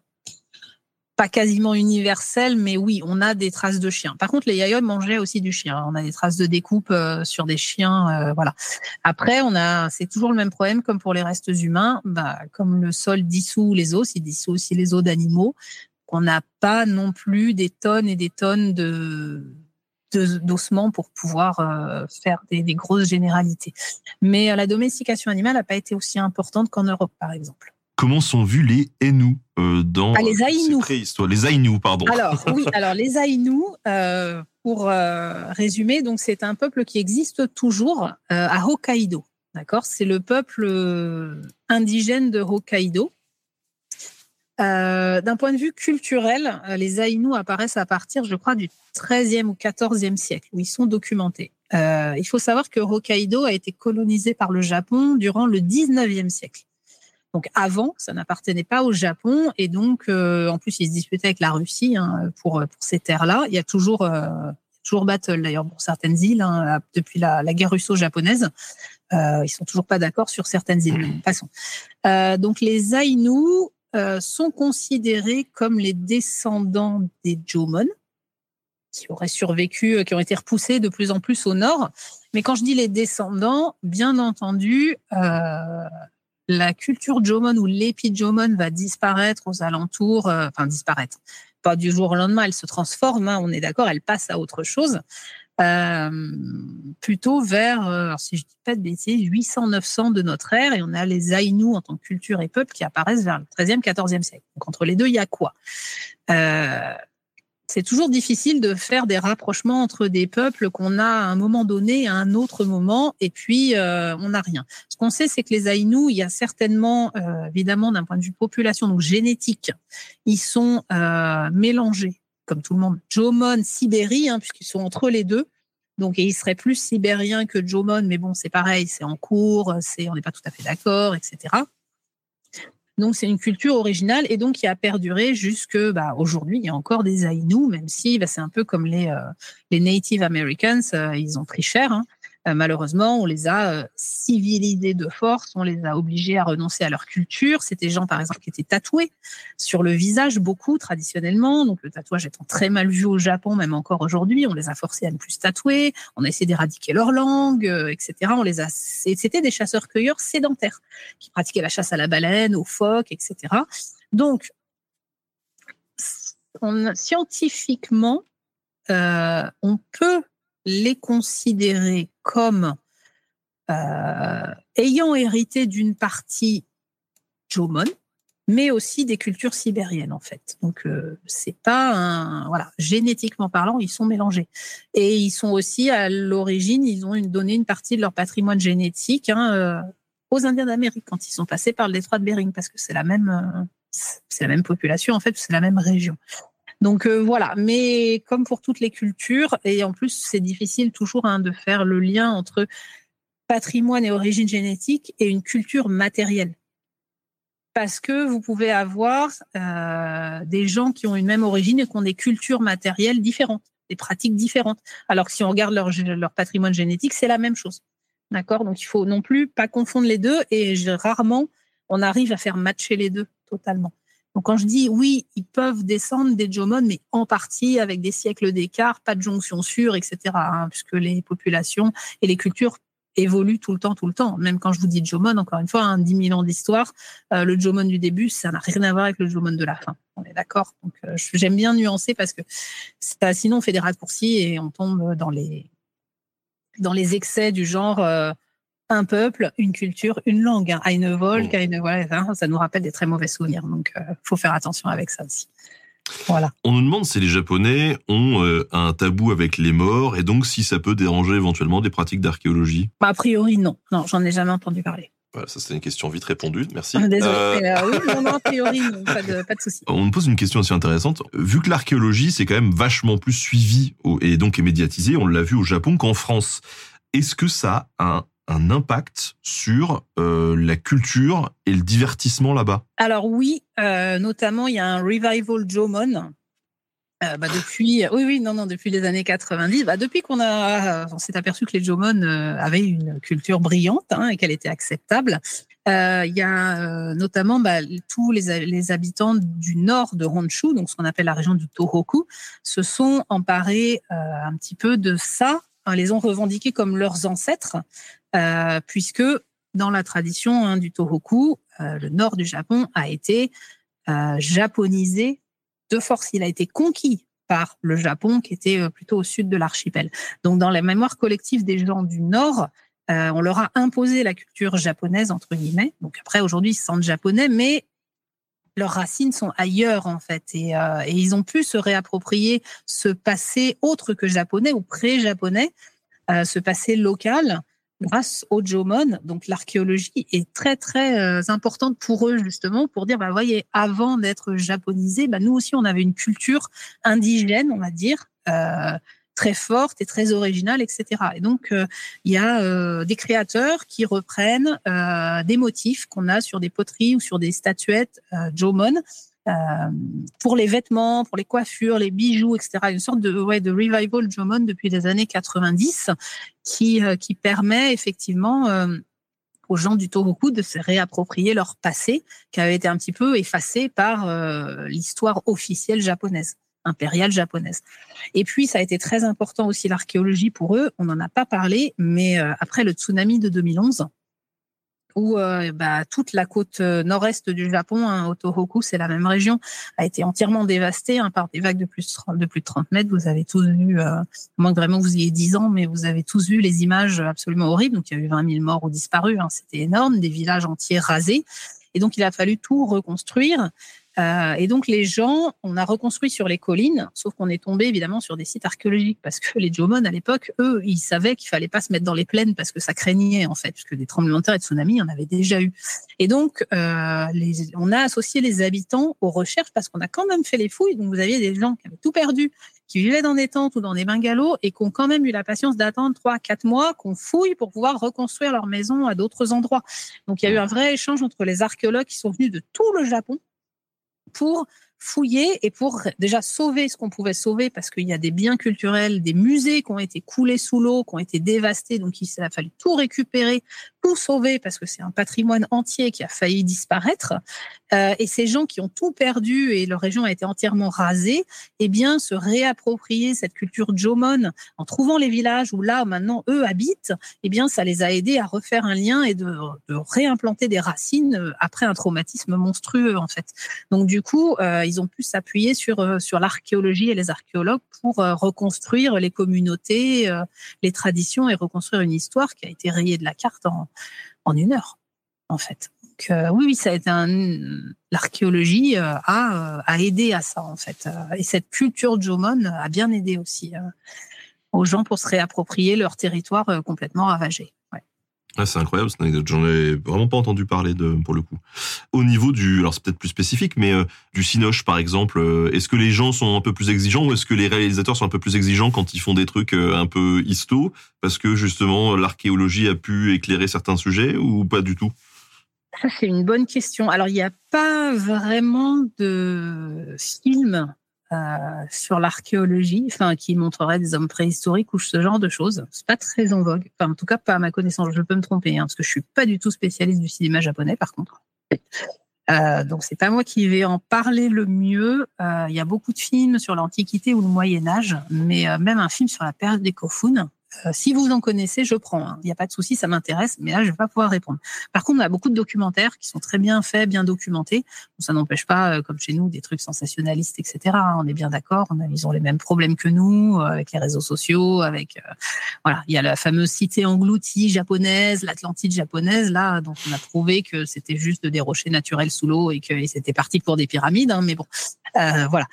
pas quasiment universel, mais oui, on a des traces de chiens. Par contre, les Yayoi mangeaient aussi du chien. On a des traces de découpe euh, sur des chiens, euh, voilà. Après, on a, c'est toujours le même problème comme pour les restes humains. Bah, comme le sol dissout les os, il dissout aussi les os d'animaux. On n'a pas non plus des tonnes et des tonnes de d'ossements pour pouvoir euh, faire des, des grosses généralités. Mais euh, la domestication animale n'a pas été aussi importante qu'en Europe, par exemple. Comment sont vus les Aïnous euh, dans ah, les Aïnous. préhistoires? Les Aïnous, pardon. Alors, oui, alors les Aïnous, euh, pour euh, résumer, donc c'est un peuple qui existe toujours euh, à Hokkaido. D'accord ? C'est le peuple euh, indigène de Hokkaido. Euh, d'un point de vue culturel, les Aïnous apparaissent à partir, je crois, du treizième ou quatorzième siècle, où ils sont documentés. Euh, il faut savoir que Hokkaido a été colonisé par le Japon durant le dix-neuvième siècle. Donc avant, ça n'appartenait pas au Japon, et donc euh, en plus ils se disputaient avec la Russie hein, pour, pour ces terres-là. Il y a toujours, euh, toujours battle d'ailleurs pour certaines îles hein, depuis la, la guerre russo-japonaise. Euh, ils sont toujours pas d'accord sur certaines îles. Passons. Euh, donc les Aïnous Euh, sont considérés comme les descendants des Jomon, qui auraient survécu, qui ont été repoussés de plus en plus au nord. Mais quand je dis les descendants, bien entendu, euh, la culture Jomon ou l'épi-Jomon va disparaître aux alentours, euh, enfin disparaître, pas du jour au lendemain, elle se transforme, hein, on est d'accord, elle passe à autre chose. Euh, plutôt vers, alors si je dis pas de bêtises, huit cents neuf cents de notre ère, et on a les Aïnous en tant que culture et peuple qui apparaissent vers le treizième quatorzième siècle. Donc entre les deux, il y a quoi ? euh, C'est toujours difficile de faire des rapprochements entre des peuples qu'on a à un moment donné, à un autre moment, et puis euh, on n'a rien. Ce qu'on sait, c'est que les Aïnous, il y a certainement, euh, évidemment, d'un point de vue population, donc génétique, ils sont euh, mélangés. Comme tout le monde, Jomon, Sibérie, hein, puisqu'ils sont entre les deux. Donc, et ils seraient plus sibériens que Jomon, mais bon, c'est pareil, c'est en cours, c'est, on n'est pas tout à fait d'accord, et cetera. Donc, c'est une culture originale et donc qui a perduré jusque bah, aujourd'hui. Il y a encore des Aïnous, même si bah, c'est un peu comme les, euh, les Native Americans, euh, ils ont pris cher. Hein. Euh, malheureusement, on les a euh, civilisés de force, on les a obligés à renoncer à leur culture. C'était des gens, par exemple, qui étaient tatoués sur le visage, beaucoup, traditionnellement. Donc, le tatouage étant très mal vu au Japon, même encore aujourd'hui, on les a forcés à ne plus se tatouer. On a essayé d'éradiquer leur langue, euh, et cetera. On les a... C'était des chasseurs-cueilleurs sédentaires qui pratiquaient la chasse à la baleine, aux phoques, et cetera. Donc, on... scientifiquement, euh, on peut les considérer comme euh, ayant hérité d'une partie Jomon, mais aussi des cultures sibériennes en fait. Donc euh, c'est pas un voilà génétiquement parlant, ils sont mélangés et ils sont aussi à l'origine, ils ont une, donné une partie de leur patrimoine génétique hein, euh, aux Indiens d'Amérique quand ils sont passés par le détroit de Bering parce que c'est la même euh, c'est la même population en fait, c'est la même région. Donc euh, voilà, mais comme pour toutes les cultures, et en plus c'est difficile toujours hein, de faire le lien entre patrimoine et origine génétique et une culture matérielle. Parce que vous pouvez avoir euh, des gens qui ont une même origine et qui ont des cultures matérielles différentes, des pratiques différentes. Alors que si on regarde leur, leur patrimoine génétique, c'est la même chose. D'accord ? Donc il faut non plus pas confondre les deux et rarement on arrive à faire matcher les deux totalement. Donc quand je dis oui, ils peuvent descendre des Jomon, mais en partie avec des siècles d'écart, pas de jonction sûre, et cetera. Hein, puisque les populations et les cultures évoluent tout le temps, tout le temps. Même quand je vous dis Jomon, encore une fois, hein, dix mille ans d'histoire, euh, le Jomon du début, ça n'a rien à voir avec le Jomon de la fin. On est d'accord. Donc euh, j'aime bien nuancer parce que ça, sinon on fait des raccourcis et on tombe dans les dans les excès du genre euh, un peuple, une culture, une langue. Hein, une volque, une voilà, hein, ça nous rappelle des très mauvais souvenirs. Donc euh, faut faire attention avec ça aussi. Voilà. On nous demande si les Japonais ont euh, un tabou avec les morts et donc si ça peut déranger éventuellement des pratiques d'archéologie. Bah, a priori, non. Non, j'en ai jamais entendu parler. Voilà, ça c'est une question vite répondue, merci. Ah, désolé, euh... mais euh, oui, non, non, a priori, non, pas de, pas de souci. On me pose une question assez intéressante. Vu que l'archéologie, c'est quand même vachement plus suivi et donc est médiatisé, on l'a vu au Japon qu'en France. Est-ce que ça a un un impact sur euh, la culture et le divertissement là-bas? Alors oui, euh, notamment il y a un revival Jomon. Euh, bah depuis, oui, oui, non, non, depuis les années quatre-vingt-dix, bah depuis qu'on a, on s'est aperçu que les Jomon euh, avaient une culture brillante hein, et qu'elle était acceptable. Euh, il y a euh, notamment bah, tous les, les habitants du nord de Honshu, donc ce qu'on appelle la région du Tohoku, se sont emparés euh, un petit peu de ça, hein, les ont revendiqués comme leurs ancêtres. Euh, puisque dans la tradition hein, du Tohoku, euh, le nord du Japon a été euh, japonisé de force. Il a été conquis par le Japon, qui était euh, plutôt au sud de l'archipel. Donc, dans la mémoire collective des gens du nord, euh, on leur a imposé la culture japonaise, entre guillemets. Donc, après, aujourd'hui, ils se sentent japonais, mais leurs racines sont ailleurs, en fait. Et, euh, et ils ont pu se réapproprier ce passé autre que japonais ou pré-japonais, euh, ce passé local, grâce au Jomon. Donc l'archéologie est très très euh, importante pour eux justement pour dire bah voyez avant d'être japonisé bah nous aussi on avait une culture indigène on va dire euh, très forte et très originale et cetera. Et donc il euh, y a euh, des créateurs qui reprennent euh, des motifs qu'on a sur des poteries ou sur des statuettes euh, Jomon. Euh, pour les vêtements, pour les coiffures, les bijoux, et cetera. Une sorte de, ouais, de revival Jomon depuis les années quatre-vingt-dix qui, euh, qui permet effectivement euh, aux gens du Tohoku de se réapproprier leur passé qui avait été un petit peu effacé par euh, l'histoire officielle japonaise, impériale japonaise. Et puis, ça a été très important aussi l'archéologie pour eux. On n'en a pas parlé, mais euh, après le tsunami de deux mille onze, où euh, bah, toute la côte nord-est du Japon, hein, au Tohoku, c'est la même région, a été entièrement dévastée hein, par des vagues de plus de plus de trente mètres. Vous avez tous vu, euh, à moins que vraiment vous ayez dix ans, mais vous avez tous vu les images absolument horribles. Donc, il y a eu vingt mille morts ou disparus. Hein, c'était énorme, des villages entiers rasés. Et donc, il a fallu tout reconstruire. Euh, et donc, les gens, on a reconstruit sur les collines, sauf qu'on est tombé évidemment sur des sites archéologiques parce que les Jomon, à l'époque, eux, ils savaient qu'il fallait pas se mettre dans les plaines parce que ça craignait, en fait, puisque des tremblements de terre et de tsunamis, il y en avait déjà eu. Et donc, euh, les, on a associé les habitants aux recherches parce qu'on a quand même fait les fouilles. Donc, vous aviez des gens qui avaient tout perdu, qui vivaient dans des tentes ou dans des bungalows et qui ont quand même eu la patience d'attendre trois, quatre mois qu'on fouille pour pouvoir reconstruire leur maison à d'autres endroits. Donc, il y a eu un vrai échange entre les archéologues qui sont venus de tout le Japon pour fouiller et pour déjà sauver ce qu'on pouvait sauver parce qu'il y a des biens culturels, des musées qui ont été coulés sous l'eau, qui ont été dévastés, donc il a fallu tout récupérer, tout sauver parce que c'est un patrimoine entier qui a failli disparaître. Euh, et ces gens qui ont tout perdu et leur région a été entièrement rasée, eh bien se réapproprier cette culture Jomon en trouvant les villages où là maintenant eux habitent, eh bien ça les a aidés à refaire un lien et de, de réimplanter des racines après un traumatisme monstrueux en fait. Donc du coup, euh, ils ont pu s'appuyer sur euh, sur l'archéologie et les archéologues pour euh, reconstruire les communautés, euh, les traditions et reconstruire une histoire qui a été rayée de la carte en en une heure en fait. Donc euh, oui, oui, ça a été un l'archéologie euh, a a aidé à ça en fait. Et cette culture Jomon a bien aidé aussi euh, aux gens pour se réapproprier leur territoire euh, complètement ravagé. Ouais. Ah, c'est incroyable cette anecdote, j'en ai vraiment pas entendu parler de pour le coup. Au niveau du, alors c'est peut-être plus spécifique, mais euh, du cinoche par exemple, euh, est-ce que les gens sont un peu plus exigeants ou est-ce que les réalisateurs sont un peu plus exigeants quand ils font des trucs euh, un peu histo parce que justement l'archéologie a pu éclairer certains sujets ou pas du tout? Ça c'est une bonne question. Alors il n'y a pas vraiment de film Euh, sur l'archéologie, enfin qui montrerait des hommes préhistoriques ou ce genre de choses. C'est pas très en vogue. Enfin, en tout cas, pas à ma connaissance. Je peux me tromper, hein, parce que je suis pas du tout spécialiste du cinéma japonais, par contre. Euh, donc c'est pas moi qui vais en parler le mieux. Euh, il y a beaucoup de films sur l'Antiquité ou le Moyen Âge, mais euh, même un film sur la période des Kofun. Euh, si vous en connaissez, je prends. Hein. Il n'y a pas de souci, ça m'intéresse, mais là, je vais pas pouvoir répondre. Par contre, on a beaucoup de documentaires qui sont très bien faits, bien documentés. Bon, ça n'empêche pas, euh, comme chez nous, des trucs sensationnalistes, et cetera. Hein. On est bien d'accord. On a, ils ont les mêmes problèmes que nous, euh, avec les réseaux sociaux, avec euh, voilà. Il y a la fameuse cité engloutie japonaise, l'Atlantide japonaise, là, dont on a prouvé que c'était juste des rochers naturels sous l'eau et que c'était parti pour des pyramides. Hein, mais bon, euh, voilà.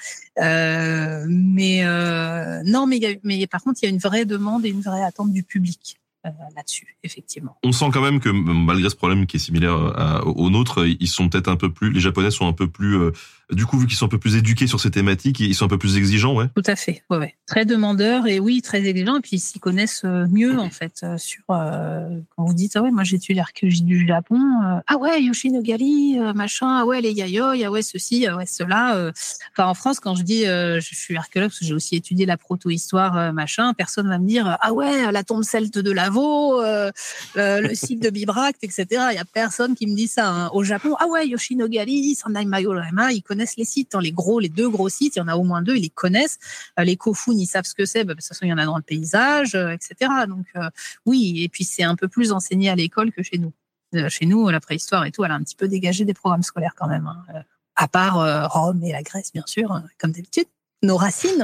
Euh, mais euh, non, mais, y a, mais par contre, il y a une vraie demande et une vraie attente du public euh, là-dessus, effectivement. On sent quand même que malgré ce problème qui est similaire à, au nôtre, ils sont peut-être un peu plus, les Japonais sont un peu plus, euh, du coup, vu qu'ils sont un peu plus éduqués sur ces thématiques, ils sont un peu plus exigeants, ouais. Tout à fait, ouais, ouais. Très demandeurs et oui, très exigeants. Et puis ils s'y connaissent mieux en fait euh, sur euh, quand vous dites ah ouais, moi j'étudie l'archéologie du Japon. Euh, ah ouais, Yoshinogari, euh, machin. Ah ouais, les yayoi. Ah ouais, ceci. Ah ouais, cela. Euh. Enfin en France, quand je dis euh, je suis archéologue parce que j'ai aussi étudié la proto-histoire, euh, machin, personne va me dire ah ouais, la tombe celte de Lavaux, euh, le, le site de Bibracte, et cetera. Il y a personne qui me dit ça. Hein. Au Japon, ah ouais, Yoshinogari, Sendai Mayurama, ils connaissent les sites, hein, les gros, les deux gros sites, il y en a au moins deux, ils les connaissent. Euh, les Kofun, ils savent ce que c'est, bah, de toute façon, il y en a dans le paysage, euh, et cetera. Donc, euh, oui, et puis c'est un peu plus enseigné à l'école que chez nous. Euh, chez nous, la préhistoire et tout, elle a un petit peu dégagé des programmes scolaires quand même. Hein. Euh, à part euh, Rome et la Grèce, bien sûr, hein, comme d'habitude. Nos racines.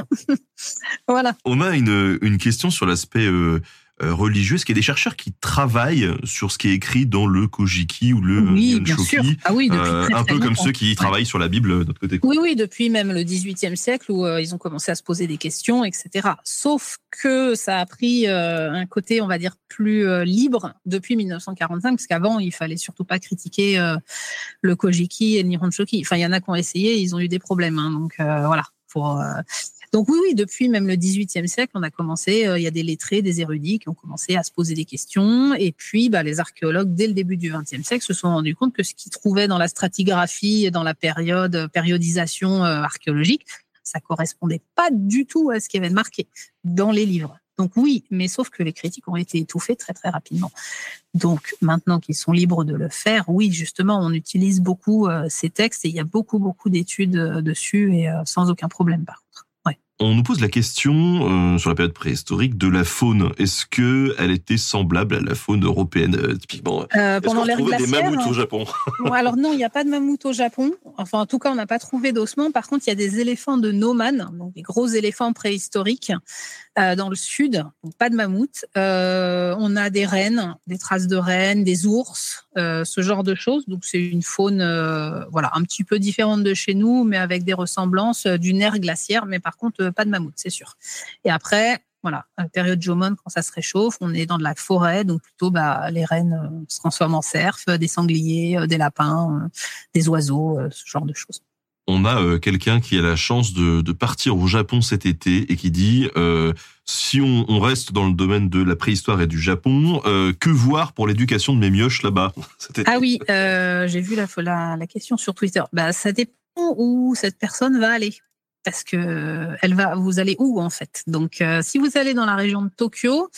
Voilà. On a une, une question sur l'aspect euh, euh, religieux. Est-ce qu'il y a des chercheurs qui travaillent sur ce qui est écrit dans le Kojiki ou le oui, bien sûr. Ah oui, depuis euh, très, très un peu longtemps. comme ceux qui travaillent sur la Bible de notre côté. Oui, oui, depuis même le dix-huitième siècle où euh, ils ont commencé à se poser des questions, et cetera. Sauf que ça a pris euh, un côté, on va dire, plus euh, libre depuis mille neuf cent quarante-cinq, parce qu'avant, il fallait surtout pas critiquer euh, le Kojiki et le Nihon Shoki. Enfin, il y en a qui ont essayé, ils ont eu des problèmes. Hein, donc euh, voilà. Pour, euh... Donc oui, oui, depuis même le dix-huitième siècle, on a commencé, euh, il y a des lettrés, des érudits qui ont commencé à se poser des questions. Et puis, bah, les archéologues, dès le début du vingtième siècle, se sont rendus compte que ce qu'ils trouvaient dans la stratigraphie et dans la période, périodisation euh, archéologique, ça correspondait pas du tout à ce qui avait marqué dans les livres. Donc oui, mais sauf que les critiques ont été étouffées très très rapidement. Donc maintenant qu'ils sont libres de le faire, oui, justement, on utilise beaucoup euh, ces textes et il y a beaucoup beaucoup d'études euh, dessus et euh, sans aucun problème par contre. Ouais. On nous pose la question euh, sur la période préhistorique de la faune. Est-ce que elle était semblable à la faune européenne euh, typiquement? euh, Pendant l'ère glaciaire, des mammouths au Japon? Alors non, il n'y a pas de mammouth au Japon. Enfin, en tout cas, on n'a pas trouvé d'ossements. Par contre, il y a des éléphants de Noman, donc des gros éléphants préhistoriques euh, dans le sud. Donc pas de mammouth. Euh, on a des rennes, des traces de rennes, des ours, euh, ce genre de choses. Donc c'est une faune, euh, voilà, un petit peu différente de chez nous, mais avec des ressemblances d'une ère glaciaire. Mais par contre, pas de mammouth, c'est sûr. Et après, voilà, période Jomon, quand ça se réchauffe, on est dans de la forêt, donc plutôt bah, les rennes euh, se transforment en cerfs, des sangliers, euh, des lapins, euh, des oiseaux, euh, ce genre de choses. On a euh, quelqu'un qui a la chance de, de partir au Japon cet été et qui dit euh, si on, on reste dans le domaine de la préhistoire et du Japon, euh, que voir pour l'éducation de mes mioches là-bas? Ah oui, euh, j'ai vu la, la, la question sur Twitter. Bah, ça dépend où cette personne va aller. Parce que elle va, vous allez où en fait? Donc, euh, si vous allez dans la région de Tokyo,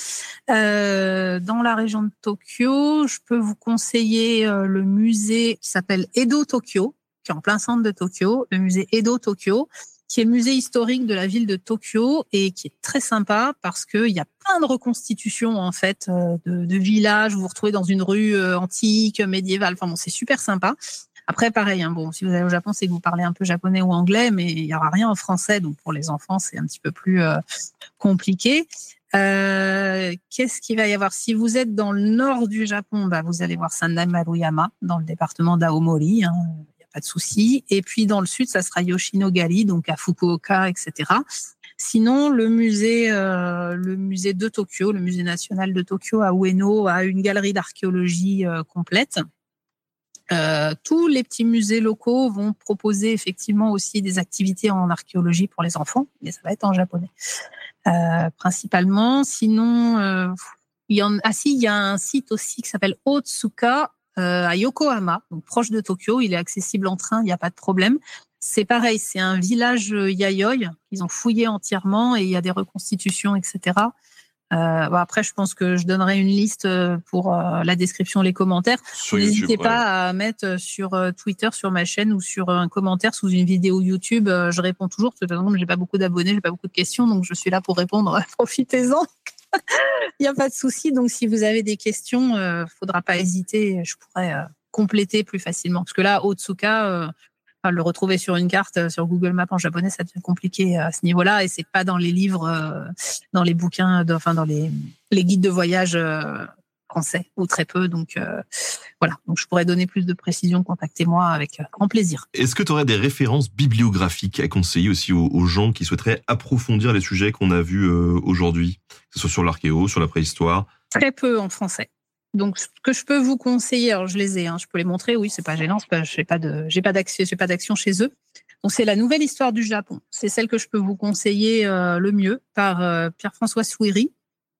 euh, dans la région de Tokyo, je peux vous conseiller euh, le musée qui s'appelle Edo Tokyo, qui est en plein centre de Tokyo, le musée Edo Tokyo, qui est le musée historique de la ville de Tokyo et qui est très sympa parce que il y a plein de reconstitutions en fait euh, de, de villages. Vous vous retrouvez dans une rue euh, antique, médiévale. Enfin bon, c'est super sympa. Après, pareil, hein, bon, si vous allez au Japon, c'est que vous parlez un peu japonais ou anglais, mais il n'y aura rien en français. Donc, pour les enfants, c'est un petit peu plus euh, compliqué. Euh, qu'est-ce qu'il va y avoir? Si vous êtes dans le nord du Japon, bah, vous allez voir Sendai Maruyama, dans le département d'Aomori. Hein, il n'y a pas de souci. Et puis, dans le sud, ça sera Yoshinogari, donc à Fukuoka, et cetera. Sinon, le musée, euh, le musée de Tokyo, le musée national de Tokyo à Ueno, a une galerie d'archéologie euh, complète. Euh, tous les petits musées locaux vont proposer effectivement aussi des activités en archéologie pour les enfants, mais ça va être en japonais euh, principalement. Sinon, euh, il y en, ah si, il y a un site aussi qui s'appelle Otsuka euh, à Yokohama, donc proche de Tokyo. Il est accessible en train, il n'y a pas de problème. C'est pareil, c'est un village yayoi qu'ils ont fouillé entièrement et il y a des reconstitutions, et cetera. Euh, bon, après, je pense que je donnerai une liste pour euh, la description, les commentaires. Sur N'hésitez YouTube, pas ouais. à mettre sur euh, Twitter, sur ma chaîne ou sur un commentaire sous une vidéo YouTube. Euh, je réponds toujours. De toute façon, j'ai pas beaucoup d'abonnés, j'ai pas beaucoup de questions, donc je suis là pour répondre. Profitez-en. Il n'y a pas de souci. Donc, si vous avez des questions, euh, faudra pas hésiter. Je pourrais euh, compléter plus facilement. Parce que là, Otsuka, euh, enfin, le retrouver sur une carte, euh, sur Google Maps en japonais, ça devient compliqué à ce niveau-là. Et c'est pas dans les livres, euh, dans les bouquins, de, enfin dans les, les guides de voyage euh, français, ou très peu. Donc euh, voilà. Donc je pourrais donner plus de précision. Contactez-moi avec grand plaisir. Est-ce que tu aurais des références bibliographiques à conseiller aussi aux, aux gens qui souhaiteraient approfondir les sujets qu'on a vus euh, aujourd'hui, que ce soit sur l'archéo, sur la préhistoire? Très peu en français. Donc, ce que je peux vous conseiller, alors je les ai, hein, je peux les montrer, oui, c'est pas gênant, c'est pas, j'ai pas de, j'ai pas d'action, j'ai pas d'action chez eux. Donc, c'est la nouvelle histoire du Japon. C'est celle que je peux vous conseiller euh, le mieux par euh, Pierre-François Souiri.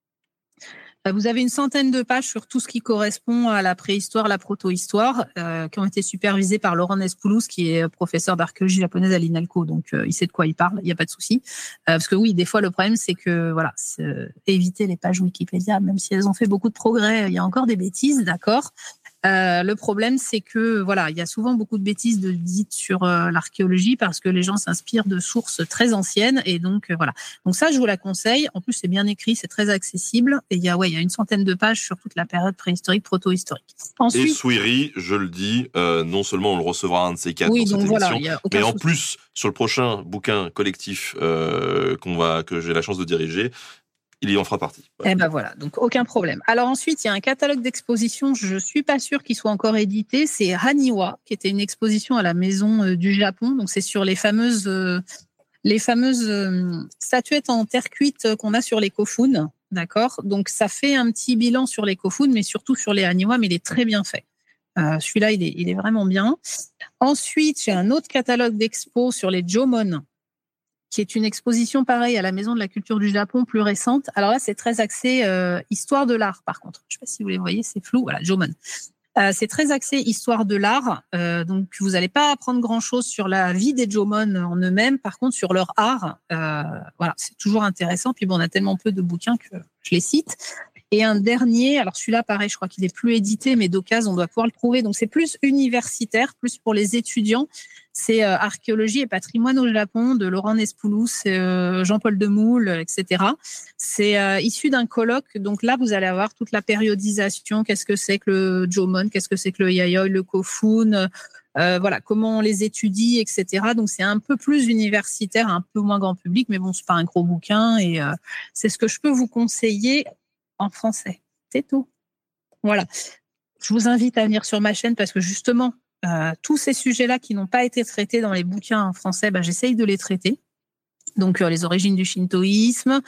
Vous avez une centaine de pages sur tout ce qui correspond à la préhistoire, la proto-histoire, euh, qui ont été supervisées par Laurent Nespoulos, qui est professeur d'archéologie japonaise à l'INALCO. Donc, euh, il sait de quoi il parle, il n'y a pas de souci. Euh, parce que oui, des fois, le problème, c'est que, voilà, c'est, euh, éviter les pages Wikipédia, même si elles ont fait beaucoup de progrès, il y a encore des bêtises, d'accord. Euh, le problème, c'est que voilà, il y a souvent beaucoup de bêtises de dites sur euh, l'archéologie parce que les gens s'inspirent de sources très anciennes et donc euh, voilà. Donc ça, je vous la conseille. En plus, c'est bien écrit, c'est très accessible et il y a ouais, il y a une centaine de pages sur toute la période préhistorique, proto-historique. Ensuite, et Souiri, je le dis, euh, non seulement on le recevra un de ces quatre oui, dans donc cette voilà, émission, mais en souci. Plus sur le prochain bouquin collectif euh, qu'on va que j'ai la chance de diriger. Il y en fera partie. Voilà. Eh ben voilà, donc aucun problème. Alors ensuite, il y a un catalogue d'expositions, je ne suis pas sûre qu'il soit encore édité, c'est Haniwa, qui était une exposition à la Maison euh, du Japon, donc c'est sur les fameuses, euh, les fameuses euh, statuettes en terre cuite euh, qu'on a sur les kofun, d'accord. Donc ça fait un petit bilan sur les kofun, mais surtout sur les Haniwa, mais il est très bien fait. Euh, celui-là, il est, il est vraiment bien. Ensuite, j'ai un autre catalogue d'expos sur les Jomon, qui est une exposition pareille à la Maison de la Culture du Japon, plus récente. Alors là, c'est très axé euh, histoire de l'art, par contre. Je ne sais pas si vous les voyez, c'est flou. Voilà, Jomon. Euh, c'est très axé histoire de l'art. Euh, donc, vous n'allez pas apprendre grand-chose sur la vie des Jomon en eux-mêmes. Par contre, sur leur art, euh, voilà, c'est toujours intéressant. Puis bon, on a tellement peu de bouquins que je les cite. Et un dernier, alors celui-là, pareil, je crois qu'il est plus édité, mais d'occasion, on doit pouvoir le trouver. Donc, c'est plus universitaire, plus pour les étudiants. C'est euh, Archéologie et patrimoine au Japon de Laurent Nespoulos, euh, Jean-Paul Demoule, et cetera. C'est euh, issu d'un colloque. Donc là, vous allez avoir toute la périodisation. Qu'est-ce que c'est que le Jomon? Qu'est-ce que c'est que le Yayoi, le Kofun? Euh, voilà, comment on les étudie, et cetera. Donc, c'est un peu plus universitaire, un peu moins grand public, mais bon, c'est pas un gros bouquin. Et euh, c'est ce que je peux vous conseiller en français. C'est tout. Voilà. Je vous invite à venir sur ma chaîne parce que justement, euh, tous ces sujets-là qui n'ont pas été traités dans les bouquins en français, ben, j'essaye de les traiter. Donc, euh, les origines du shintoïsme,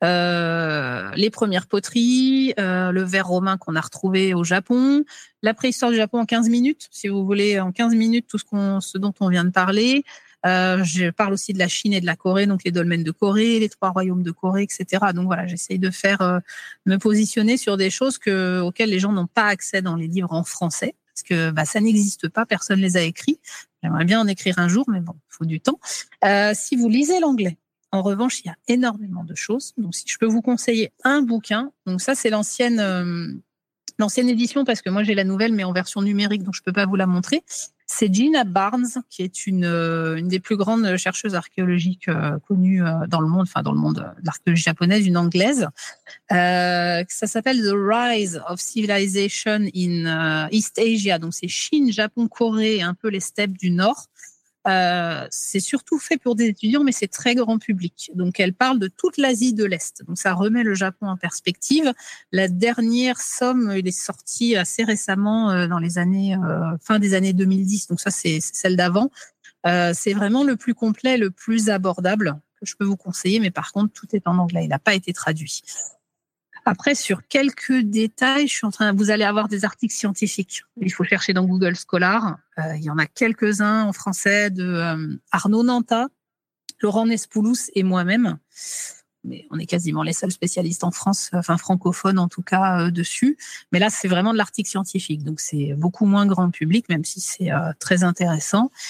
euh, les premières poteries, euh, le verre romain qu'on a retrouvé au Japon, la préhistoire du Japon en quinze minutes, si vous voulez, en quinze minutes, tout ce, qu'on, ce dont on vient de parler. Euh, je parle aussi de la Chine et de la Corée, donc les dolmens de Corée, les trois royaumes de Corée, et cetera. Donc voilà, j'essaye de faire euh, me positionner sur des choses que, auxquelles les gens n'ont pas accès dans les livres en français, parce que bah, ça n'existe pas, personne les a écrits. J'aimerais bien en écrire un jour, mais bon, il faut du temps. Euh, si vous lisez l'anglais, en revanche, il y a énormément de choses. Donc si je peux vous conseiller un bouquin, donc ça c'est l'ancienne euh, l'ancienne édition, parce que moi j'ai la nouvelle, mais en version numérique, donc je peux pas vous la montrer. C'est Gina Barnes, qui est une, une des plus grandes chercheuses archéologiques euh, connues euh, dans le monde, enfin dans le monde de l'archéologie japonaise, une anglaise. Euh, ça s'appelle The Rise of Civilization in uh, East Asia. Donc c'est Chine, Japon, Corée et un peu les steppes du Nord. Euh, c'est surtout fait pour des étudiants, mais c'est très grand public. Donc, elle parle de toute l'Asie de l'Est. Donc, ça remet le Japon en perspective. La dernière somme, il est sorti assez récemment, euh, dans les années, euh, fin des années deux mille dix. Donc, ça, c'est, c'est celle d'avant. Euh, c'est vraiment le plus complet, le plus abordable que je peux vous conseiller. Mais par contre, tout est en anglais. Il n'a pas été traduit. Après, sur quelques détails, je suis en train, vous allez avoir des articles scientifiques. Il faut chercher dans Google Scholar. Euh, il y en a quelques-uns en français de euh, Arnaud Nanta, Laurent Nespoulos et moi-même. Mais on est quasiment les seuls spécialistes en France, enfin francophones en tout cas, euh, dessus. Mais là, c'est vraiment de l'article scientifique. Donc, c'est beaucoup moins grand public, même si c'est euh, très intéressant.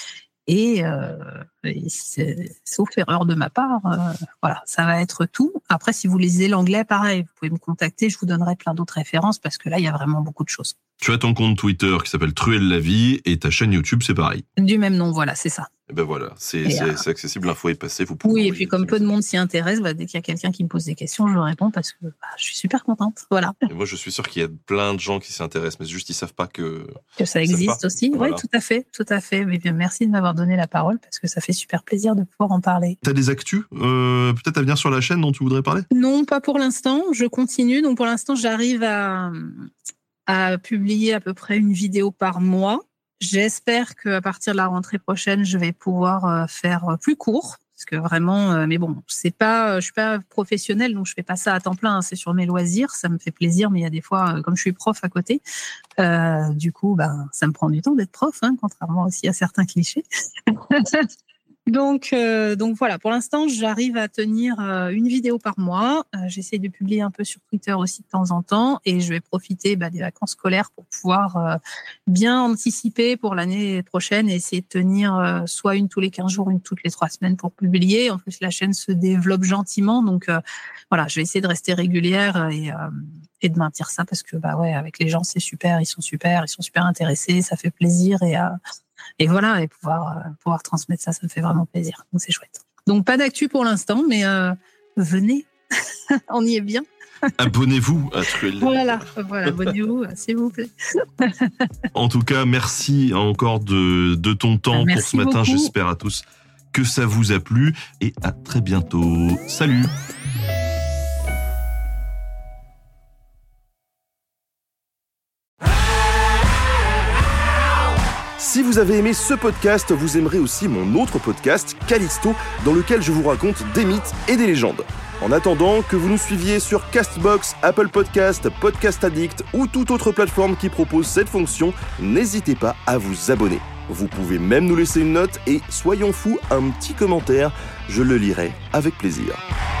Et, euh, et c'est, sauf erreur de ma part, euh, voilà, ça va être tout. Après, si vous lisez l'anglais, pareil, vous pouvez me contacter, je vous donnerai plein d'autres références parce que là, il y a vraiment beaucoup de choses. Tu as ton compte Twitter qui s'appelle Truelle la vie et ta chaîne YouTube, c'est pareil. Du même nom, voilà, c'est ça. Et ben voilà, c'est, et c'est, euh... c'est accessible, l'info est passée. Vous pouvez oui, et puis comme peu de monde s'y intéresse, bah, dès qu'il y a quelqu'un qui me pose des questions, je réponds parce que bah, je suis super contente. Voilà. Et moi, je suis sûr qu'il y a plein de gens qui s'y intéressent, mais juste ils savent pas que que ça existe aussi. Voilà. Oui, tout à fait, tout à fait. Mais bien, merci de m'avoir donné la parole parce que ça fait super plaisir de pouvoir en parler. T'as des actus, euh, peut-être à venir sur la chaîne dont tu voudrais parler ? Non, pas pour l'instant. Je continue. Donc pour l'instant, j'arrive à à publier à peu près une vidéo par mois. J'espère qu'à partir de la rentrée prochaine, je vais pouvoir faire plus court. Parce que vraiment, mais bon, c'est pas, je suis pas professionnelle, donc je fais pas ça à temps plein. C'est sur mes loisirs, ça me fait plaisir, mais il y a des fois, comme je suis prof à côté, euh, du coup, ben, ça me prend du temps d'être prof, hein, contrairement aussi à certains clichés. Donc, euh, donc voilà, pour l'instant, j'arrive à tenir euh, une vidéo par mois. Euh, j'essaie de publier un peu sur Twitter aussi de temps en temps et je vais profiter bah, des vacances scolaires pour pouvoir euh, bien anticiper pour l'année prochaine et essayer de tenir euh, soit une tous les quinze jours, une toutes les trois semaines pour publier. En plus, la chaîne se développe gentiment, donc euh, voilà, je vais essayer de rester régulière et, euh, et de maintenir ça parce que bah ouais, avec les gens, c'est super, ils sont super, ils sont super intéressés, ça fait plaisir et euh, Et voilà, et pouvoir, euh, pouvoir transmettre ça, ça me fait vraiment plaisir. Donc, c'est chouette. Donc, pas d'actu pour l'instant, mais euh, venez, on y est bien. Abonnez-vous à Truelle. Voilà, voilà, abonnez-vous, s'il vous plaît. En tout cas, merci encore de, de ton temps merci pour ce matin. beaucoup. J'espère à tous que ça vous a plu et à très bientôt. Salut! Si vous avez aimé ce podcast, vous aimerez aussi mon autre podcast, Callisto, dans lequel je vous raconte des mythes et des légendes. En attendant, que vous nous suiviez sur Castbox, Apple Podcast, Podcast Addict ou toute autre plateforme qui propose cette fonction, n'hésitez pas à vous abonner. Vous pouvez même nous laisser une note et, soyons fous, un petit commentaire, je le lirai avec plaisir.